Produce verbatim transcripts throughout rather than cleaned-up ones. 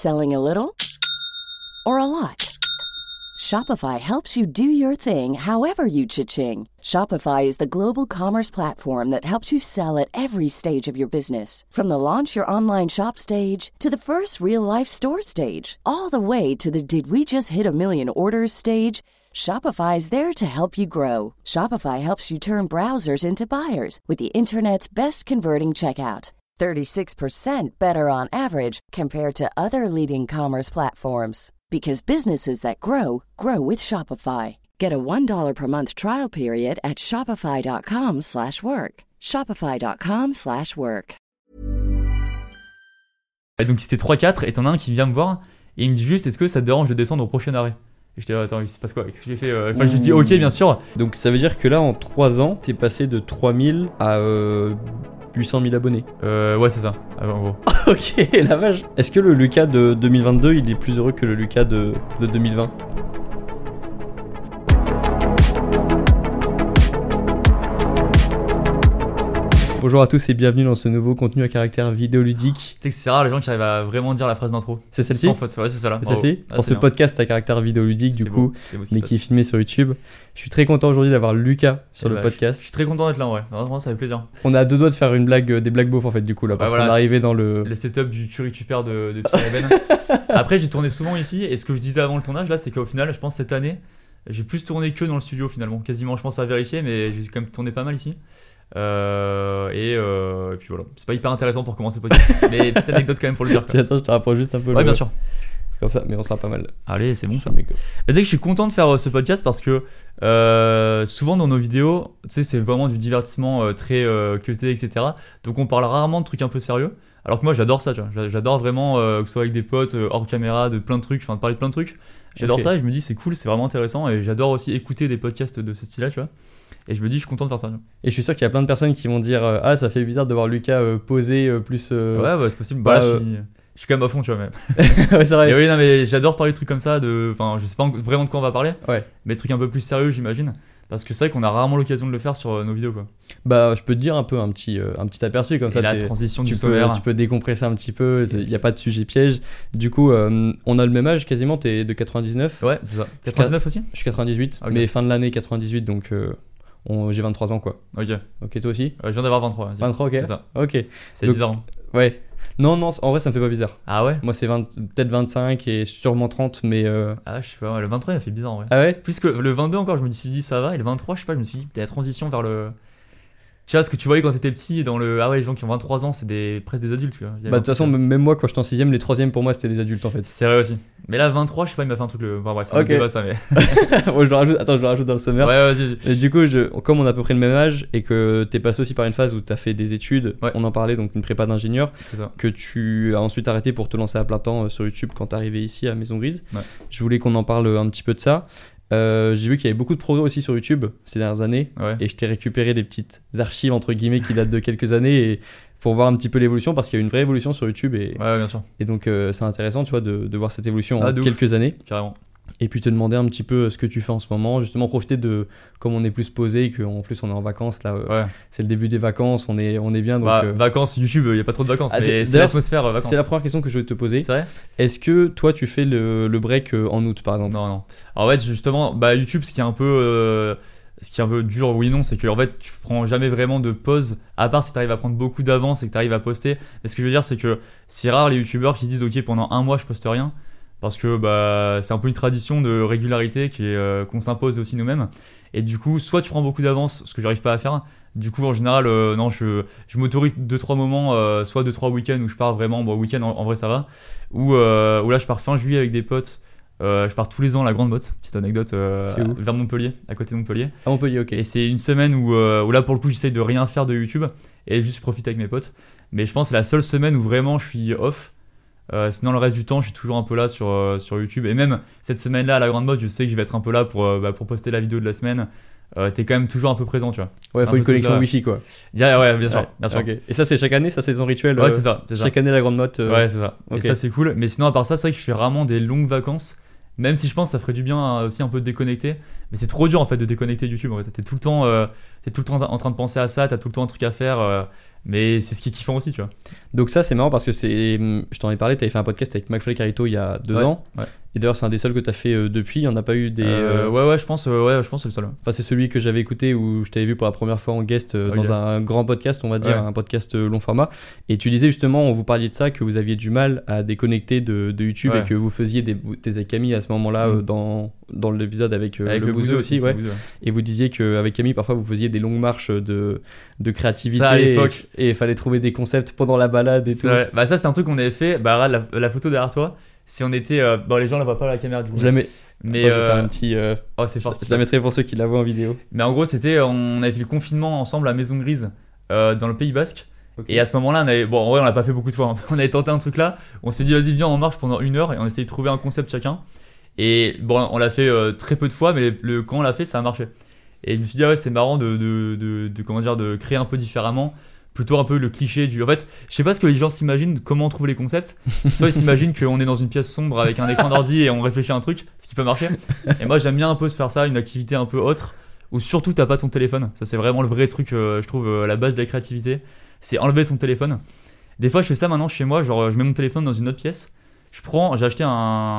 Selling a little or a lot? Shopify helps you do your thing however you cha-ching. Shopify is the global commerce platform that helps you sell at every stage of your business. From the launch your online shop stage to the first real-life store stage, all the way to the did we just hit a million orders stage. Shopify is there to help you grow. Shopify helps you turn browsers into buyers with the internet's best converting checkout. thirty-six percent better on average compared to other leading commerce platforms. Because businesses that grow, grow with Shopify. Get a one dollar per month trial period at shopify.com slash work. Shopify.com slash work. Et donc c'était trois quatre et t'en as un qui vient me voir et il me dit juste est-ce que ça te dérange de descendre au prochain arrêt? Et j'étais là, attends, il se passe quoi? Qu'est-ce que j'ai fait? Enfin, je lui dis ok, bien sûr. Donc ça veut dire que là, en trois ans, t'es passé de trois mille à euh, huit cent mille abonnés. Euh, ouais, c'est ça, en gros. Ok, la vache. Est-ce que le Lucas de deux mille vingt-deux, il est plus heureux que le Lucas de, de deux mille vingt? Bonjour à tous et bienvenue dans ce nouveau contenu à caractère vidéoludique. Tu sais que c'est rare les gens qui arrivent à vraiment dire la phrase d'intro. C'est celle-ci? Sans faute, ouais, c'est ça là. C'est celle-ci ah, Pour ce bien. podcast à caractère vidéoludique, du c'est coup, beau, c'est beau, mais qui est filmé sur YouTube. Je suis très content aujourd'hui d'avoir Lucas sur et le bah, podcast. Je suis très content d'être là en vrai. Vraiment, ça fait plaisir. On a à deux doigts de faire une blague, des blagues beaufs en fait, du coup, là, parce bah, voilà, qu'on est arrivé dans le. Le setup du tu récupères de, de Pierre Eben. Après, j'ai tourné souvent ici et ce que je disais avant le tournage là, c'est qu'au final, je pense cette année, j'ai plus tourné que dans le studio finalement. Quasiment, je pense à vérifier, mais j'ai quand même tourné pas mal ici. Euh, et, euh, et puis voilà, c'est pas hyper intéressant pour commencer le podcast, mais petite anecdote quand même pour le dire. Attends, je te rapproche juste un peu. Ouais, le... bien sûr. Comme ça, mais on sera pas mal. Allez, c'est bon ça. Mais tu sais que je suis content de faire euh, ce podcast parce que euh, souvent dans nos vidéos, tu sais, c'est vraiment du divertissement euh, très euh, cuté, et cetera. Donc on parle rarement de trucs un peu sérieux. Alors que moi j'adore ça, tu vois. J'adore vraiment euh, que ce soit avec des potes, euh, hors caméra, de plein de trucs, enfin de parler de plein de trucs. J'adore okay. ça et je me dis c'est cool, c'est vraiment intéressant et j'adore aussi écouter des podcasts de ce style-là, tu vois. Et je me dis, je suis content de faire ça. Et je suis sûr qu'il y a plein de personnes qui vont dire euh, ah, ça fait bizarre de voir Lucas euh, poser euh, plus. Euh... Ouais, bah, c'est possible. Bah, bah, là, euh... je, suis, je suis quand même à fond, tu vois. Même. Ouais, c'est vrai. Et oui, non, mais j'adore parler de trucs comme ça. De... Enfin, je sais pas vraiment de quoi on va parler. Ouais. Mais des trucs un peu plus sérieux, j'imagine. Parce que c'est vrai qu'on a rarement l'occasion de le faire sur euh, nos vidéos, quoi. Bah, je peux te dire un peu un petit, euh, un petit aperçu comme et ça. La transition tu du peux, sommaire. Tu peux décompresser un petit peu. Il n'y a pas de sujet piège. Du coup, euh, on a le même âge quasiment. T'es de quatre-vingt-dix-neuf. Ouais, c'est ça. quatre-vingt-dix-neuf aussi. Je suis quatre-vingt-dix-huit. Okay. Mais fin de l'année quatre-vingt-dix-huit, donc. Euh... On, j'ai vingt-trois ans quoi. Ok. Ok, toi aussi euh, Je viens d'avoir vingt-trois. Vas-y. vingt-trois, ok. C'est ça. Ok. C'est donc, bizarre. Hein. Ouais. Non, non, en vrai ça me fait pas bizarre. Ah ouais Moi c'est vingt, peut-être vingt-cinq et sûrement trente, mais. Euh... Ah, je sais pas, le vingt-trois il a fait bizarre en vrai. Ah ouais Plus que le vingt-deux encore, je me suis dit ça va, et le vingt-trois, je sais pas, je me suis dit, la transition vers le. Tu vois, ce que tu voyais quand t'étais petit, dans le. Ah ouais, les gens qui ont vingt-trois ans, c'est des... presque des adultes, tu vois. Bah, de toute façon, même moi, quand j'étais en sixième, les troisièmes pour moi, c'était des adultes en fait. C'est vrai aussi. Mais là, vingt-trois, je sais pas, il m'a fait un truc. Le... Enfin bref, c'est un okay. débat ça, mais. Moi, je le rajoute. Attends, je le rajoute dans le sommaire. Ouais, vas-y. Et du coup, je... comme on a à peu près le même âge et que t'es passé aussi par une phase où t'as fait des études, ouais. On en parlait, donc une prépa d'ingénieur, c'est ça. Que tu as ensuite arrêté pour te lancer à plein temps sur YouTube quand t'es arrivé ici à Maison Grise. Ouais. Je voulais qu'on en parle un petit peu de ça. Euh, j'ai vu qu'il y avait beaucoup de progrès aussi sur YouTube ces dernières années, ouais. Et je t'ai récupéré des petites archives entre guillemets qui datent de quelques années et pour voir un petit peu l'évolution parce qu'il y a eu une vraie évolution sur YouTube et, ouais, bien sûr. Et donc euh, c'est intéressant tu vois de, de voir cette évolution ah, en quelques ouf. années. Carrément. Et puis te demander un petit peu ce que tu fais en ce moment, justement profiter de comme on est plus posé et qu'en plus on est en vacances là, ouais. C'est le début des vacances, on est, on est bien donc, bah, euh... vacances YouTube, il n'y a pas trop de vacances, ah, mais c'est, c'est l'atmosphère vacances. C'est la première question que je vais te poser. C'est vrai. Est-ce que toi tu fais le, le break en août par exemple? Non, non. En fait justement, bah, YouTube ce qui est un peu... Euh... Ce qui est un peu dur, oui non, c'est que en fait tu prends jamais vraiment de pause, à part si tu arrives à prendre beaucoup d'avance et que tu arrives à poster. Mais ce que je veux dire, c'est que c'est rare les youtubeurs qui se disent ok pendant un mois je poste rien, parce que bah c'est un peu une tradition de régularité qui est, euh, qu'on s'impose aussi nous-mêmes. Et du coup, soit tu prends beaucoup d'avance, ce que j'arrive pas à faire. Du coup, en général, euh, non, je, je m'autorise deux trois moments, euh, soit deux trois week-ends où je pars vraiment, bon week-end en, en vrai ça va, ou euh, où là je pars fin juillet avec des potes. Euh, je pars tous les ans à la Grande Motte, petite anecdote, euh, vers Montpellier, à côté de Montpellier. À Montpellier, ok. Et c'est une semaine où, euh, où là pour le coup j'essaye de rien faire de YouTube et juste profiter avec mes potes. Mais je pense que c'est la seule semaine où vraiment je suis off. Euh, sinon le reste du temps je suis toujours un peu là sur, euh, sur YouTube. Et même cette semaine-là à la Grande Motte, je sais que je vais être un peu là pour, euh, bah, pour poster la vidéo de la semaine. Euh, t'es quand même toujours un peu présent, tu vois. Ouais, faut une connexion Wi-Fi quoi. Yeah, ouais, bien sûr, ouais, bien sûr. Okay. Et ça c'est chaque année, ça c'est ton rituel? Ouais, euh, c'est ça. C'est chaque ça. année la Grande Motte. Euh... Ouais, c'est ça. Okay. Et ça c'est cool. Mais sinon à part ça, c'est vrai que je fais rarement des longues vacances. Même si je pense que ça ferait du bien aussi un peu de déconnecter, mais c'est trop dur en fait de déconnecter YouTube. En fait. T'es tout le temps, euh, t'es tout le temps en train de penser à ça, t'as tout le temps un truc à faire. Euh, mais c'est ce qui est kiffant aussi, tu vois. Donc ça c'est marrant parce que c'est, je t'en ai parlé, tu avais fait un podcast avec McFly Carito il y a deux Ouais, ans. ouais. Et d'ailleurs c'est un des seuls que tu as fait euh, depuis, il n'y en a pas eu des... Euh, euh, ouais, ouais, je pense, euh, ouais, je pense que c'est le seul. Enfin c'est celui que j'avais écouté où je t'avais vu pour la première fois en guest euh, Ok. dans un grand podcast, on va dire, Ouais. un podcast euh, long format. Et tu disais justement, on vous parliez de ça, que vous aviez du mal à déconnecter de, de YouTube Ouais. et que vous faisiez des... Vous étiez avec Camille à ce moment-là Mm. euh, dans, dans l'épisode avec, euh, Avec le, Bouzeux aussi, ouais. le Bouzeux, ouais. Et vous disiez qu'avec Camille, parfois, vous faisiez des longues marches de, de créativité. Ça, à et- l'époque. Et il fallait trouver des concepts pendant la balade et C'est tout. vrai. Bah, ça, c'était un truc qu'on avait fait. Bah, regarde, la, la photo derrière toi, si on était. euh, Bon, les gens la voient pas à la caméra du coup. Je la mets. Mais, Attends, je vais faire euh, un petit. euh, oh, c'est je, fort. je la mettrai pour ceux qui la voient en vidéo. Mais en gros, c'était. On avait fait le confinement ensemble à Maison Grise euh, dans le Pays Basque. Ok. Et à ce moment-là, on avait. Bon, en vrai, on l'a pas fait beaucoup de fois. Hein. On avait tenté un truc là. On s'est dit, vas-y, viens, on marche pendant une heure et on essayait de trouver un concept chacun. Et bon, on l'a fait euh, très peu de fois, mais le, quand on l'a fait, ça a marché. Et je me suis dit, ah ouais, c'est marrant de, de, de, de, comment dire, de créer un peu différemment. Plutôt un peu le cliché du. En fait, je sais pas ce que les gens s'imaginent, comment on trouve les concepts. Soit ils s'imaginent qu'on est dans une pièce sombre avec un écran d'ordi et on réfléchit à un truc, ce qui peut marcher. Et moi, j'aime bien un peu se faire ça, une activité un peu autre, où surtout t'as pas ton téléphone. Ça, c'est vraiment le vrai truc, euh, je trouve, euh, la base de la créativité. C'est enlever son téléphone. Des fois, je fais ça maintenant chez moi, genre, je mets mon téléphone dans une autre pièce. Je prends, j'ai acheté un,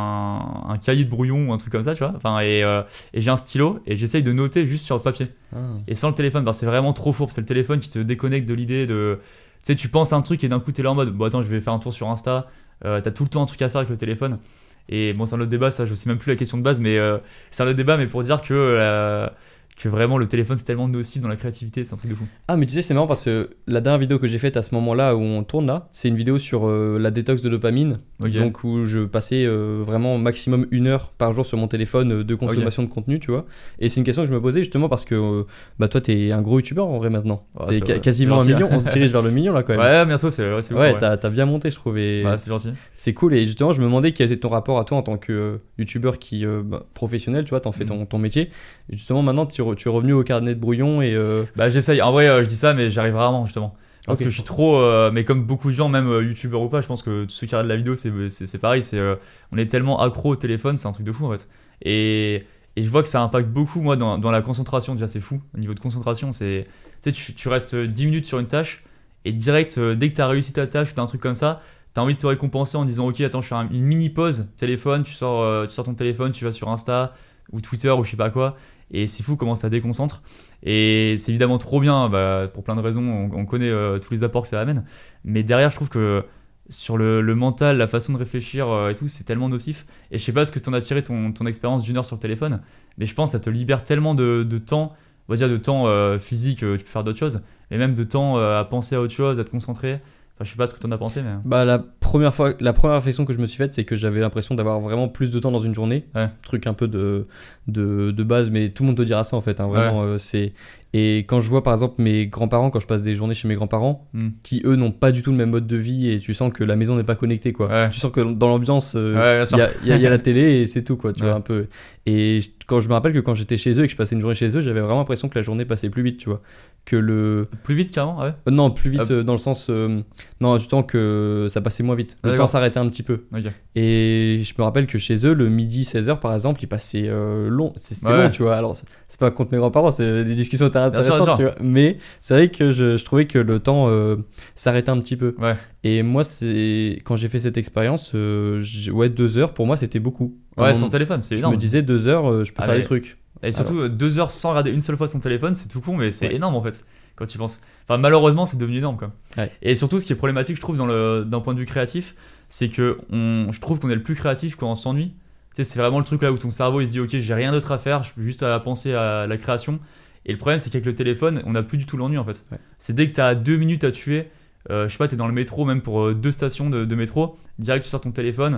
un cahier de brouillon ou un truc comme ça, tu vois. Enfin, et, euh, et j'ai un stylo et j'essaye de noter juste sur le papier. Ah. Et sans le téléphone, bah, c'est vraiment trop fourbe. C'est le téléphone qui te déconnecte de l'idée de. Tu sais, tu penses à un truc et d'un coup, t'es là en mode, bon, attends, je vais faire un tour sur Insta. Euh, t'as tout le temps un truc à faire avec le téléphone. Et bon, c'est un autre débat, ça, je sais même plus la question de base, mais euh, c'est un autre débat, mais pour dire que. euh, que vraiment le téléphone c'est tellement nocif dans la créativité, c'est un truc de fou. Ah, mais tu sais, c'est marrant parce que la dernière vidéo que j'ai faite à ce moment-là où on tourne là, c'est une vidéo sur euh, la détox de dopamine. Ok. Donc où je passais euh, vraiment maximum une heure par jour sur mon téléphone euh, de consommation de contenu, tu vois. Et c'est une question que je me posais justement parce que euh, bah toi t'es un gros youtubeur en vrai maintenant. Ouais, t'es c'est ca- vrai. quasiment un C'est gentil. million, on se dirige vers le million là quand même. Ouais, bientôt, c'est, ouais, c'est ouf, Ouais, ouais. t'as, t'as bien monté je trouve et Ouais, c'est gentil. c'est cool. Et justement je me demandais quel était ton rapport à toi en tant que euh, youtubeur qui, euh, bah, professionnel, tu vois, t'en fais ton, ton métier. Et justement maintenant tu, re- tu es revenu au carnet de brouillon et... euh, Bah, j'essaye. En vrai, euh, je dis ça, mais j'arrive rarement justement. Parce Ok. que je suis trop. euh, mais comme beaucoup de gens, même euh, youtubeurs ou pas, je pense que tous ceux qui regardent la vidéo, c'est, c'est, c'est pareil. C'est, euh, on est tellement accro au téléphone, c'est un truc de fou en fait. Et, et je vois que ça impacte beaucoup, moi, dans, dans la concentration. Déjà, c'est fou. Au niveau de concentration, c'est. Tu sais, tu, tu restes dix minutes sur une tâche et direct, euh, dès que tu as réussi ta tâche ou t'as un truc comme ça, tu as envie de te récompenser en disant, ok, attends, je fais un- une mini pause téléphone, tu sors, euh, tu sors ton téléphone, tu vas sur Insta ou Twitter ou je sais pas quoi. Et c'est fou comment ça déconcentre. Et c'est évidemment trop bien, bah, pour plein de raisons, on, on connaît euh, tous les apports que ça amène. Mais derrière, je trouve que sur le, le mental, la façon de réfléchir euh, et tout, c'est tellement nocif. Et je sais pas ce que t'en as tiré ton, ton expérience d'une heure sur le téléphone, mais je pense que ça te libère tellement de, de temps, on va dire de temps euh, physique, euh, tu peux faire d'autres choses, mais même de temps euh, à penser à autre chose, à te concentrer. Enfin, je sais pas ce que t'en as pensé, mais. Bah la première fois, la première réflexion que je me suis faite, c'est que j'avais l'impression d'avoir vraiment plus de temps dans une journée. Ouais. Truc un peu de, de, de base, mais tout le monde te dira ça en fait. Hein, vraiment, euh, c'est. Et quand je vois par exemple mes grands-parents, quand je passe des journées chez mes grands-parents, Hmm. qui eux n'ont pas du tout le même mode de vie et tu sens que la maison n'est pas connectée quoi. Ouais. Tu sens que dans l'ambiance, euh, Ouais, bien il sûr. y, a, il y a- il y a la télé et c'est tout quoi. Tu Ouais. vois un peu. Et je- quand je me rappelle que quand j'étais chez eux et que je passais une journée chez eux, j'avais vraiment l'impression que la journée passait plus vite, tu vois. Que le Plus vite, carrément, ouais. euh, non, plus vite Ah. euh, dans le sens. euh, non, du temps que ça passait moins vite. Le D'accord. temps s'arrêtait un petit peu. Ok. Et je me rappelle que chez eux, le midi seize heures par exemple, il passait euh, long. C'est c'est Ouais. long, tu vois. Alors, c'est- c'est pas contre mes grands-parents, c'est des discussions sûr, bien intéressantes, sûr. tu vois. Mais c'est vrai que je, je trouvais que le temps euh, s'arrêtait un petit peu. Ouais. Et moi, c'est quand j'ai fait cette expérience, euh, j'ai- ouais, deux heures pour moi, c'était beaucoup. À un Ouais, moment, sans téléphone, c'est je énorme. me disais deux heures, euh, je peux Ah, faire mais- des trucs. Et surtout, euh, deux heures sans regarder une seule fois son téléphone, c'est tout con, mais c'est Ouais. énorme en fait, quand tu penses. Enfin, malheureusement, c'est devenu énorme, quoi. Ouais. Et surtout, ce qui est problématique, je trouve, dans le, d'un point de vue créatif, c'est que on, je trouve qu'on est le plus créatif quand on s'ennuie. Tu sais, c'est vraiment le truc là où ton cerveau il se dit, ok, j'ai rien d'autre à faire, je peux juste à penser à la création. Et le problème, c'est qu'avec le téléphone, on n'a plus du tout l'ennui en fait. Ouais. C'est dès que tu as deux minutes à tuer, euh, je sais pas, tu es dans le métro, même pour euh, deux stations de, de métro, direct tu sors ton téléphone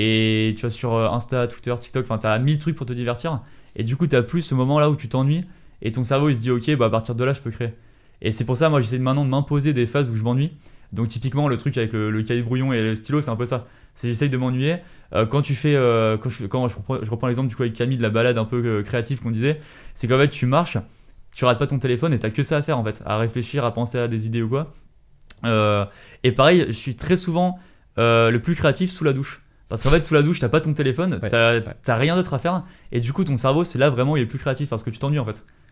et tu vas sur euh, Insta, Twitter, TikTok, enfin, tu as mille trucs pour te divertir. Et du coup, tu plus ce moment là où tu t'ennuies et ton cerveau il se dit, ok, bah à partir de là, je peux créer. Et c'est pour ça, moi, j'essaie de maintenant de m'imposer des phases où je m'ennuie. Donc, typiquement, le truc avec le, le cahier de brouillon et le stylo, c'est un peu ça. C'est j'essaye de m'ennuyer. Euh, quand tu fais, euh, quand, je, quand je, reprends, je reprends l'exemple du coup avec Camille de la balade un peu euh, créative qu'on disait, c'est qu'en fait, tu marches, tu rates pas ton téléphone et t'as que ça à faire en fait, à réfléchir, à penser à des idées ou quoi. Euh, et pareil, je suis très souvent euh, le plus créatif sous la douche. Parce qu'en fait, sous la douche, t'as pas ton téléphone, Ouais, t'as, ouais. t'as rien d'autre à faire, et du coup, ton cerveau, c'est là vraiment, il est plus créatif parce que tu t'ennuies en fait.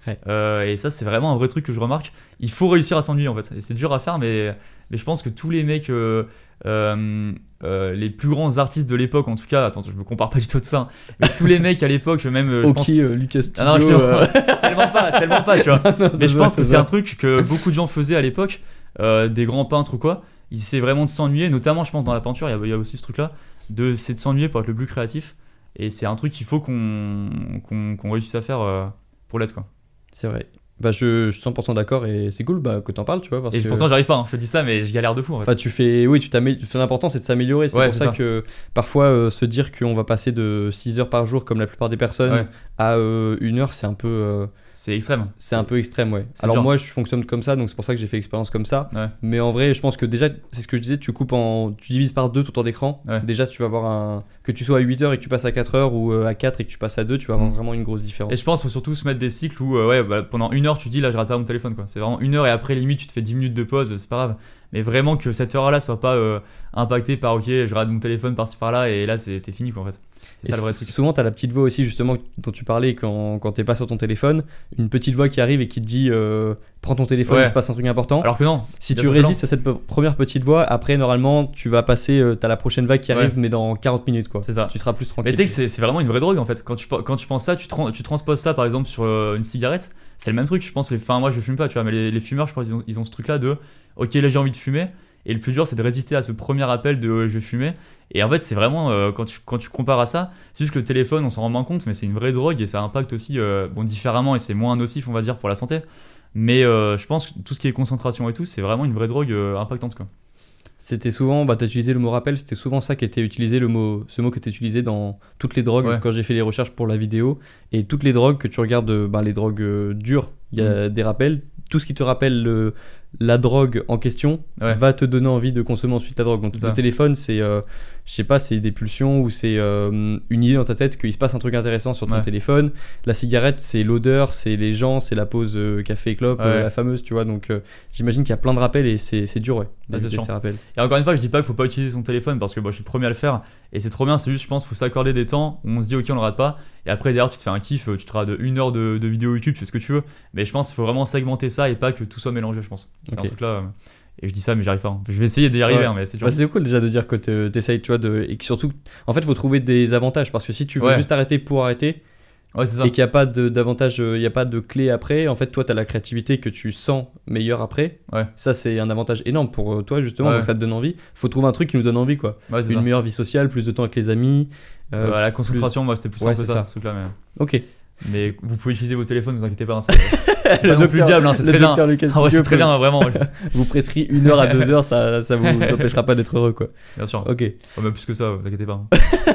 Ouais. Euh, et ça, c'est vraiment un vrai truc que je remarque. Il faut réussir à s'ennuyer en fait. Et c'est dur à faire, mais, mais je pense que tous les mecs, euh, euh, euh, les plus grands artistes de l'époque, en tout cas, attends, je me compare pas du tout à tout ça, hein, mais tous les mecs à l'époque, même. euh, je Ok, pense... euh, Lucas Studio. Ah non, je te- euh, tellement pas, tellement pas, tu vois. non, Mais je ça, pense que ça, c'est ça. un truc que beaucoup de gens faisaient à l'époque, euh, des grands peintres ou quoi. Ils essaient vraiment de s'ennuyer, notamment, je pense, dans la peinture, il y a, il y a aussi ce truc-là, de, c'est de s'ennuyer pour être le plus créatif. Et c'est un truc qu'il faut qu'on, qu'on, qu'on réussisse à faire euh, pour l'être, quoi. C'est vrai. Bah, je, je suis cent pour cent d'accord et c'est cool bah, que t'en parles, tu vois. Parce Et que... pourtant, j'arrive pas, hein. Je te dis ça, mais je galère de fou, en fait. Enfin, tu fais, oui, tu t'améliores. L'important, c'est de s'améliorer. C'est Ouais, pour c'est ça, ça. que parfois, euh, se dire qu'on va passer de six heures par jour, comme la plupart des personnes, Ouais. à euh, une heure, c'est un peu. euh, C'est extrême. C'est un peu extrême, ouais. c'est Alors, dur. moi, je fonctionne comme ça, donc c'est pour ça que j'ai fait expérience comme ça. Ouais. Mais en vrai, je pense que déjà, c'est ce que je disais, tu coupes en. Tu divises par deux ton temps d'écran. Ouais. Déjà, si tu vas avoir un. Que tu sois à huit heures et que tu passes à quatre heures ou euh, à quatre et que tu passes à deux, tu vas avoir Mm. vraiment une grosse différence. Et je pense qu'il faut surtout se mettre des cycles où, euh, ouais, bah, pendant une heure, tu dis là, je rate pas mon téléphone, quoi. C'est vraiment une heure et après, limite, tu te fais dix minutes de pause, c'est pas grave. Mais vraiment que cette heure-là soit pas euh, impactée par, ok, je rate mon téléphone par-ci par-là et là, c'est, t'es fini, quoi, en fait. C'est Et ça le vrai sou- truc. souvent, tu as la petite voix aussi, justement, dont tu parlais quand, quand t'es pas sur ton téléphone. Une petite voix qui arrive et qui te dit euh, prends ton téléphone, Ouais. il se passe un truc important. Alors que non. si bien tu sûr que non. résistes à cette pe- première petite voix, après, normalement, tu vas passer. Euh, t'as la prochaine vague qui Ouais. arrive, mais dans quarante minutes, quoi. C'est ça. Tu seras plus tranquille. Mais tu sais que c'est, c'est vraiment une vraie drogue en fait. Quand tu, quand tu penses ça, tu, tran- tu transposes ça par exemple sur euh, une cigarette, c'est le même truc. Je pense, les, enfin moi je fume pas, tu vois, mais les, les fumeurs, je pense, ils ont, ils ont ce truc là de ok, là j'ai envie de fumer. Et le plus dur, c'est de résister à ce premier appel de euh, je vais fumer. Et en fait, c'est vraiment euh, quand, tu, quand tu compares à ça, c'est juste que le téléphone, on s'en rend moins compte, mais c'est une vraie drogue et ça impacte aussi euh, bon, différemment et c'est moins nocif, on va dire, pour la santé. Mais euh, je pense que tout ce qui est concentration et tout, c'est vraiment une vraie drogue euh, impactante quoi. C'était souvent, bah, tu as utilisé le mot rappel, c'était souvent ça qui était utilisé, le mot, ce mot qui était utilisé dans toutes les drogues Ouais. quand j'ai fait les recherches pour la vidéo. Et toutes les drogues que tu regardes, euh, bah, les drogues euh, dures, il y a des rappels. Tout ce qui te rappelle le- la drogue en question Ouais. va te donner envie de consommer ensuite la drogue. Donc C'est le ça. téléphone, c'est, euh, je sais pas, c'est des pulsions ou c'est euh, une idée dans ta tête qu'il se passe un truc intéressant sur ton Ouais. téléphone. La cigarette, c'est l'odeur, c'est les gens, c'est la pause euh, café et clope, Ouais. euh, la fameuse, tu vois. Donc euh, j'imagine qu'il y a plein de rappels et c'est c'est dur, ouais, Ah, c'est d'éviter sûr. ces rappels. Et encore une fois, je dis pas qu'il faut pas utiliser son téléphone parce que moi je suis le premier à le faire et c'est trop bien. C'est juste, je pense, faut s'accorder des temps où on se dit ok, on le rate pas. Et après, derrière, tu te fais un kiff, tu te rates une heure de, de vidéo YouTube, tu fais ce que tu veux. Mais je pense qu'il faut vraiment segmenter ça et pas que tout soit mélangé, je pense. C'est Ok. un truc là. euh, Et je dis ça, mais j'y arrive pas. hein. Je vais essayer d'y arriver, Ouais. hein, mais c'est dur. Bah, c'est cool déjà de dire que te- t'essayes, tu vois, de... et que surtout, en fait, il faut trouver des avantages parce que si tu veux Ouais. juste arrêter pour arrêter Ouais, c'est ça. et qu'il n'y a pas de- d'avantage, euh, il n'y a pas de clé après, en fait, toi, tu as la créativité que tu sens meilleure après. Ouais. Ça, c'est un avantage énorme pour euh, toi, justement, Ouais. donc ça te donne envie. faut trouver un truc qui nous donne envie, quoi. Ouais, c'est Une ça. meilleure vie sociale, plus de temps avec les amis. euh, Euh, la concentration, moi, c'était plus Ouais, un peu c'est ça, ça. ce truc-là. Mais... Ok. mais vous pouvez utiliser vos téléphones, ne vous inquiétez pas. hein, c'est c'est Le pas non plus le docteur- diable, hein, c'est le très bien. docteur Lucas Ah ouais, Studio c'est très peut- bien, vraiment. vous prescrit une heure à deux heures, ça, ça vous empêchera pas d'être heureux, quoi. Bien sûr. Ok. Ouais, même plus que ça, vous inquiétez pas.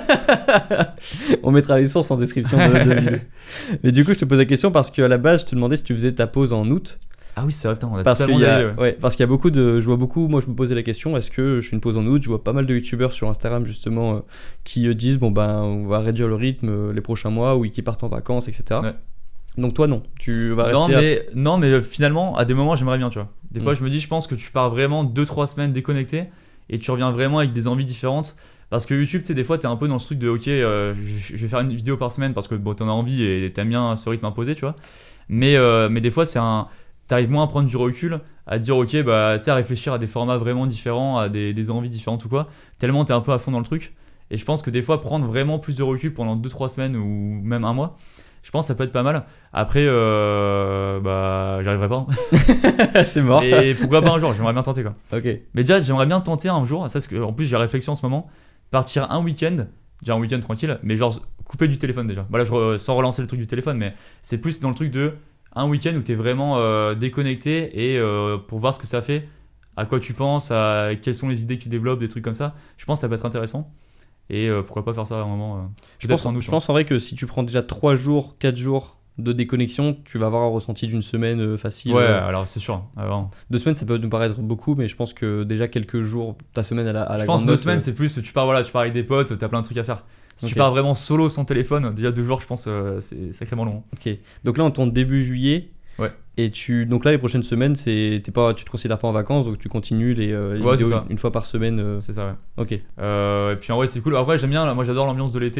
hein. On mettra les sources en description de, de vidéo. Mais du coup, je te pose la question parce qu'à la base, je te demandais si tu faisais ta pause en août. Ah oui, c'est vrai, putain, on a Parce qu'il totalement y a, dérivé, ouais. ouais, parce qu'il y a beaucoup de, je vois beaucoup, moi je me posais la question, est-ce que je fais une pause en août? Je vois pas mal de youtubeurs sur Instagram justement euh, qui euh, disent bon ben on va réduire le rythme euh, les prochains mois ou qui partent en vacances, et cetera. Ouais. Donc toi non, tu vas Non rester. à- mais, non, mais euh, finalement, à des moments, j'aimerais bien, tu vois. Des fois, Mm. je me dis, je pense que tu pars vraiment deux trois semaines déconnecté et tu reviens vraiment avec des envies différentes. Parce que YouTube, tu sais, des fois, t'es un peu dans ce truc de, ok, euh, je je vais faire une vidéo par semaine parce que bon, t'en as envie et t'aimes bien ce rythme imposé, tu vois. Mais, euh, mais des fois, c'est un. T'arrives moins à prendre du recul, à dire, ok, bah, tu sais, à réfléchir à des formats vraiment différents, à des, des envies différentes ou quoi. Tellement t'es un peu à fond dans le truc. Et je pense que des fois, prendre vraiment plus de recul pendant deux trois semaines ou même un mois, je pense que ça peut être pas mal. Après, euh, bah, j'y arriverai pas. hein. c'est mort. Et pourquoi pas un jour, j'aimerais bien tenter quoi. Ok. Mais déjà, j'aimerais bien tenter un jour, ça, c'est que, en plus j'ai la réflexion en ce moment, partir un week-end, déjà un week-end tranquille, mais genre couper du téléphone déjà. Voilà, je re- sans relancer le truc du téléphone, mais c'est plus dans le truc de un week-end où t'es vraiment euh, déconnecté et euh, pour voir ce que ça fait, à quoi tu penses, à quelles sont les idées que tu développes, des trucs comme ça. Je pense que ça peut être intéressant. Et euh, pourquoi pas faire ça à un moment. Euh, Je peut-être pense, en août, je hein. pense en vrai que si tu prends déjà trois jours, quatre jours de déconnexion, tu vas avoir un ressenti d'une semaine euh, facile. Ouais, Euh, alors c'est sûr. Alors, Deux semaines, ça peut nous paraître beaucoup, mais je pense que déjà quelques jours, ta semaine à la, à la je pense grande deux note, semaines, euh, c'est plus, tu pars, voilà, tu pars avec des potes, t'as plein de trucs à faire. Si Ok. tu pars vraiment solo sans téléphone, déjà deux jours, je pense, euh, c'est sacrément long. Ok. Donc là, on tourne début juillet. Ouais. Et tu, donc là, les prochaines semaines, c'est, t'es pas, tu te considères pas en vacances, donc tu continues les, euh, les Ouais, vidéos c'est ça. une fois par semaine. euh, C'est ça, ouais. Ok. Euh, et puis en vrai, c'est cool. Après, j'aime bien, là, moi j'adore l'ambiance de l'été.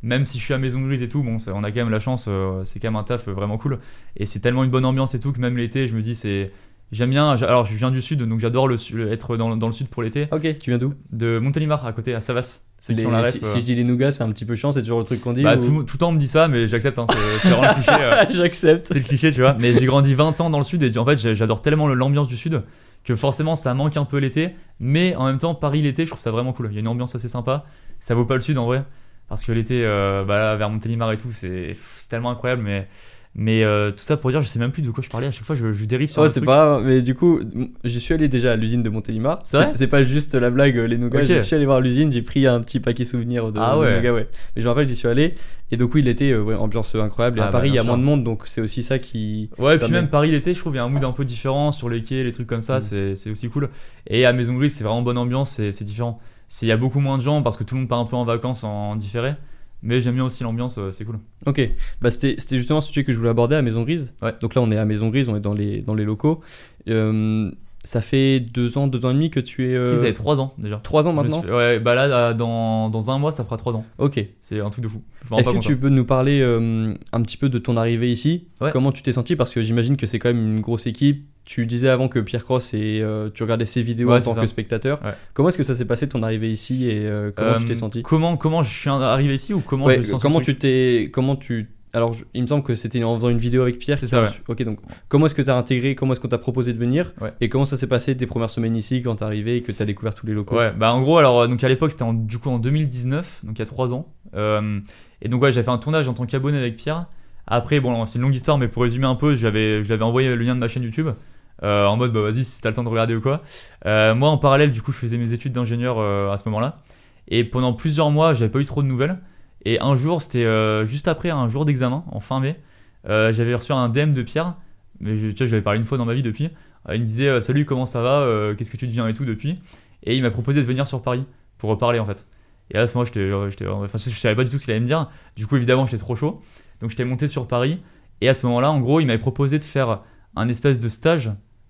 même si je suis à Maison Grise et tout, bon, ça, on a quand même la chance, euh, c'est quand même un taf euh, vraiment cool. Et c'est tellement une bonne ambiance et tout que même l'été, je me dis, c'est. J'aime bien. Alors, je viens du sud, donc j'adore le, le- être dans, dans le sud pour l'été. Ok, tu viens d'où? De Montélimar, à côté, à Savas. Ceux qui Les- ont la ref, si, euh, si je dis les nougats, c'est un petit peu chiant, c'est toujours le truc qu'on dit. bah, ou- tout, tout le temps on me dit ça, mais j'accepte, hein, c'est, c'est vraiment le cliché. euh, J'accepte. c'est le cliché, tu vois. Mais j'ai grandi vingt ans dans le sud et en fait, j'ai- j'adore tellement le- l'ambiance du sud que forcément ça manque un peu l'été. Mais en même temps, Paris l'été, je trouve ça vraiment cool. Il y a une ambiance assez sympa. Ça vaut pas le sud en vrai. Parce que l'été, euh, bah là, vers Montélimar et tout, c'est, c'est tellement incroyable. Mais, mais euh, tout ça pour dire, je sais même plus de quoi je parlais. À chaque fois, je, je dérive sur Oh, un c'est truc. pas grave, mais du coup, m- j'y suis allé déjà à l'usine de Montélimar. C'est vrai c'est pas juste la blague, euh, les nougats. Ok. Je suis allé voir l'usine, j'ai pris un petit paquet souvenir de, Ah de ouais. nougats, ouais. Mais je me rappelle, j'y suis allé. Et donc, oui, l'été, euh, ouais, ambiance incroyable. Et Ah à bah, Paris, il y a bien moins sûr. de monde, donc c'est aussi ça qui. Ouais, et puis permet- même Paris l'été, je trouve il y a un mood un peu différent sur les quais, les trucs comme ça, Mm. c'est, c'est aussi cool. Et à Maison Grise, c'est vraiment bonne ambiance, c'est, c'est différent. C'est- Il y a beaucoup moins de gens parce que tout le monde part un peu en vacances en différé. Mais j'aime bien aussi l'ambiance, euh, c'est cool. Ok, bah, c'était c'était justement un sujet que je voulais aborder à Maison Grise. Ouais. Donc là, on est à Maison Grise, on est dans les, dans les locaux. Euh, ça fait deux ans, deux ans et demi que tu es. euh, Tu sais, ça fait trois ans déjà. Trois ans Je me maintenant. suis fait- Ouais, bah là, euh, dans, dans un mois, ça fera trois ans. Ok. C'est un truc de fou. Je me rends Est-ce pas que compte, tu hein. peux nous parler euh, un petit peu de ton arrivée ici? Ouais. Comment tu t'es senti? Parce que j'imagine que c'est quand même une grosse équipe. Tu disais avant que Pierre Cross et euh, tu regardais ses vidéos Ouais, en tant c'est que ça. spectateur. Ouais. Comment est-ce que ça s'est passé ton arrivée ici et euh, comment tu Euh, t'es senti? comment, comment je suis arrivé ici ou comment Ouais, je sens ce comment truc tu t'es, comment tu, alors je- il me semble que c'était en faisant une vidéo avec Pierre. C'est que ça, tu as reçu- Ok, donc comment est-ce que tu as intégré, comment est-ce qu'on t'a proposé de venir Ouais. et comment ça s'est passé tes premières semaines ici quand t'es arrivé et que t'as découvert tous les locaux? Ouais, bah en gros, alors, euh, donc à l'époque, c'était en, du coup en deux mille dix-neuf, donc il y a trois ans. Euh, et donc, ouais, j'avais fait un tournage en tant qu'abonné avec Pierre. Après, bon, c'est une longue histoire, mais pour résumer un peu, je lui avais, je lui avais envoyé le lien de ma chaîne YouTube. euh, en mode, bah vas-y, si t'as le temps de regarder ou quoi. Euh, moi, en parallèle, du coup, je faisais mes études d'ingénieur euh, à ce moment-là. Et pendant plusieurs mois, j'avais pas eu trop de nouvelles. Et un jour, c'était euh, juste après un jour d'examen, en fin mai, euh, j'avais reçu un D M de Pierre. Mais je, tu vois, je lui avais parlé une fois dans ma vie depuis. Euh, il me disait euh, salut, comment ça va, euh, qu'est-ce que tu deviens et tout depuis. Et il m'a proposé de venir sur Paris pour reparler en fait. Et là, à ce moment, j'étais, euh, j'étais, enfin, je savais pas du tout ce qu'il allait me dire. Du coup, évidemment, j'étais trop chaud. Donc, j'étais monté sur Paris. Et à ce moment-là, en gros, il m'avait proposé de faire un espèce de stage.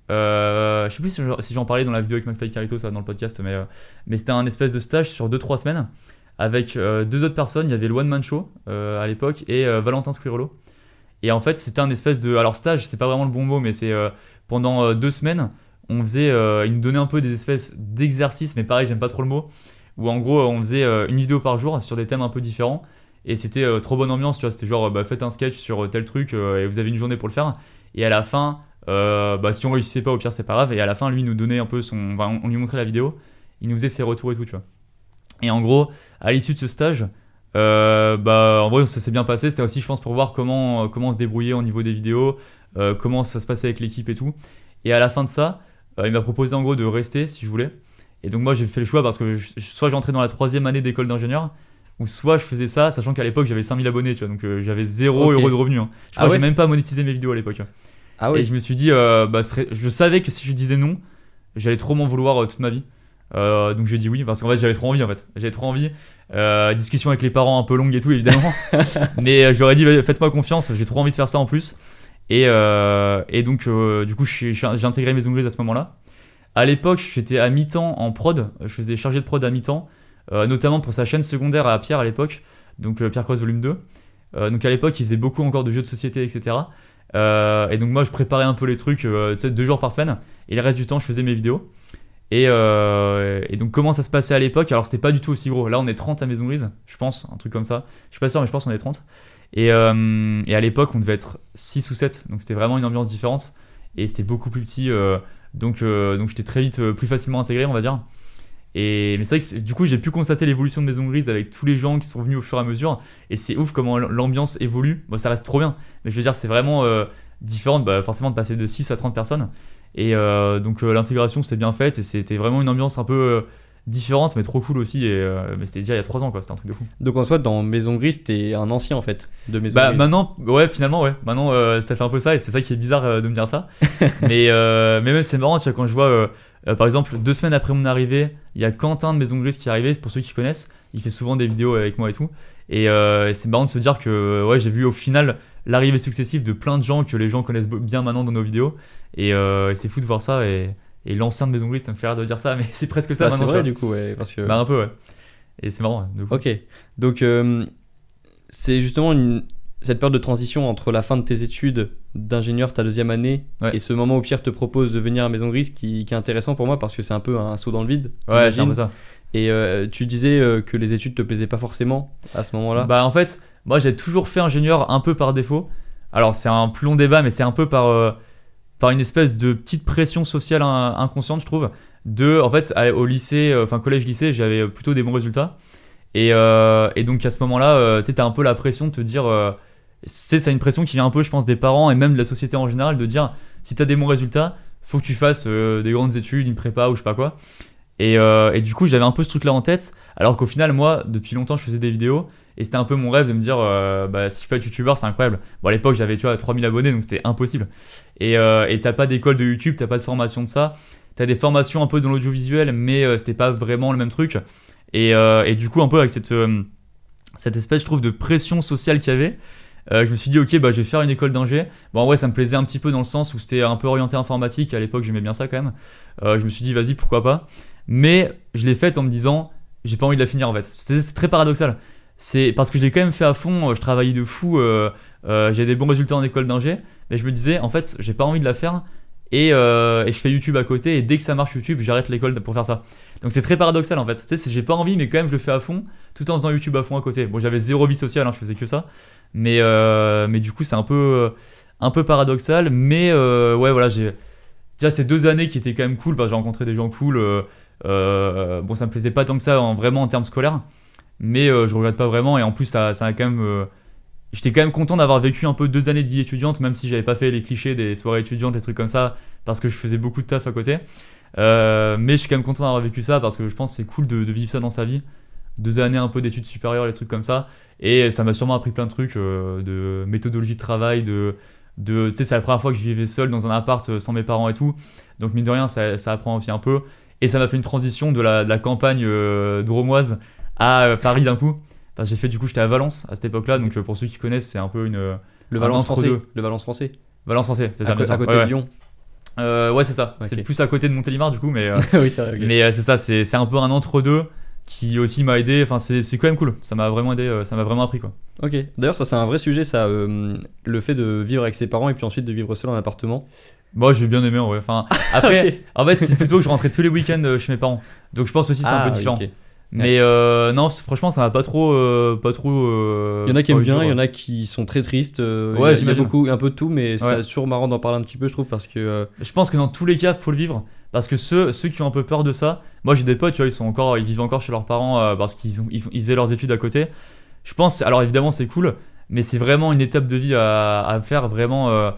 Euh, je sais plus si, je- si j'en parlais dans la vidéo avec McFly Carito, ça, dans le podcast, mais, euh, mais c'était un espèce de stage sur deux trois semaines avec euh, deux autres personnes. Il y avait le One Man Show euh, à l'époque et euh, Valentin Squirolo. Et en fait, c'était un espèce de. Alors, stage, c'est pas vraiment le bon mot, mais c'est euh, pendant euh, deux semaines, on faisait. Euh, ils nous donnaient un peu des espèces d'exercices, mais pareil, j'aime pas trop le mot. Où en gros, on faisait euh, une vidéo par jour sur des thèmes un peu différents. Et c'était euh, trop bonne ambiance, tu vois. C'était genre, euh, bah, faites un sketch sur euh, tel truc euh, et vous avez une journée pour le faire. Et à la fin, euh, bah, si on réussissait pas, au pire, c'est pas grave. Et à la fin, lui, il nous donnait un peu son. Enfin, on, on lui montrait la vidéo. Il nous faisait ses retours et tout, tu vois. Et en gros, à l'issue de ce stage, euh, bah, en vrai, ça s'est bien passé. C'était aussi, je pense, pour voir comment, euh, comment on se débrouillait au niveau des vidéos, euh, comment ça se passait avec l'équipe et tout. Et à la fin de ça, euh, il m'a proposé en gros de rester si je voulais. Et donc, moi, j'ai fait le choix parce que je- soit j'entrais dans la troisième année d'école d'ingénieur, ou soit je faisais ça, sachant qu'à l'époque, j'avais cinq mille abonnés, tu vois. Donc, euh, j'avais zéro Ok. euro de revenus. Hein. Je Ah crois que ouais j'ai même pas monétisé mes vidéos à l'époque. Ah Et oui. je me suis dit, euh, bah, ce serait- je savais que si je disais non, j'allais trop m'en vouloir euh, toute ma vie. Euh, donc j'ai dit oui parce qu'en fait j'avais trop envie en fait. J'avais trop envie. Euh, discussion avec les parents un peu longue et tout évidemment. Mais euh, je leur ai dit bah, faites-moi confiance, j'ai trop envie de faire ça en plus. Et, euh, et donc euh, du coup je suis- je suis- j'ai intégré Maison Grise à ce moment-là. À l'époque j'étais à mi-temps en prod, je faisais chargé de prod à mi-temps, euh, notamment pour sa chaîne secondaire à Pierre à l'époque, donc euh, Pierre Cross volume deux. Euh, donc à l'époque il faisait beaucoup encore de jeux de société et cetera. Euh, et donc moi je préparais un peu les trucs euh, tu sais, deux jours par semaine et le reste du temps je faisais mes vidéos. Et, euh, et donc comment ça se passait à l'époque? Alors c'était pas du tout aussi gros. Là on est trente à Maison Grise, je pense, un truc comme ça. Je suis pas sûr mais je pense qu'on est trente. Et, euh, et à l'époque on devait être six ou sept, donc c'était vraiment une ambiance différente. Et c'était beaucoup plus petit, euh, donc, euh, donc j'étais très vite euh, plus facilement intégré on va dire. Et, mais c'est vrai que c'est- du coup j'ai pu constater l'évolution de Maison Grise avec tous les gens qui sont venus au fur et à mesure. Et c'est ouf comment l'ambiance évolue. Bon ça reste trop bien, mais je veux dire c'est vraiment euh, différent bah, forcément de passer de six à trente personnes. Et euh, donc euh, l'intégration s'est bien faite et c'était vraiment une ambiance un peu euh, différente mais trop cool aussi. Et, euh, mais c'était déjà il y a trois ans quoi, c'était un truc de fou. Donc en soi, dans Maison Grise, t'es un ancien en fait de Maison Bah Grise. maintenant, ouais finalement ouais, maintenant euh, ça fait un peu ça et c'est ça qui est bizarre euh, de me dire ça. mais, euh, mais même c'est marrant tu vois, quand je vois euh, euh, par exemple deux semaines après mon arrivée, il y a Quentin de Maison Grise qui est arrivé, pour ceux qui connaissent, il fait souvent des vidéos avec moi et tout. Et, euh, et c'est marrant de se dire que ouais j'ai vu au final l'arrivée successive de plein de gens que les gens connaissent bien maintenant dans nos vidéos. Et, euh, et c'est fou de voir ça. Et, et l'ancien de Maison Grise, ça me fait rire de dire ça, mais c'est presque ça Ah, c'est maintenant. vrai tu du coup, ouais, parce que. vois. Bah, un peu, ouais. Et c'est marrant. De fou. Ok. Donc, euh, c'est justement une, cette période de transition entre la fin de tes études d'ingénieur, ta deuxième année, Ouais. et ce moment où Pierre te propose de venir à Maison Grise qui, qui est intéressant pour moi parce que c'est un peu un saut dans le vide. Ouais, c'est un j'imagine. peu ça. Et euh, tu disais euh, que les études te plaisaient pas forcément à ce moment-là. Bah en fait, moi j'ai toujours fait ingénieur un peu par défaut. Alors c'est un plus long débat, mais c'est un peu par, euh, par une espèce de petite pression sociale in- inconsciente, je trouve. De, en fait, à- au lycée, euh, enfin collège-lycée, j'avais plutôt des bons résultats. Et, euh, et donc à ce moment-là, euh, tu sais, t'as un peu la pression de te dire... Euh, c'est, c'est une pression qui vient un peu, je pense, des parents et même de la société en général, de dire, si t'as des bons résultats, faut que tu fasses euh, des grandes études, une prépa ou je sais pas quoi. Et, euh, et du coup, j'avais un peu ce truc-là en tête, alors qu'au final, moi, depuis longtemps, je faisais des vidéos, et c'était un peu mon rêve de me dire, euh, bah, si je peux être youtubeur, c'est incroyable. Bon, à l'époque, j'avais, tu vois, trois mille abonnés, donc c'était impossible. Et euh, et t'as pas d'école de YouTube, t'as pas de formation de ça, t'as des formations un peu dans l'audiovisuel, mais euh, c'était pas vraiment le même truc. Et, euh, et du coup, un peu avec cette, euh, cette espèce, je trouve, de pression sociale qu'il y avait, euh, je me suis dit, ok, bah, je vais faire une école d'ingé. Bon, ouais, ça me plaisait un petit peu dans le sens où c'était un peu orienté informatique, à l'époque, j'aimais bien ça quand même. Euh, je me suis dit, vas-y, pourquoi pas. Mais je l'ai faite en me disant, j'ai pas envie de la finir en fait. C'est, c'est très paradoxal. C'est parce que je l'ai quand même fait à fond, je travaillais de fou, euh, euh, j'ai des bons résultats en école d'ingé, mais je me disais, en fait, j'ai pas envie de la faire et, euh, et je fais YouTube à côté et dès que ça marche YouTube, j'arrête l'école pour faire ça. Donc c'est très paradoxal en fait. Tu sais, c'est- j'ai pas envie, mais quand même, je le fais à fond tout en faisant YouTube à fond à côté. Bon, j'avais zéro vie sociale, hein, je faisais que ça, mais, euh, mais du coup, c'est un peu, un peu paradoxal, mais euh, ouais, voilà, j'ai. Déjà, c'était deux années qui étaient quand même cool, parce que j'ai rencontré des gens cool. euh, euh, bon, ça me plaisait pas tant que ça en, vraiment en termes scolaires, mais euh, je regrette pas vraiment. Et en plus, ça, ça a quand même. euh, J'étais quand même content d'avoir vécu un peu deux années de vie étudiante, même si j'avais pas fait les clichés des soirées étudiantes, les trucs comme ça, parce que je faisais beaucoup de taf à côté. Euh, mais je suis quand même content d'avoir vécu ça, parce que je pense que c'est cool de, de vivre ça dans sa vie. Deux années un peu d'études supérieures, les trucs comme ça. Et ça m'a sûrement appris plein de trucs, euh, de méthodologie de travail, de. de tu sais, c'est la première fois que je vivais seul dans un appart euh, sans mes parents et tout. Donc, mine de rien, ça, ça apprend aussi un peu. Et ça m'a fait une transition de la, de la campagne euh, dromoise à euh, Paris d'un coup. Enfin, j'ai fait du coup, j'étais à Valence à cette époque-là. Donc, euh, pour ceux qui connaissent, c'est un peu une. euh, Le un Valence français. entre-deux. Le Valence français. Valence français, c'est ça, À, bien co- sûr. à côté Ouais, de ouais. Lyon. Euh, ouais, c'est ça. Ok. C'est plus à côté de Montélimar du coup, mais. euh, oui, c'est vrai. ok. mais euh, c'est ça, c'est, c'est un peu un entre-deux qui aussi m'a aidé. Enfin, c'est, c'est quand même cool. Ça m'a vraiment aidé, euh, ça m'a vraiment appris quoi. Ok. D'ailleurs, ça, c'est un vrai sujet, ça. euh, le fait de vivre avec ses parents et puis ensuite de vivre seul en appartement. Moi, j'ai bien aimé en vrai. Enfin, après, Ok. en fait, c'est plutôt que je rentrais tous les week-ends euh, chez mes parents. Donc, je pense aussi que c'est un Ah, peu oui, différent. ok. Mais euh, non, c'est- franchement, ça m'a pas trop. euh, pas trop euh, Il y en a qui pas aiment bien, dur. il y en a qui sont très tristes. euh, Ouais, il y a- il y a j'imagine. beaucoup, un peu de tout, mais Ouais. c'est toujours marrant d'en parler un petit peu, je trouve, parce que. euh, Je pense que dans tous les cas, faut le vivre. Parce que ceux, ceux qui ont un peu peur de ça, moi j'ai des potes, tu vois, ils sont encore, ils vivent encore chez leurs parents euh, parce qu'ils ont, ils, font- ils faisaient leurs études à côté. Je pense, alors évidemment c'est cool, mais c'est vraiment une étape de vie à, à faire vraiment. euh,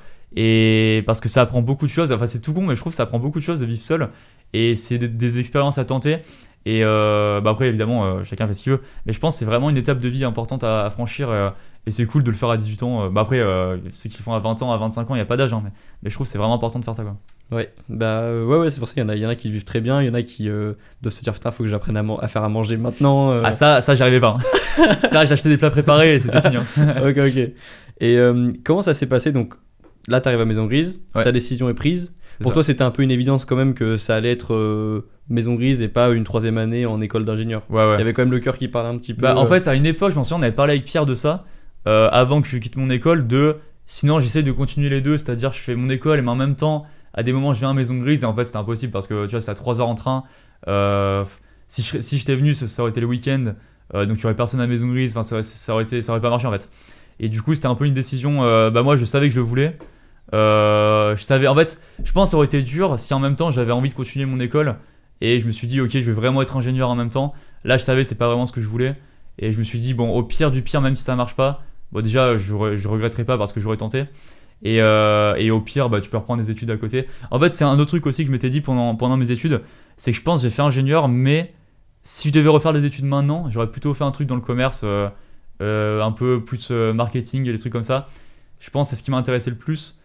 et parce que ça apprend beaucoup de choses. Enfin, c'est tout con, mais je trouve que ça apprend beaucoup de choses de vivre seul. Et c'est des, des expériences à tenter. Et euh, bah après, évidemment, euh, chacun fait ce qu'il veut. Mais je pense que c'est vraiment une étape de vie importante à, à franchir. euh, et c'est cool de le faire à dix-huit ans. euh. Bah après, euh, ceux qui le font à vingt ans, à vingt-cinq ans, il n'y a pas d'âge. Hein, mais, mais je trouve que c'est vraiment important de faire ça. Quoi. Ouais, bah euh, ouais, ouais, c'est pour ça qu'il y en a, il y en a qui vivent très bien, il y en a qui euh, doivent se dire putain, faut que j'apprenne à, man- à faire à manger maintenant. euh. Ah, ça, ça j'y arrivais pas. hein. Ça, j'ai acheté des plats préparés et c'était fini. hein. ok, ok. Et euh, comment ça s'est passé? Donc là, t'arrives à Maison Grise, Ouais. ta décision est prise. C'est Pour ça. toi, c'était un peu une évidence quand même que ça allait être euh, Maison Grise et pas une troisième année en école d'ingénieur. Ouais, ouais. Il y avait quand même le cœur qui parlait un petit peu. Bah, en euh, fait, à une époque, je m'en souviens, on avait parlé avec Pierre de ça, euh, avant que je quitte mon école, de sinon j'essaie de continuer les deux, c'est-à-dire je fais mon école, mais en même temps, à des moments, je viens à Maison Grise, et en fait, c'était impossible parce que tu vois, c'est à trois heures en train. Euh, si je si j'étais venu, ça, ça aurait été le week-end, euh, donc il y aurait personne à Maison Grise, enfin, ça, aurait- ça, aurait été, ça aurait pas marché en fait. Et du coup, c'était un peu une décision, euh, bah, moi, je savais que je le voulais. Euh, je savais, en fait, je pense que ça aurait été dur si en même temps j'avais envie de continuer mon école et je me suis dit, ok, je vais vraiment être ingénieur en même temps. Là, je savais, c'est pas vraiment ce que je voulais. Et je me suis dit, bon, au pire du pire, même si ça marche pas, bon, déjà, je, re- je regretterai pas parce que j'aurais tenté. Et, euh, et au pire, bah, tu peux reprendre des études à côté. En fait, c'est un autre truc aussi que je m'étais dit pendant, pendant mes études, c'est que je pense que j'ai fait ingénieur, mais si je devais refaire des études maintenant, j'aurais plutôt fait un truc dans le commerce, euh, euh, un peu plus euh, marketing et des trucs comme ça. Je pense que c'est ce qui m'intéressait le plus.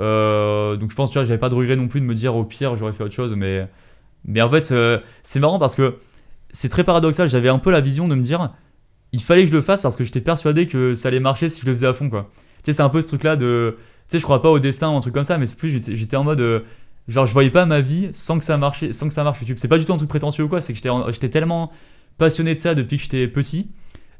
Euh, donc je pense, tu vois, j'avais pas de regret non plus de me dire au pire, j'aurais fait autre chose, mais, mais en fait, euh, c'est marrant parce que c'est très paradoxal. J'avais un peu la vision de me dire, il fallait que je le fasse parce que j'étais persuadé que ça allait marcher si je le faisais à fond, quoi. Tu sais, c'est un peu ce truc-là de, tu sais, je crois pas au destin ou un truc comme ça, mais c'est plus, j'étais, j'étais en mode, euh, genre, je voyais pas ma vie sans que ça marchait, sans que ça marche YouTube. C'est pas du tout un truc prétentieux ou quoi, c'est que j'étais, en- j'étais tellement passionné de ça depuis que j'étais petit.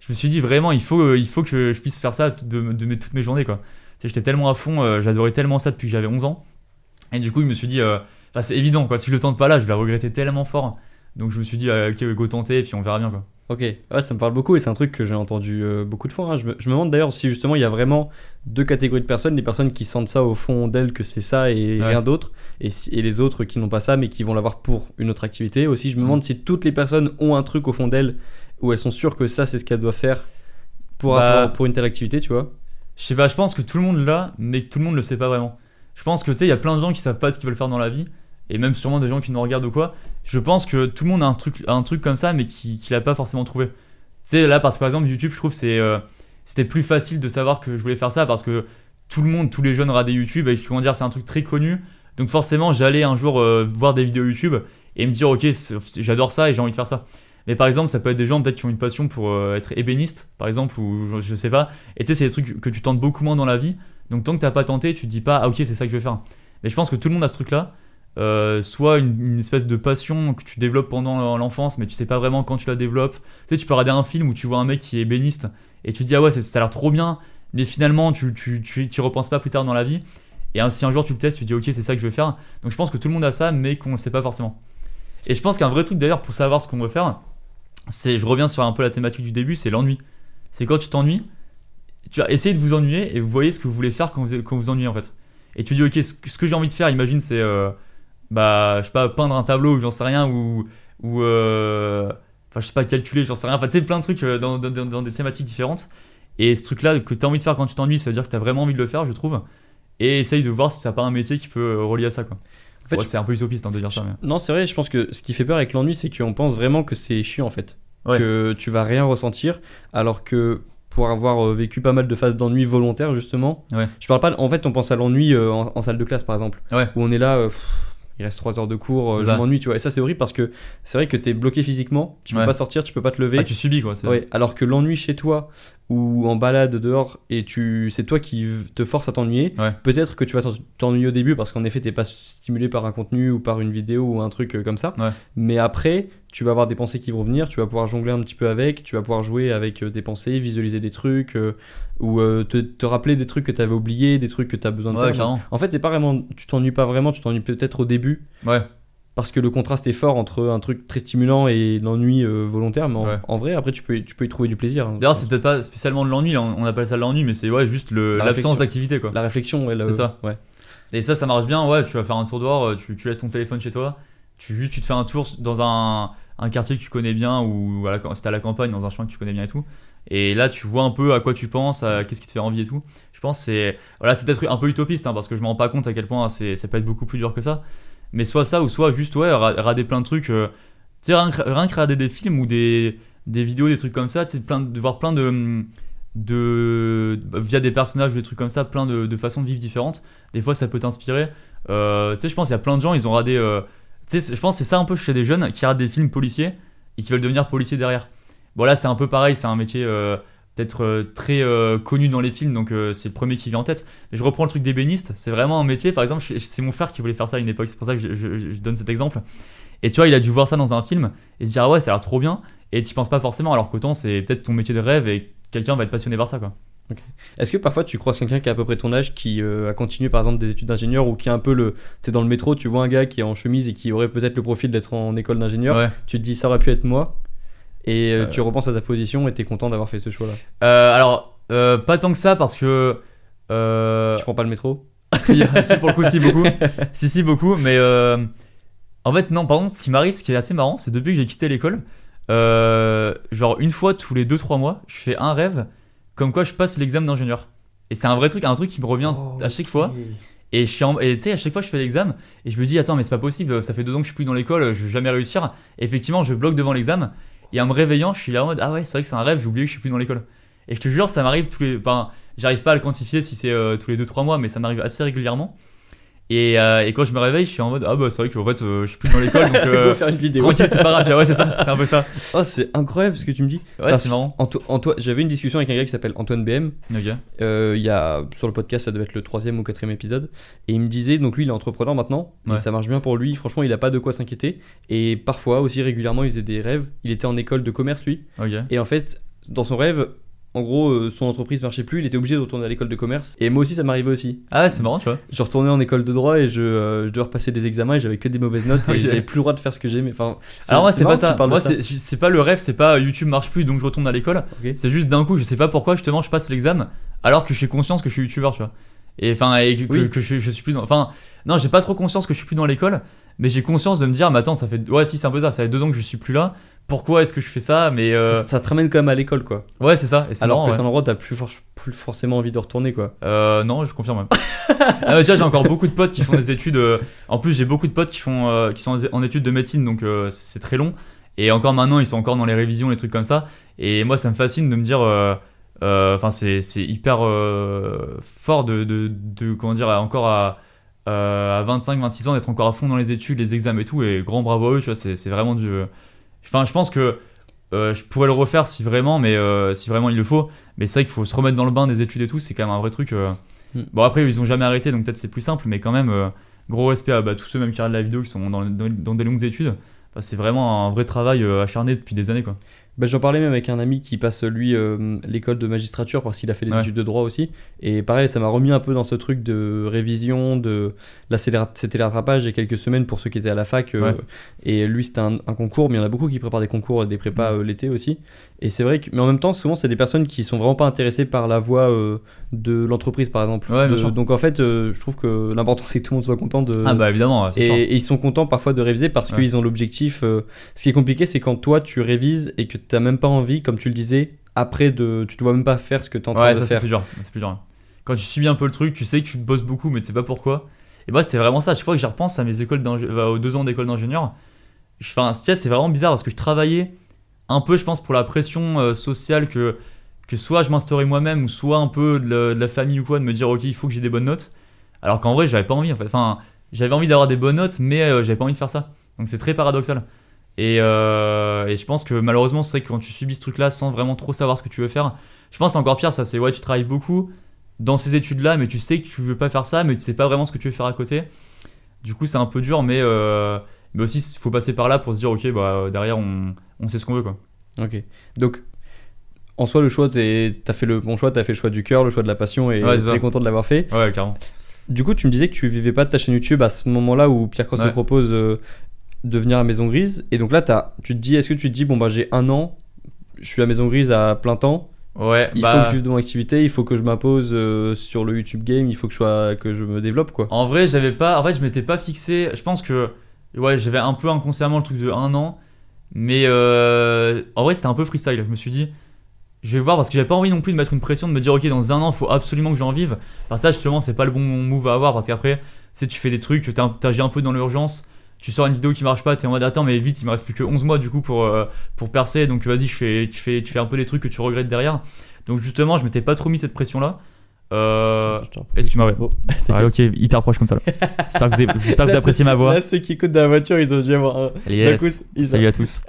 je me suis dit vraiment, il faut, il faut que je puisse faire ça de, de mes, toutes mes journées, quoi. Tu sais, j'étais tellement à fond, euh, j'adorais tellement ça depuis que j'avais onze ans. Et du coup, je me suis dit, euh, bah, c'est évident, quoi. Si je le tente pas là, je vais regretter tellement fort. Donc, je me suis dit, euh, ok, go tenter, et puis on verra bien, quoi. Ok, ouais, ça me parle beaucoup et c'est un truc que j'ai entendu euh, beaucoup de fois. Hein. Je, me, je me demande d'ailleurs si justement il y a vraiment deux catégories de personnes, les personnes qui sentent ça au fond d'elles que c'est ça et Ouais. rien d'autre, et, si, et les autres qui n'ont pas ça mais qui vont l'avoir pour une autre activité. Aussi, je me demande Mm. si toutes les personnes ont un truc au fond d'elles où elles sont sûres que ça c'est ce qu'elles doivent faire pour, Bah, pour, pour une telle activité, tu vois. Je sais pas, je pense que tout le monde l'a, mais que tout le monde le sait pas vraiment. Je pense que tu sais, il y a plein de gens qui savent pas ce qu'ils veulent faire dans la vie, et même sûrement des gens qui nous regardent ou quoi. Je pense que tout le monde a un truc, un truc comme ça, mais qui, qui l'a pas forcément trouvé. Tu sais, là, parce que par exemple, YouTube, je trouve que c'est, euh, c'était plus facile de savoir que je voulais faire ça parce que tout le monde, tous les jeunes regardaient YouTube, et comment dire, c'est un truc très connu. Donc forcément, j'allais un jour euh, voir des vidéos YouTube et me dire, ok, c'est- j'adore ça et j'ai envie de faire ça. Mais par exemple, ça peut être des gens peut-être qui ont une passion pour euh, être ébéniste, par exemple, ou je, je sais pas. Et tu sais, c'est des trucs que tu tentes beaucoup moins dans la vie. Donc tant que t'as pas tenté, tu te dis pas, ah ok, c'est ça que je vais faire. Mais je pense que tout le monde a ce truc-là. Euh, soit une, une espèce de passion que tu développes pendant l'enfance, mais tu sais pas vraiment quand tu la développes. Tu sais, tu peux regarder un film où tu vois un mec qui est ébéniste et tu te dis, ah ouais, c'est- ça a l'air trop bien, mais finalement, tu tu, tu, tu y repenses pas plus tard dans la vie. Et un- si un jour tu le testes, tu te dis, ok, c'est ça que je veux faire. Donc je pense que tout le monde a ça, mais qu'on le sait pas forcément. Et je pense qu'un vrai truc d'ailleurs pour savoir ce qu'on veut faire, c'est, je reviens sur un peu la thématique du début, c'est l'ennui. C'est quand tu t'ennuies, tu vas essayer de vous ennuyer et vous voyez ce que vous voulez faire quand vous quand vous ennuyez en fait. Et tu dis, ok, ce que, ce que j'ai envie de faire, imagine, c'est euh, bah, je sais pas, peindre un tableau ou j'en sais rien, ou, ou euh, enfin, je sais pas, calculer, j'en sais rien. Enfin, tu sais, plein de trucs euh, dans, dans, dans des thématiques différentes. Et ce truc-là que tu as envie de faire quand tu t'ennuies, ça veut dire que tu as vraiment envie de le faire, je trouve. Et essaye de voir si ça n'a pas un métier qui peut euh, relier à ça, quoi. En fait, Ouais, je- c'est un peu utopiste hein, de dire ça, mais. Non, c'est vrai, je pense que ce qui fait peur avec l'ennui, c'est qu'on pense vraiment que c'est chiant en fait. Ouais. Que tu vas rien ressentir, alors que pour avoir euh, vécu pas mal de phases d'ennui volontaire, justement, Ouais. je parle pas. En fait, on pense à l'ennui euh, en, en salle de classe par exemple, Ouais. où on est là. euh, pff, il reste trois heures de cours, euh, C'est je ça. m'ennuie, tu vois. Et ça, c'est horrible parce que c'est vrai que t'es bloqué physiquement, tu peux Ouais. pas sortir, tu peux pas te lever. Ah, tu subis, quoi. c'est- Ouais, alors que l'ennui chez toi ou en balade dehors et tu c'est toi qui v- te force à t'ennuyer, Ouais. peut-être que tu vas t'en- t'ennuyer au début parce qu'en effet t'es pas stimulé par un contenu ou par une vidéo ou un truc euh, comme ça, Ouais. mais après tu vas avoir des pensées qui vont venir, tu vas pouvoir jongler un petit peu avec, tu vas pouvoir jouer avec euh, tes pensées, visualiser des trucs euh, ou euh, te, te rappeler des trucs que tu avais oubliés, des trucs que tu as besoin de Ouais, faire. clairement. En fait c'est pas vraiment, tu t'ennuies pas vraiment, tu t'ennuies peut-être au début Ouais. parce que le contraste est fort entre un truc très stimulant et l'ennui euh, volontaire, mais en, Ouais. en vrai après tu peux, tu peux y trouver du plaisir. hein. D'ailleurs, c'est peut-être pas spécialement de l'ennui, là, on on appelle ça de l'ennui, mais c'est ouais, juste le- La l'absence réflexion. d'activité, quoi. La réflexion, ouais, la- C'est ça. ouais. Et ça, ça marche bien, ouais, tu vas faire un tour dehors, euh, tu, tu laisses ton téléphone chez toi, tu, juste, tu te fais un tour dans un, un quartier que tu connais bien, ou à la- si t'es à la campagne, dans un chemin que tu connais bien et tout. Et là, tu vois un peu à quoi tu penses, à qu'est-ce qui te fait envie et tout. Je pense que c'est, voilà, c'est peut-être un peu utopiste, hein, parce que je me rends pas compte à quel point c'est, ça peut être beaucoup plus dur que ça. Mais soit ça, ou soit juste, ouais, ra- rader plein de trucs. euh, tu sais, rien, que- rien que regarder des films ou des, des vidéos, des trucs comme ça, tu sais, plein de, de voir plein de, de. via des personnages ou des trucs comme ça, plein de, de façons de vivre différentes. Des fois, ça peut t'inspirer. Euh, tu sais, je pense qu'il y a plein de gens, ils ont radé. euh, tu sais, je pense que c'est ça un peu chez des jeunes qui regardent des films policiers et qui veulent devenir policiers derrière. Bon, là, c'est un peu pareil, c'est un métier euh, peut-être euh, très euh, connu dans les films, donc euh, c'est le premier qui vient en tête. Mais je reprends le truc d'ébéniste, c'est vraiment un métier. Par exemple, je- c'est mon frère qui voulait faire ça à une époque, c'est pour ça que je, je- je donne cet exemple. Et tu vois, il a dû voir ça dans un film et se dire, ah ouais, ça a l'air trop bien. Et tu penses pas forcément, alors qu'autant, c'est peut-être ton métier de rêve et quelqu'un va être passionné par ça, quoi. Est-ce que parfois tu croises quelqu'un qui a à peu près ton âge qui euh, a continué par exemple des études d'ingénieur ou qui est un peu le. T'es dans le métro, tu vois un gars qui est en chemise et qui aurait peut-être le profil d'être en école d'ingénieur, Ouais. tu te dis ça aurait pu être moi et euh, Euh. tu repenses à ta position et t'es content d'avoir fait ce choix-là. Euh, alors, euh, pas tant que ça parce que. euh, Tu prends pas le métro? si, si, pour le coup, si, beaucoup. si, si, beaucoup. Mais euh, en fait, non, par contre, ce qui m'arrive, ce qui est assez marrant, c'est depuis que j'ai quitté l'école, euh, genre une fois tous les deux trois mois, je fais un rêve comme quoi je passe l'examen d'ingénieur. Et c'est un vrai truc, un truc qui me revient à chaque fois. Et je suis en- et tu sais, à chaque fois je fais l'examen et je me dis, attends, mais c'est pas possible, ça fait deux ans que je suis plus dans l'école, je vais jamais réussir. Et effectivement, je bloque devant l'examen et en me réveillant, je suis là en mode, ah ouais, c'est vrai que c'est un rêve, j'ai oublié que je suis plus dans l'école. Et je te jure, ça m'arrive tous les. Enfin, j'arrive pas à le quantifier si c'est euh, tous les deux trois mois, mais ça m'arrive assez régulièrement. Et, euh, et quand je me réveille, je suis en mode, ah bah c'est vrai qu'en fait, euh, je suis plus dans l'école, donc euh, Go faire une vidéo. tranquille, c'est pas grave. Ouais, c'est ça, c'est un peu ça. Oh, c'est incroyable ce que tu me dis. Ouais, Parce c'est marrant. Anto- Anto- J'avais une discussion avec un gars qui s'appelle Antoine B M. Ok. Euh, il y a sur le podcast, ça devait être le troisième ou quatrième épisode, et il me disait, donc lui il est entrepreneur maintenant, et Ouais. ça marche bien pour lui, franchement il a pas de quoi s'inquiéter, et parfois aussi régulièrement il faisait des rêves, il était en école de commerce lui, Ok. et en fait dans son rêve, en gros, euh, son entreprise marchait plus, il était obligé de retourner à l'école de commerce. Et moi aussi, ça m'arrivait aussi. Ah ouais, c'est marrant, tu vois. Je retournais en école de droit et je, euh, je devais repasser des examens et j'avais que des mauvaises notes et Ok. j'avais plus le droit de faire ce que j'aimais. Enfin, Alors moi c'est marrant pas que tu ça, parles de moi ça. c'est, c'est pas le rêve, c'est pas YouTube marche plus donc je retourne à l'école. Ok. C'est juste d'un coup, je sais pas pourquoi justement je passe l'examen alors que j'ai conscience que je suis youtubeur, tu vois. Et enfin, et que, Oui. que, que je, je suis plus dans. Enfin, non, j'ai pas trop conscience que je suis plus dans l'école, mais j'ai conscience de me dire, mais attends, ça fait. Ouais, si, c'est un peu ça, ça fait deux ans que je suis plus là. Pourquoi est-ce que je fais ça? Mais. euh, Ça, ça te ramène quand même à l'école, quoi. Ouais, c'est ça. Et c'est Alors marrant, que ouais. c'est un endroit où t'as plus, for- plus forcément envie de retourner, quoi. Euh, non, je confirme. Ah, mais tu vois, j'ai encore beaucoup de potes qui font des études. euh, En plus, j'ai beaucoup de potes qui, font, euh, qui sont en études de médecine, donc euh, c'est très long. Et encore maintenant, ils sont encore dans les révisions, les trucs comme ça. Et moi, ça me fascine de me dire. euh, euh, Enfin, c'est, c'est hyper euh, fort de, de, de. Comment dire, encore à, euh, à vingt-cinq vingt-six ans, d'être encore à fond dans les études, les examens et tout. Et grand bravo à eux, tu vois, c'est, c'est vraiment du. Enfin, je pense que. Euh, je pourrais le refaire si vraiment, mais euh, si vraiment il le faut. Mais c'est vrai qu'il faut se remettre dans le bain des études et tout, c'est quand même un vrai truc. euh. Mm. Bon, après, ils ont jamais arrêté, donc peut-être c'est plus simple, mais quand même, euh, gros respect à bah, tous ceux même qui regardent la vidéo qui sont dans, dans, dans des longues études. Bah, c'est vraiment un vrai travail euh, acharné depuis des années, quoi. Bah, j'en parlais même avec un ami qui passe, lui, euh, l'école de magistrature parce qu'il a fait des Ouais. études de droit aussi. Et pareil, ça m'a remis un peu dans ce truc de révision, de. Là, c'est les rat- c'était les rattrapages il y a quelques semaines pour ceux qui étaient à la fac. euh, Ouais. Et lui, c'était un, un concours, mais il y en a beaucoup qui préparent des concours, des prépas euh, l'été aussi. Et c'est vrai que. Mais en même temps, souvent, c'est des personnes qui sont vraiment pas intéressées par la voie euh, de l'entreprise, par exemple. Ouais, bien De- sûr. donc en fait, euh, je trouve que l'important, c'est que tout le monde soit content de. Ah, bah évidemment, ouais, c'est Et, sûr. et ils sont contents parfois de réviser parce Ouais. qu'ils ont l'objectif. euh, Ce qui est compliqué, c'est quand toi tu révises et que tu n'as même pas envie, comme tu le disais, après de, tu ne dois même pas faire ce que tu es en train Ouais, de ça c'est faire. plus dur. C'est plus dur. Quand tu subis un peu le truc, tu sais que tu bosses beaucoup, mais tu sais pas pourquoi. Et moi, c'était vraiment ça. À chaque fois que j'y repense à mes écoles d'ingé- bah, aux deux ans d'école d'ingénieur, je- enfin, tu vois, c'est vraiment bizarre parce que je travaillais un peu, je pense, pour la pression euh, sociale que, que soit je m'instaurais moi-même ou soit un peu de la, de la famille ou quoi, de me dire, ok, il faut que j'ai des bonnes notes. Alors qu'en vrai, j'avais pas envie en fait. Enfin, j'avais envie d'avoir des bonnes notes, mais euh, j'avais pas envie de faire ça. Donc c'est très paradoxal. Et, euh, et je pense que malheureusement, c'est vrai que quand tu subis ce truc-là sans vraiment trop savoir ce que tu veux faire, je pense que c'est encore pire. Ça, c'est ouais, tu travailles beaucoup dans ces études-là, mais tu sais que tu veux pas faire ça, mais tu sais pas vraiment ce que tu veux faire à côté. Du coup, c'est un peu dur, mais, euh, mais aussi, il faut passer par là pour se dire, ok, bah, derrière, on, on sait ce qu'on veut, quoi. Ok. Donc, en soi, le choix, tu as fait le bon choix, tu as fait le choix du cœur, le choix de la passion et Ouais, c'est tu es ça. content de l'avoir fait. Ouais, carrément. Du coup, tu me disais que tu vivais pas de ta chaîne YouTube à ce moment-là où Pierre Cross te Ouais. propose euh, de venir à Maison Grise. Et donc là, t'as- tu te dis, est-ce que tu te dis, bon, bah, j'ai un an, je suis à Maison Grise à plein temps. Ouais, Il bah, faut que je vive de mon activité, il faut que je m'impose euh, sur le YouTube game, il faut que je, sois, que je me développe, quoi. en vrai, j'avais pas. En fait, je m'étais pas fixé. Je pense que. Ouais, j'avais un peu inconsciemment le truc de un an. Mais euh, en vrai, c'était un peu freestyle. Je me suis dit, je vais voir parce que j'avais pas envie non plus de mettre une pression, de me dire, ok, dans un an, faut absolument que j'en vive. Parce que ça, justement, c'est pas le bon move à avoir parce qu'après, tu sais, tu fais des trucs, t'as- t'agis un peu dans l'urgence. Tu sors une vidéo qui marche pas, t'es en mode attends, mais vite, il me reste plus que onze mois du coup pour, euh, pour percer. Donc vas-y, je fais, tu, fais, tu fais un peu les trucs que tu regrettes derrière. Donc justement, je m'étais pas trop mis cette pression là. Euh, Je t'en- Excuse-moi, ouais. Oh. Ah, ok, hyper proche comme ça là. J'espère que vous, avez- j'espère que vous Là, appréciez ma voix. Là, ceux qui écoutent dans la voiture, ils ont dû avoir un. Yes. D'un coup, ils Salut à tous.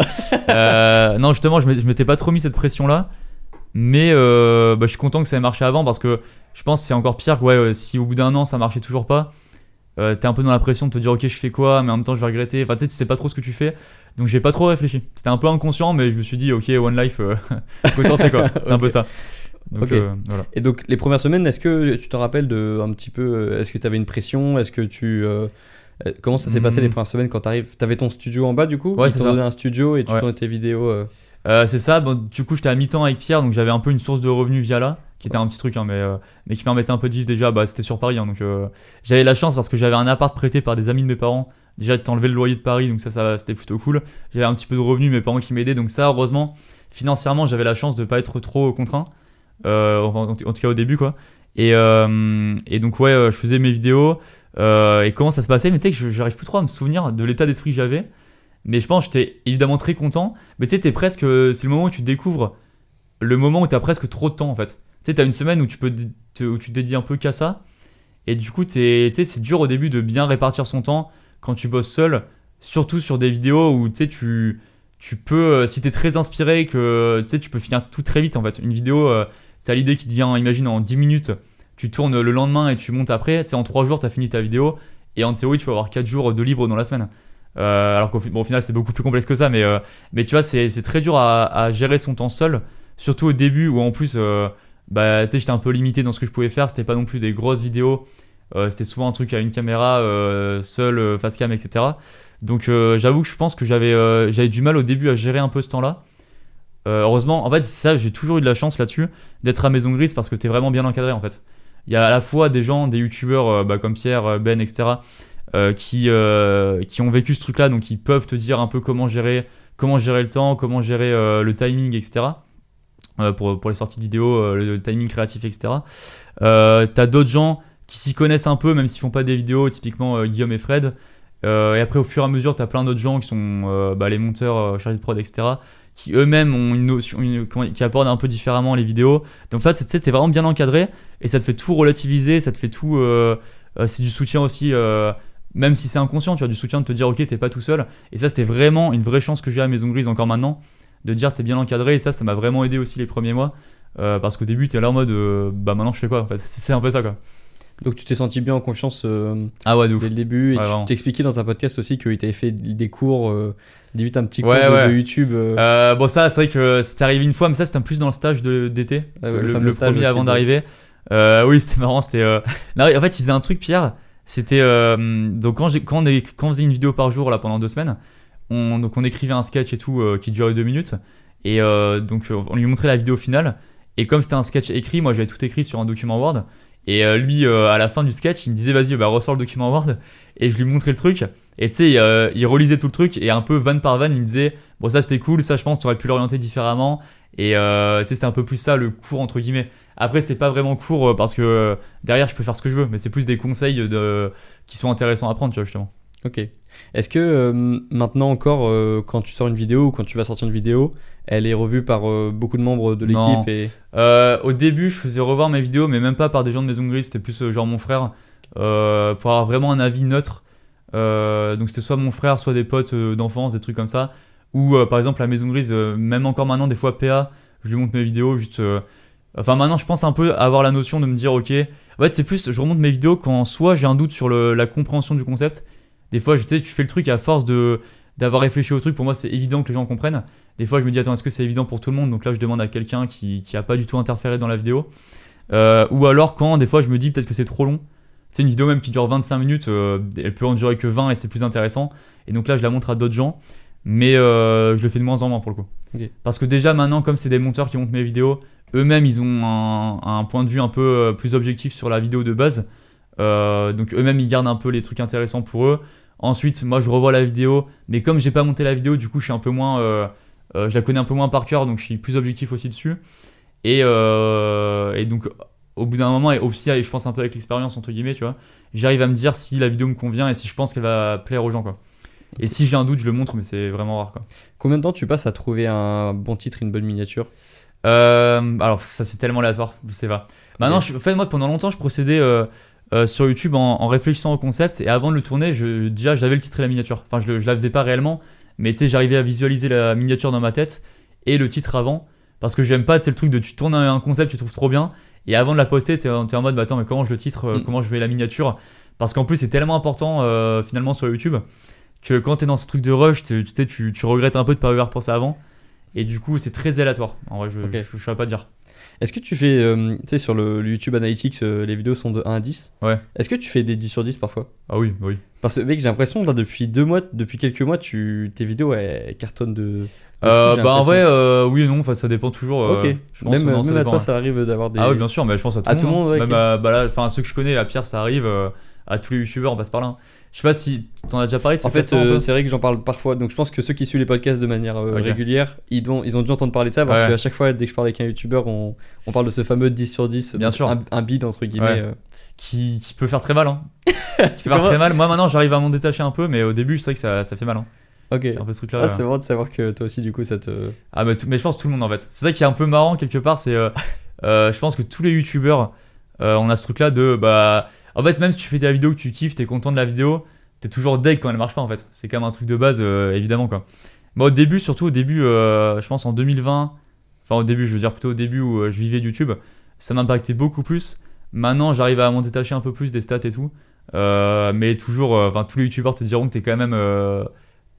Euh, non, justement, je m'étais je m'étais pas trop mis cette pression là. Mais euh, bah, je suis content que ça ait marché avant parce que je pense que c'est encore pire que ouais, euh, si au bout d'un an ça marchait toujours pas. Euh, t'es un peu dans la pression de te dire ok, je fais quoi, mais en même temps je vais regretter. Enfin, tu sais, tu sais pas trop ce que tu fais. Donc j'ai pas trop réfléchi. C'était un peu inconscient, mais je me suis dit ok, one life, euh, faut tenter quoi. C'est un peu Ok. ça. Donc Ok. euh, voilà. Et donc, les premières semaines, est-ce que tu te rappelles de un petit peu. euh, Est-ce que tu avais une pression? Est-ce que tu. euh, euh, Comment ça s'est passé Hmm. les premières semaines quand tu arrives? Tu avais ton studio en bas du coup? Ouais, Ils c'est t'ont ça. donné un studio et tu Ouais. tournais tes vidéos. euh, Euh, c'est ça, bon, du coup j'étais à mi-temps avec Pierre, donc j'avais un peu une source de revenus via là, qui était un petit truc, hein, mais, euh, mais qui permettait un peu de vivre déjà, bah, c'était sur Paris, hein, donc euh, j'avais la chance parce que j'avais un appart prêté par des amis de mes parents, déjà de t'enlever le loyer de Paris, donc ça, ça c'était plutôt cool, j'avais un petit peu de revenus, mes parents qui m'aidaient, donc ça heureusement, financièrement j'avais la chance de pas être trop contraint, euh, enfin, en, en tout cas au début quoi, et, euh, et donc ouais, euh, je faisais mes vidéos, euh, et comment ça se passait, mais tu sais que je- j'arrive plus trop à me souvenir de l'état d'esprit que j'avais. Mais je pense que j'étais évidemment très content. Mais tu sais, t'es presque. C'est le moment où tu découvres le moment où t'as presque trop de temps en fait. Tu sais, t'as une semaine où tu, peux, dé- te- où tu te dédies un peu qu'à ça. Et du coup, t'es- tu sais, c'est dur au début de bien répartir son temps quand tu bosses seul. Surtout sur des vidéos où tu sais, tu, tu peux. euh, Si t'es très inspiré, que tu sais, tu peux finir tout très vite en fait. Une vidéo, euh, t'as l'idée qui te vient, imagine, en dix minutes. Tu tournes le lendemain et tu montes après. Tu sais, en trois jours, t'as fini ta vidéo. Et en théorie, tu peux avoir quatre jours de libre dans la semaine. Euh, alors qu'au fi- bon, au final c'est beaucoup plus complexe que ça, mais, euh, mais tu vois c'est, c'est très dur à, à gérer son temps seul, surtout au début où en plus, euh, bah, tu sais, j'étais un peu limité dans ce que je pouvais faire. C'était pas non plus des grosses vidéos. Euh, c'était souvent un truc à une caméra, euh, seul, euh, face cam, et cetera. Donc euh, j'avoue que je pense que j'avais, euh, j'avais du mal au début à gérer un peu ce temps-là. Euh, heureusement, en fait, c'est ça, j'ai toujours eu de la chance là-dessus d'être à Maison Grise parce que t'es vraiment bien encadré en fait. Il y a à la fois des gens, des youtubeurs euh, bah, comme Pierre, Ben, et cetera euh, qui, euh, qui ont vécu ce truc-là, donc ils peuvent te dire un peu comment gérer, comment gérer le temps, comment gérer euh, le timing, et cetera. Euh, pour, pour les sorties de vidéos, euh, le, le timing créatif, et cetera. Euh, t'as d'autres gens qui s'y connaissent un peu, même s'ils font pas des vidéos, typiquement euh, Guillaume et Fred. Euh, et après, au fur et à mesure, t'as plein d'autres gens qui sont euh, bah, les monteurs, euh, chargés de prod, et cetera qui eux-mêmes ont une notion, une, qui abordent un peu différemment les vidéos. Donc en fait, tu sais, t'es vraiment bien encadré et ça te fait tout relativiser, ça te fait tout. Euh, euh, c'est du soutien aussi, euh, même si c'est inconscient, tu as du soutien de te dire ok, t'es pas tout seul. Et ça, c'était vraiment une vraie chance que j'ai à Maison Grise encore maintenant, de dire t'es bien encadré. Et ça, ça m'a vraiment aidé aussi les premiers mois euh, parce qu'au début, t'es là en mode euh, bah maintenant je fais quoi en fait. C'est un peu ça quoi. Donc tu t'es senti bien en confiance euh, ah ouais, de ouf. dès le début et ouais, tu vraiment. t'expliquais dans un podcast aussi que tu avais fait des cours, euh, limite un petit cours ouais, de, ouais. de YouTube. Euh... Euh, bon ça c'est vrai que c'était arrivé une fois, mais ça c'était plus dans le stage de, d'été, Ah ouais, le, le, le stage premier avant de... d'arriver. Euh, oui c'était marrant, c'était... Euh... Non, en fait il faisait un truc Pierre, c'était... Euh... Donc quand, j'ai, quand, on est, quand on faisait une vidéo par jour là pendant deux semaines, on, donc on écrivait un sketch et tout euh, qui durait deux minutes, et euh, donc on lui montrait la vidéo finale, et comme c'était un sketch écrit, moi j'avais tout écrit sur un document Word. Et euh, lui, euh, à la fin du sketch, il me disait vas-y, bah, ressors le document Word. Et je lui montrais le truc. Et tu sais, euh, il relisait tout le truc. Et un peu vanne par vanne, il me disait bon, ça c'était cool, ça je pense, tu aurais pu l'orienter différemment. Et euh, tu sais, c'était un peu plus ça le cours entre guillemets. Après, c'était pas vraiment cours euh, parce que euh, derrière, je peux faire ce que je veux. Mais c'est plus des conseils de... qui sont intéressants à prendre, tu vois, justement. Ok. Est-ce que euh, maintenant encore, euh, quand tu sors une vidéo ou quand tu vas sortir une vidéo, elle est revue par euh, beaucoup de membres de l'équipe et... euh, Au début, je faisais revoir mes vidéos, mais même pas par des gens de Maison Grise, c'était plus euh, genre mon frère, euh, pour avoir vraiment un avis neutre. Euh, donc c'était soit mon frère, soit des potes euh, d'enfance, des trucs comme ça. Ou euh, par exemple la Maison Grise, euh, même encore maintenant, des fois P A, je lui montre mes vidéos, juste... Euh... Enfin maintenant, je pense un peu avoir la notion de me dire ok... En fait, c'est plus, je remonte mes vidéos quand soit j'ai un doute sur le, la compréhension du concept. Des fois, tu sais, tu fais le truc à force de, d'avoir réfléchi au truc. Pour moi, c'est évident que les gens comprennent. Des fois, je me dis, attends, est-ce que c'est évident pour tout le monde? Donc là, je demande à quelqu'un qui, qui a pas du tout interféré dans la vidéo. Euh, ou alors, quand des fois, je me dis peut-être que c'est trop long. C'est une vidéo même qui dure vingt-cinq minutes. Euh, elle peut en durer que vingt et c'est plus intéressant. Et donc là, je la montre à d'autres gens. Mais euh, je le fais de moins en moins pour le coup. Okay. Parce que déjà, maintenant, comme c'est des monteurs qui montent mes vidéos, eux-mêmes, ils ont un, un point de vue un peu plus objectif sur la vidéo de base. Euh, donc eux-mêmes, ils gardent un peu les trucs intéressants pour eux. Ensuite, moi je revois la vidéo, mais comme j'ai pas monté la vidéo, du coup je suis un peu moins, euh, euh, je la connais un peu moins par cœur, donc je suis plus objectif aussi dessus. Et, euh, et donc au bout d'un moment, et aussi je pense un peu avec l'expérience entre guillemets, tu vois, j'arrive à me dire si la vidéo me convient et si je pense qu'elle va plaire aux gens, quoi. Et si j'ai un doute, je le montre, mais c'est vraiment rare, quoi. Combien de temps tu passes à trouver un bon titre, une bonne miniature? euh, Alors ça c'est tellement aléatoire, je sais pas. Maintenant, okay. je, en fait moi pendant longtemps je procédais. Euh, Euh, sur YouTube en, en réfléchissant au concept, et avant de le tourner, je, déjà j'avais le titre et la miniature. Enfin, je, je la faisais pas réellement, mais tu sais, j'arrivais à visualiser la miniature dans ma tête et le titre avant, parce que j'aime pas, tu sais, le truc de tu tournes un, un concept, tu trouves trop bien, et avant de la poster, t'es, t'es en mode bah attends, mais comment je le titre, euh, mm. comment je mets la miniature, parce qu'en plus c'est tellement important euh, finalement sur YouTube que quand t'es dans ce truc de rush, tu sais, tu, tu regrettes un peu de pas avoir pensé avant, et du coup c'est très aléatoire. En vrai, je, okay. je, je, je saurais pas dire. Est-ce que tu fais, euh, tu sais, sur le, le YouTube Analytics, euh, les vidéos sont de un à dix. Ouais. Est-ce que tu fais des dix sur dix parfois? Ah oui, oui. Parce que, mec, j'ai l'impression, là, depuis deux mois, depuis quelques mois, tu, tes vidéos, elles, elles cartonnent de. de euh, fou, bah, en vrai, euh, oui et non, ça dépend toujours. Euh, ok. Je pense, même non, même ça à dépend, toi, hein. ça arrive d'avoir des. Ah oui, bien sûr, mais je pense à tout à le monde. monde. Tout le monde, ouais, même okay. à, bah là, enfin, ceux que je connais, à Pierre, ça arrive. Euh, à tous les youtubeurs, on passe par là. Je sais pas si t'en as déjà parlé de ce En fait, euh, c'est vrai que j'en parle parfois. Donc, je pense que ceux qui suivent les podcasts de manière euh, okay. régulière, ils ont, ils ont dû entendre parler de ça parce ouais. qu'à chaque fois, dès que je parle avec un youtubeur, on, on parle de ce fameux dix sur dix. Bien sûr. Un, un bid, entre guillemets. Ouais. Euh... Qui, qui peut faire très mal. Hein. qui peut faire très mal. Moi, maintenant, j'arrive à m'en détacher un peu, mais au début, je sais que ça, ça fait mal. Hein. Ok. C'est un peu ce truc-là. Ah, c'est marrant de savoir que toi aussi, du coup, ça te. Ah, bah, tout, mais je pense tout le monde en fait. C'est ça qui est un peu marrant quelque part. C'est, euh, euh, je pense que tous les youtubeurs, euh, on a ce truc-là de. Bah, en fait, même si tu fais des vidéos que tu kiffes, t'es content de la vidéo, t'es toujours deg quand elle marche pas en fait. C'est quand même un truc de base, euh, évidemment quoi. Moi, au début, surtout au début, euh, je pense en deux mille vingt, enfin au début, je veux dire plutôt au début où euh, je vivais de YouTube, ça m'impactait beaucoup plus. Maintenant, j'arrive à m'en détacher un peu plus des stats et tout. Euh, mais toujours, enfin, euh, tous les youtubeurs te diront que t'es quand même. Euh,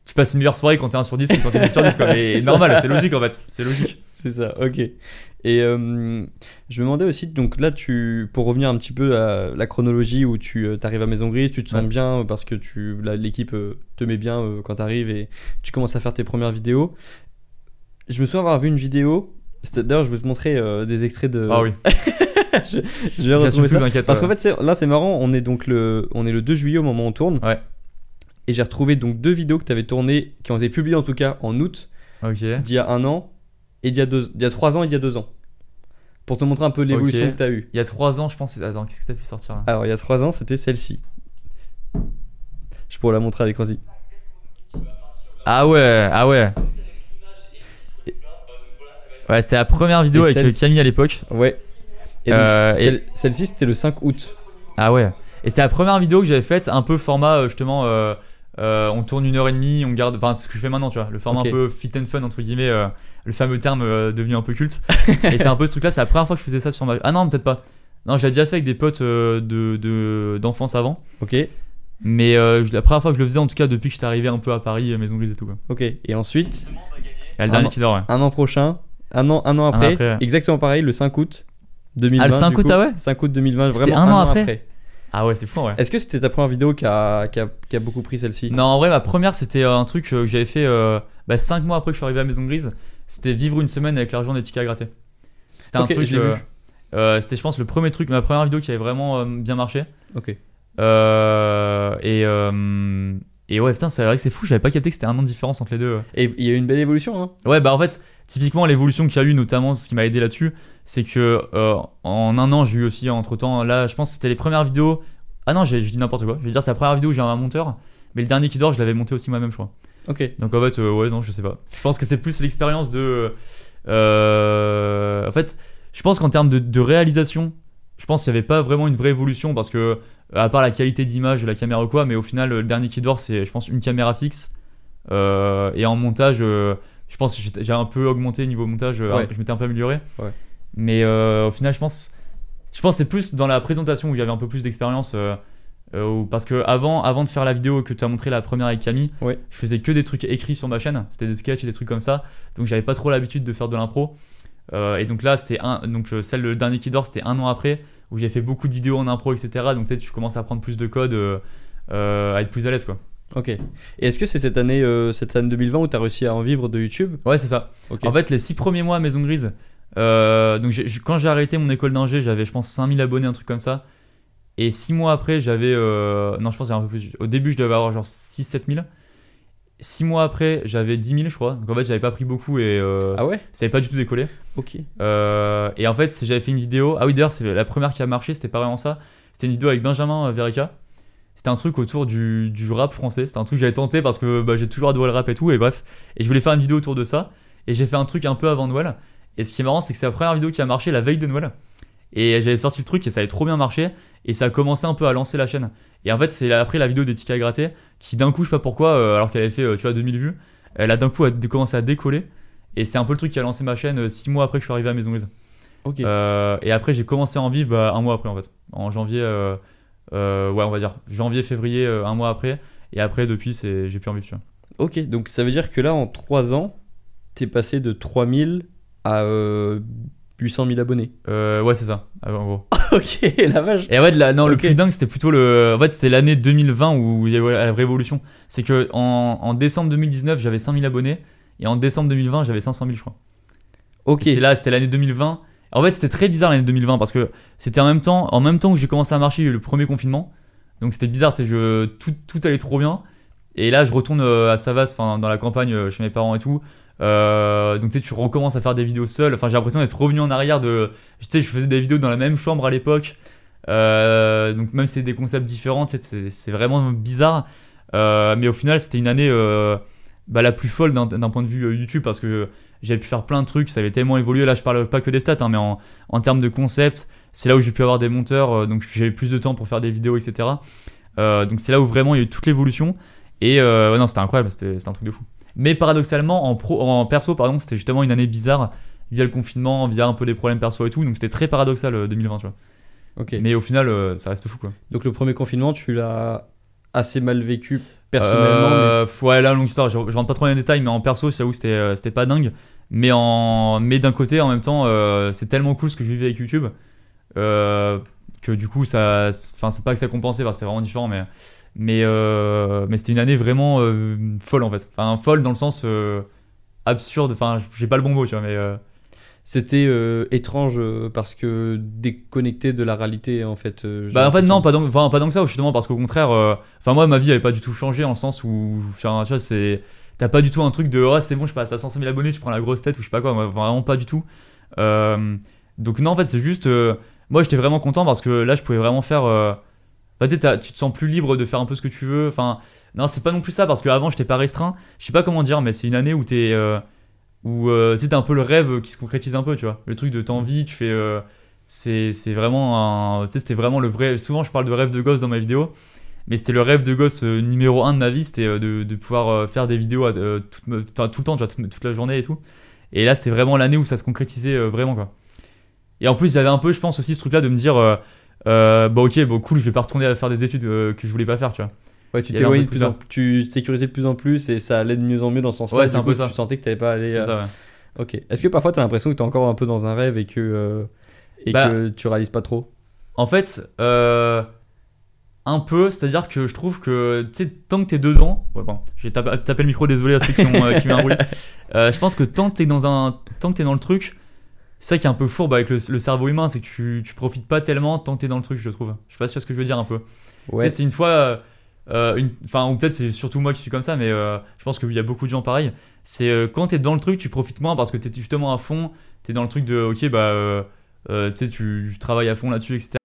tu passes une meilleure soirée quand t'es un sur dix que quand t'es dix sur dix, quoi. Mais C'est normal, ça. c'est logique en fait. C'est logique. C'est ça, ok. Et euh, je me demandais aussi, donc là, tu, pour revenir un petit peu à la chronologie où tu euh, arrives à Maison Grise, tu te sens Ouais. bien parce que tu, là, l'équipe euh, te met bien euh, quand tu arrives et tu commences à faire tes premières vidéos. Je me souviens avoir vu une vidéo, c'était- d'ailleurs, je vais te montrer euh, des extraits de. Ah oui. je, je vais J'assume retrouver tout, ça. t'inquiète. Parce qu'en ouais. fait, c'est- là, c'est marrant, on est donc le, on est le deux juillet au moment où on tourne. Ouais. Et j'ai retrouvé donc deux vidéos que tu avais tournées, qui ont été publiées en tout cas en août, Ok. d'il y a un an, et d'il y a, deux, d'il y a trois ans et d'il y a deux ans. Pour te montrer un peu l'évolution Ok. que tu as eue. Il y a trois ans, je pense. c'est- Attends, qu'est-ce que t'as pu sortir là? Alors, il y a trois ans, c'était celle-ci. Je pourrais la montrer à l'écran-ci. Ah ouais, ah ouais. Ouais, c'était la première vidéo Et avec celle-ci. Camille à l'époque. Ouais. Et donc, Euh, et- celle- celle-ci, c'était le cinq août. Ah ouais. Et c'était la première vidéo que j'avais faite, un peu format euh, justement. euh, euh, on tourne une heure et demie, on garde. Enfin, c'est ce que je fais maintenant, tu vois. Le format Ok. un peu fit and fun, entre guillemets. euh, le fameux terme euh, devenu un peu culte. Et c'est un peu ce truc-là, c'est la première fois que je faisais ça sur ma. Ah non, peut-être pas. Non, je l'ai déjà fait avec des potes euh, de, de, d'enfance avant. Ok. Mais euh, la première fois que je le faisais, en tout cas, depuis que j'étais arrivé un peu à Paris, euh, Maison Grise et tout. Quoi. Ok. Et ensuite, Et le Ah dernier non. qui dort, ouais. un an prochain, un an, un an après, après, ouais. exactement pareil, le cinq août deux mille vingt. Ah, le cinq du août, coup. ah ouais cinq août deux mille vingt, C'était vraiment un un an an après après. Ah ouais, c'est fou, ouais. Est-ce que c'était ta première vidéo qui a, qui a, qui a beaucoup pris celle-ci? Non, en vrai, ma première, c'était euh, un truc euh, que j'avais fait euh, bah, cinq mois après que je suis arrivé à Maison Grise. C'était vivre une semaine avec l'argent des tickets à gratter. C'était Ok, un truc. je l'ai euh, vu. euh, c'était, je pense, le premier truc, ma première vidéo qui avait vraiment euh, bien marché. Ok. Euh, et, euh, et ouais, putain, c'est vrai que c'est fou, j'avais pas capté que c'était un an de différence entre les deux. Et il y a eu une belle évolution, hein? Ouais, bah en fait, typiquement, l'évolution qu'il y a eu, notamment, ce qui m'a aidé là-dessus, c'est que euh, en un an, j'ai eu aussi, entre temps, là, je pense que c'était les premières vidéos. Ah non, j'ai- je dis n'importe quoi. Je veux dire, c'est la première vidéo où j'ai un monteur, mais le dernier qui dort, je l'avais monté aussi moi-même, je crois. Ok. Donc en fait, euh, ouais, non, je sais pas. Je pense que c'est plus l'expérience de. euh, en fait, je pense qu'en termes de, de réalisation, je pense qu'il n'y avait pas vraiment une vraie évolution parce que, à part la qualité d'image de la caméra ou quoi, mais au final, le dernier qui dort, c'est, je pense, une caméra fixe. Euh, et en montage, euh, je pense que j'ai j'ai un peu augmenté niveau montage, euh, Ouais. je m'étais un peu amélioré. Ouais. Mais euh, au final, je pense. Je pense que c'est plus dans la présentation où j'avais un peu plus d'expérience. Euh, euh, où- parce que avant, avant de faire la vidéo que tu as montré la première avec Camille, Ouais. je faisais que des trucs écrits sur ma chaîne, c'était des sketchs et des trucs comme ça, donc j'avais pas trop l'habitude de faire de l'impro. Euh, et donc là, c'était un, donc euh, celle le dernier qui dort, c'était un an après où j'ai fait beaucoup de vidéos en impro, et cetera. Donc tu sais, tu commences à prendre plus de codes, euh, euh, à être plus à l'aise quoi. Ok. Et est-ce que c'est cette année, euh, cette année deux mille vingt où tu as réussi à en vivre de YouTube? Ouais, c'est ça. Ok. En fait, les six premiers mois à Maison Grise, euh, donc j'ai- j'ai- quand j'ai arrêté mon école d'ingé, j'avais je pense cinq mille abonnés, un truc comme ça. Et six mois après, j'avais. euh, non, je pense qu'il y a un peu plus. Au début, je devais avoir genre six sept mille. six mois après, j'avais dix mille, je crois. Donc en fait, j'avais pas pris beaucoup et euh, Ah ouais? ça avait pas du tout décollé. Ok. Euh, et en fait, c'est- j'avais fait une vidéo. Ah oui, d'ailleurs, c'est la première qui a marché, c'était pas vraiment ça. C'était une vidéo avec Benjamin euh, Verica. C'était un truc autour du, du rap français. C'était un truc que j'avais tenté parce que bah, j'ai toujours adoré le rap et tout. Et bref. Et je voulais faire une vidéo autour de ça. Et j'ai fait un truc un peu avant Noël. Et ce qui est marrant, c'est que c'est la première vidéo qui a marché la veille de Noël. Et j'avais sorti le truc et ça avait trop bien marché. Et ça a commencé un peu à lancer la chaîne. Et en fait, c'est après la vidéo des tickets à gratter qui, d'un coup, je sais pas pourquoi, euh, alors qu'elle avait fait euh, tu vois, deux mille vues, elle a d'un coup a dé- commencé à décoller. Et c'est un peu le truc qui a lancé ma chaîne six mois après que je suis arrivé à Maison Grise. Ok. Euh, et après, j'ai commencé à en vivre bah, un mois après, en fait. En janvier, euh, euh, ouais, on va dire janvier, février, euh, un mois après. Et après, depuis, c'est, j'ai pu en vivre, tu vois. Ok. Donc ça veut dire que là, en trois ans, t'es passé de trois mille à euh, huit cent mille abonnés. Euh, ouais, c'est ça, en gros. Ok, la vache. Et ouais, la- non, le Ok. plus dingue, c'était plutôt le. En fait, c'était l'année deux mille vingt où il y a eu la révolution. C'est que en, en décembre deux mille dix-neuf, j'avais cinq mille abonnés. Et en décembre deux mille vingt, j'avais cinq cent mille, je crois. Ok. Et c'est là, c'était l'année deux mille vingt. En fait, c'était très bizarre l'année deux mille vingt parce que c'était en même temps, en même temps que j'ai commencé à marcher, il y a eu le premier confinement. Donc c'était bizarre, tu sais, je, tout, tout allait trop bien. Et là, je retourne euh, à Savas, enfin, dans la campagne, euh, chez mes parents et tout. Euh, donc tu sais, tu recommences à faire des vidéos seul. Enfin, j'ai l'impression d'être revenu en arrière de. Tu sais, je faisais des vidéos dans la même chambre à l'époque. Euh, donc même si c'est des concepts différents, tu sais, c'est, c'est vraiment bizarre. Euh, mais au final, c'était une année euh, bah, la plus folle d'un, d'un point de vue euh, YouTube parce que j'avais pu faire plein de trucs, ça avait tellement évolué. Là, je parle pas que des stats, hein, mais en, en termes de concepts, c'est là où j'ai pu avoir des monteurs, euh, donc j'avais plus de temps pour faire des vidéos, et cetera. Euh, donc c'est là où vraiment il y a eu toute l'évolution. Et euh, ouais, non, c'était incroyable, c'était, c'était un truc de fou. Mais paradoxalement, en, pro, en perso, pardon, c'était justement une année bizarre via le confinement, via un peu des problèmes perso et tout. Donc c'était très paradoxal euh, deux mille vingt, tu vois. Ok. Mais au final, euh, ça reste fou, quoi. Donc le premier confinement, tu l'as assez mal vécu personnellement. Euh, mais... Ouais, là, longue histoire, je, je rentre pas trop dans les détails, mais en perso, j'avoue que c'était, euh, c'était pas dingue. Mais, en... mais d'un côté, en même temps, euh, c'est tellement cool ce que je vivais avec YouTube euh, que du coup, ça, enfin, c'est pas que ça compensait, parce que c'était vraiment différent, mais, mais, euh, mais c'était une année vraiment euh, folle en fait. Enfin, folle dans le sens euh, absurde, enfin, j'ai pas le bon mot, tu vois, mais. Euh... C'était euh, étrange euh, parce que déconnecté de la réalité en fait. Euh, bah en fait non, pas donc, enfin, pas donc ça justement parce qu'au contraire, enfin euh, moi ma vie avait pas du tout changé en le sens où, tu vois, c'est, t'as pas du tout un truc de oh c'est bon je passe à cinq cent mille abonnés, tu prends la grosse tête ou je sais pas quoi, moi, vraiment pas du tout. Euh, donc non en fait c'est juste, euh, moi j'étais vraiment content parce que là je pouvais vraiment faire, euh, bah, tu sais, tu te sens plus libre de faire un peu ce que tu veux. Enfin non c'est pas non plus ça parce qu'avant j'étais pas restreint. Je sais pas comment dire mais c'est une année où t'es euh, où euh, tu sais t'as un peu le rêve qui se concrétise un peu, tu vois, le truc de t'envie, tu fais euh, c'est c'est vraiment un, tu sais c'était vraiment le vrai, souvent je parle de rêve de gosse dans ma vidéo mais c'était le rêve de gosse euh, numéro un de ma vie, c'était euh, de, de pouvoir euh, faire des vidéos euh, tout, tout le temps, tu vois, toute, toute la journée et tout, et là c'était vraiment l'année où ça se concrétisait euh, vraiment quoi. Et en plus j'avais un peu je pense aussi ce truc là de me dire euh, euh, bah ok bon cool je vais pas retourner à faire des études euh, que je voulais pas faire, tu vois. Ouais, tu t'éloignais de plus en plus, tu sécurisais de plus en plus et ça allait de mieux en mieux dans ce sens-là. Ouais, c'est un peu ça. Tu sentais que t'avais pas allé. C'est euh... ça, ouais. Ok. Est-ce que parfois t'as l'impression que t'es encore un peu dans un rêve et que euh, et bah, que tu réalises pas trop? En fait, euh, un peu. C'est-à-dire que je trouve que tu sais tant que t'es dedans, ouais bon, j'ai tapé, tapé le micro, désolé à ceux qui ont euh, qui m'ont roulé. Euh, je pense que tant que t'es dans un, tant que t'es dans le truc, c'est ça qui est un peu fourbe avec le, le cerveau humain, c'est que tu tu profites pas tellement tant que t'es dans le truc, je trouve. Je sais pas si tu vois ce que je veux dire un peu. Ouais. Tu sais, c'est une fois. Euh, une, enfin, ou peut-être c'est surtout moi qui suis comme ça, mais euh, je pense qu'il y a beaucoup de gens pareils. C'est euh, quand t'es dans le truc, tu profites moins parce que t'es justement à fond, t'es dans le truc de ok, bah, euh, euh, tu sais, tu travailles à fond là-dessus, et cetera.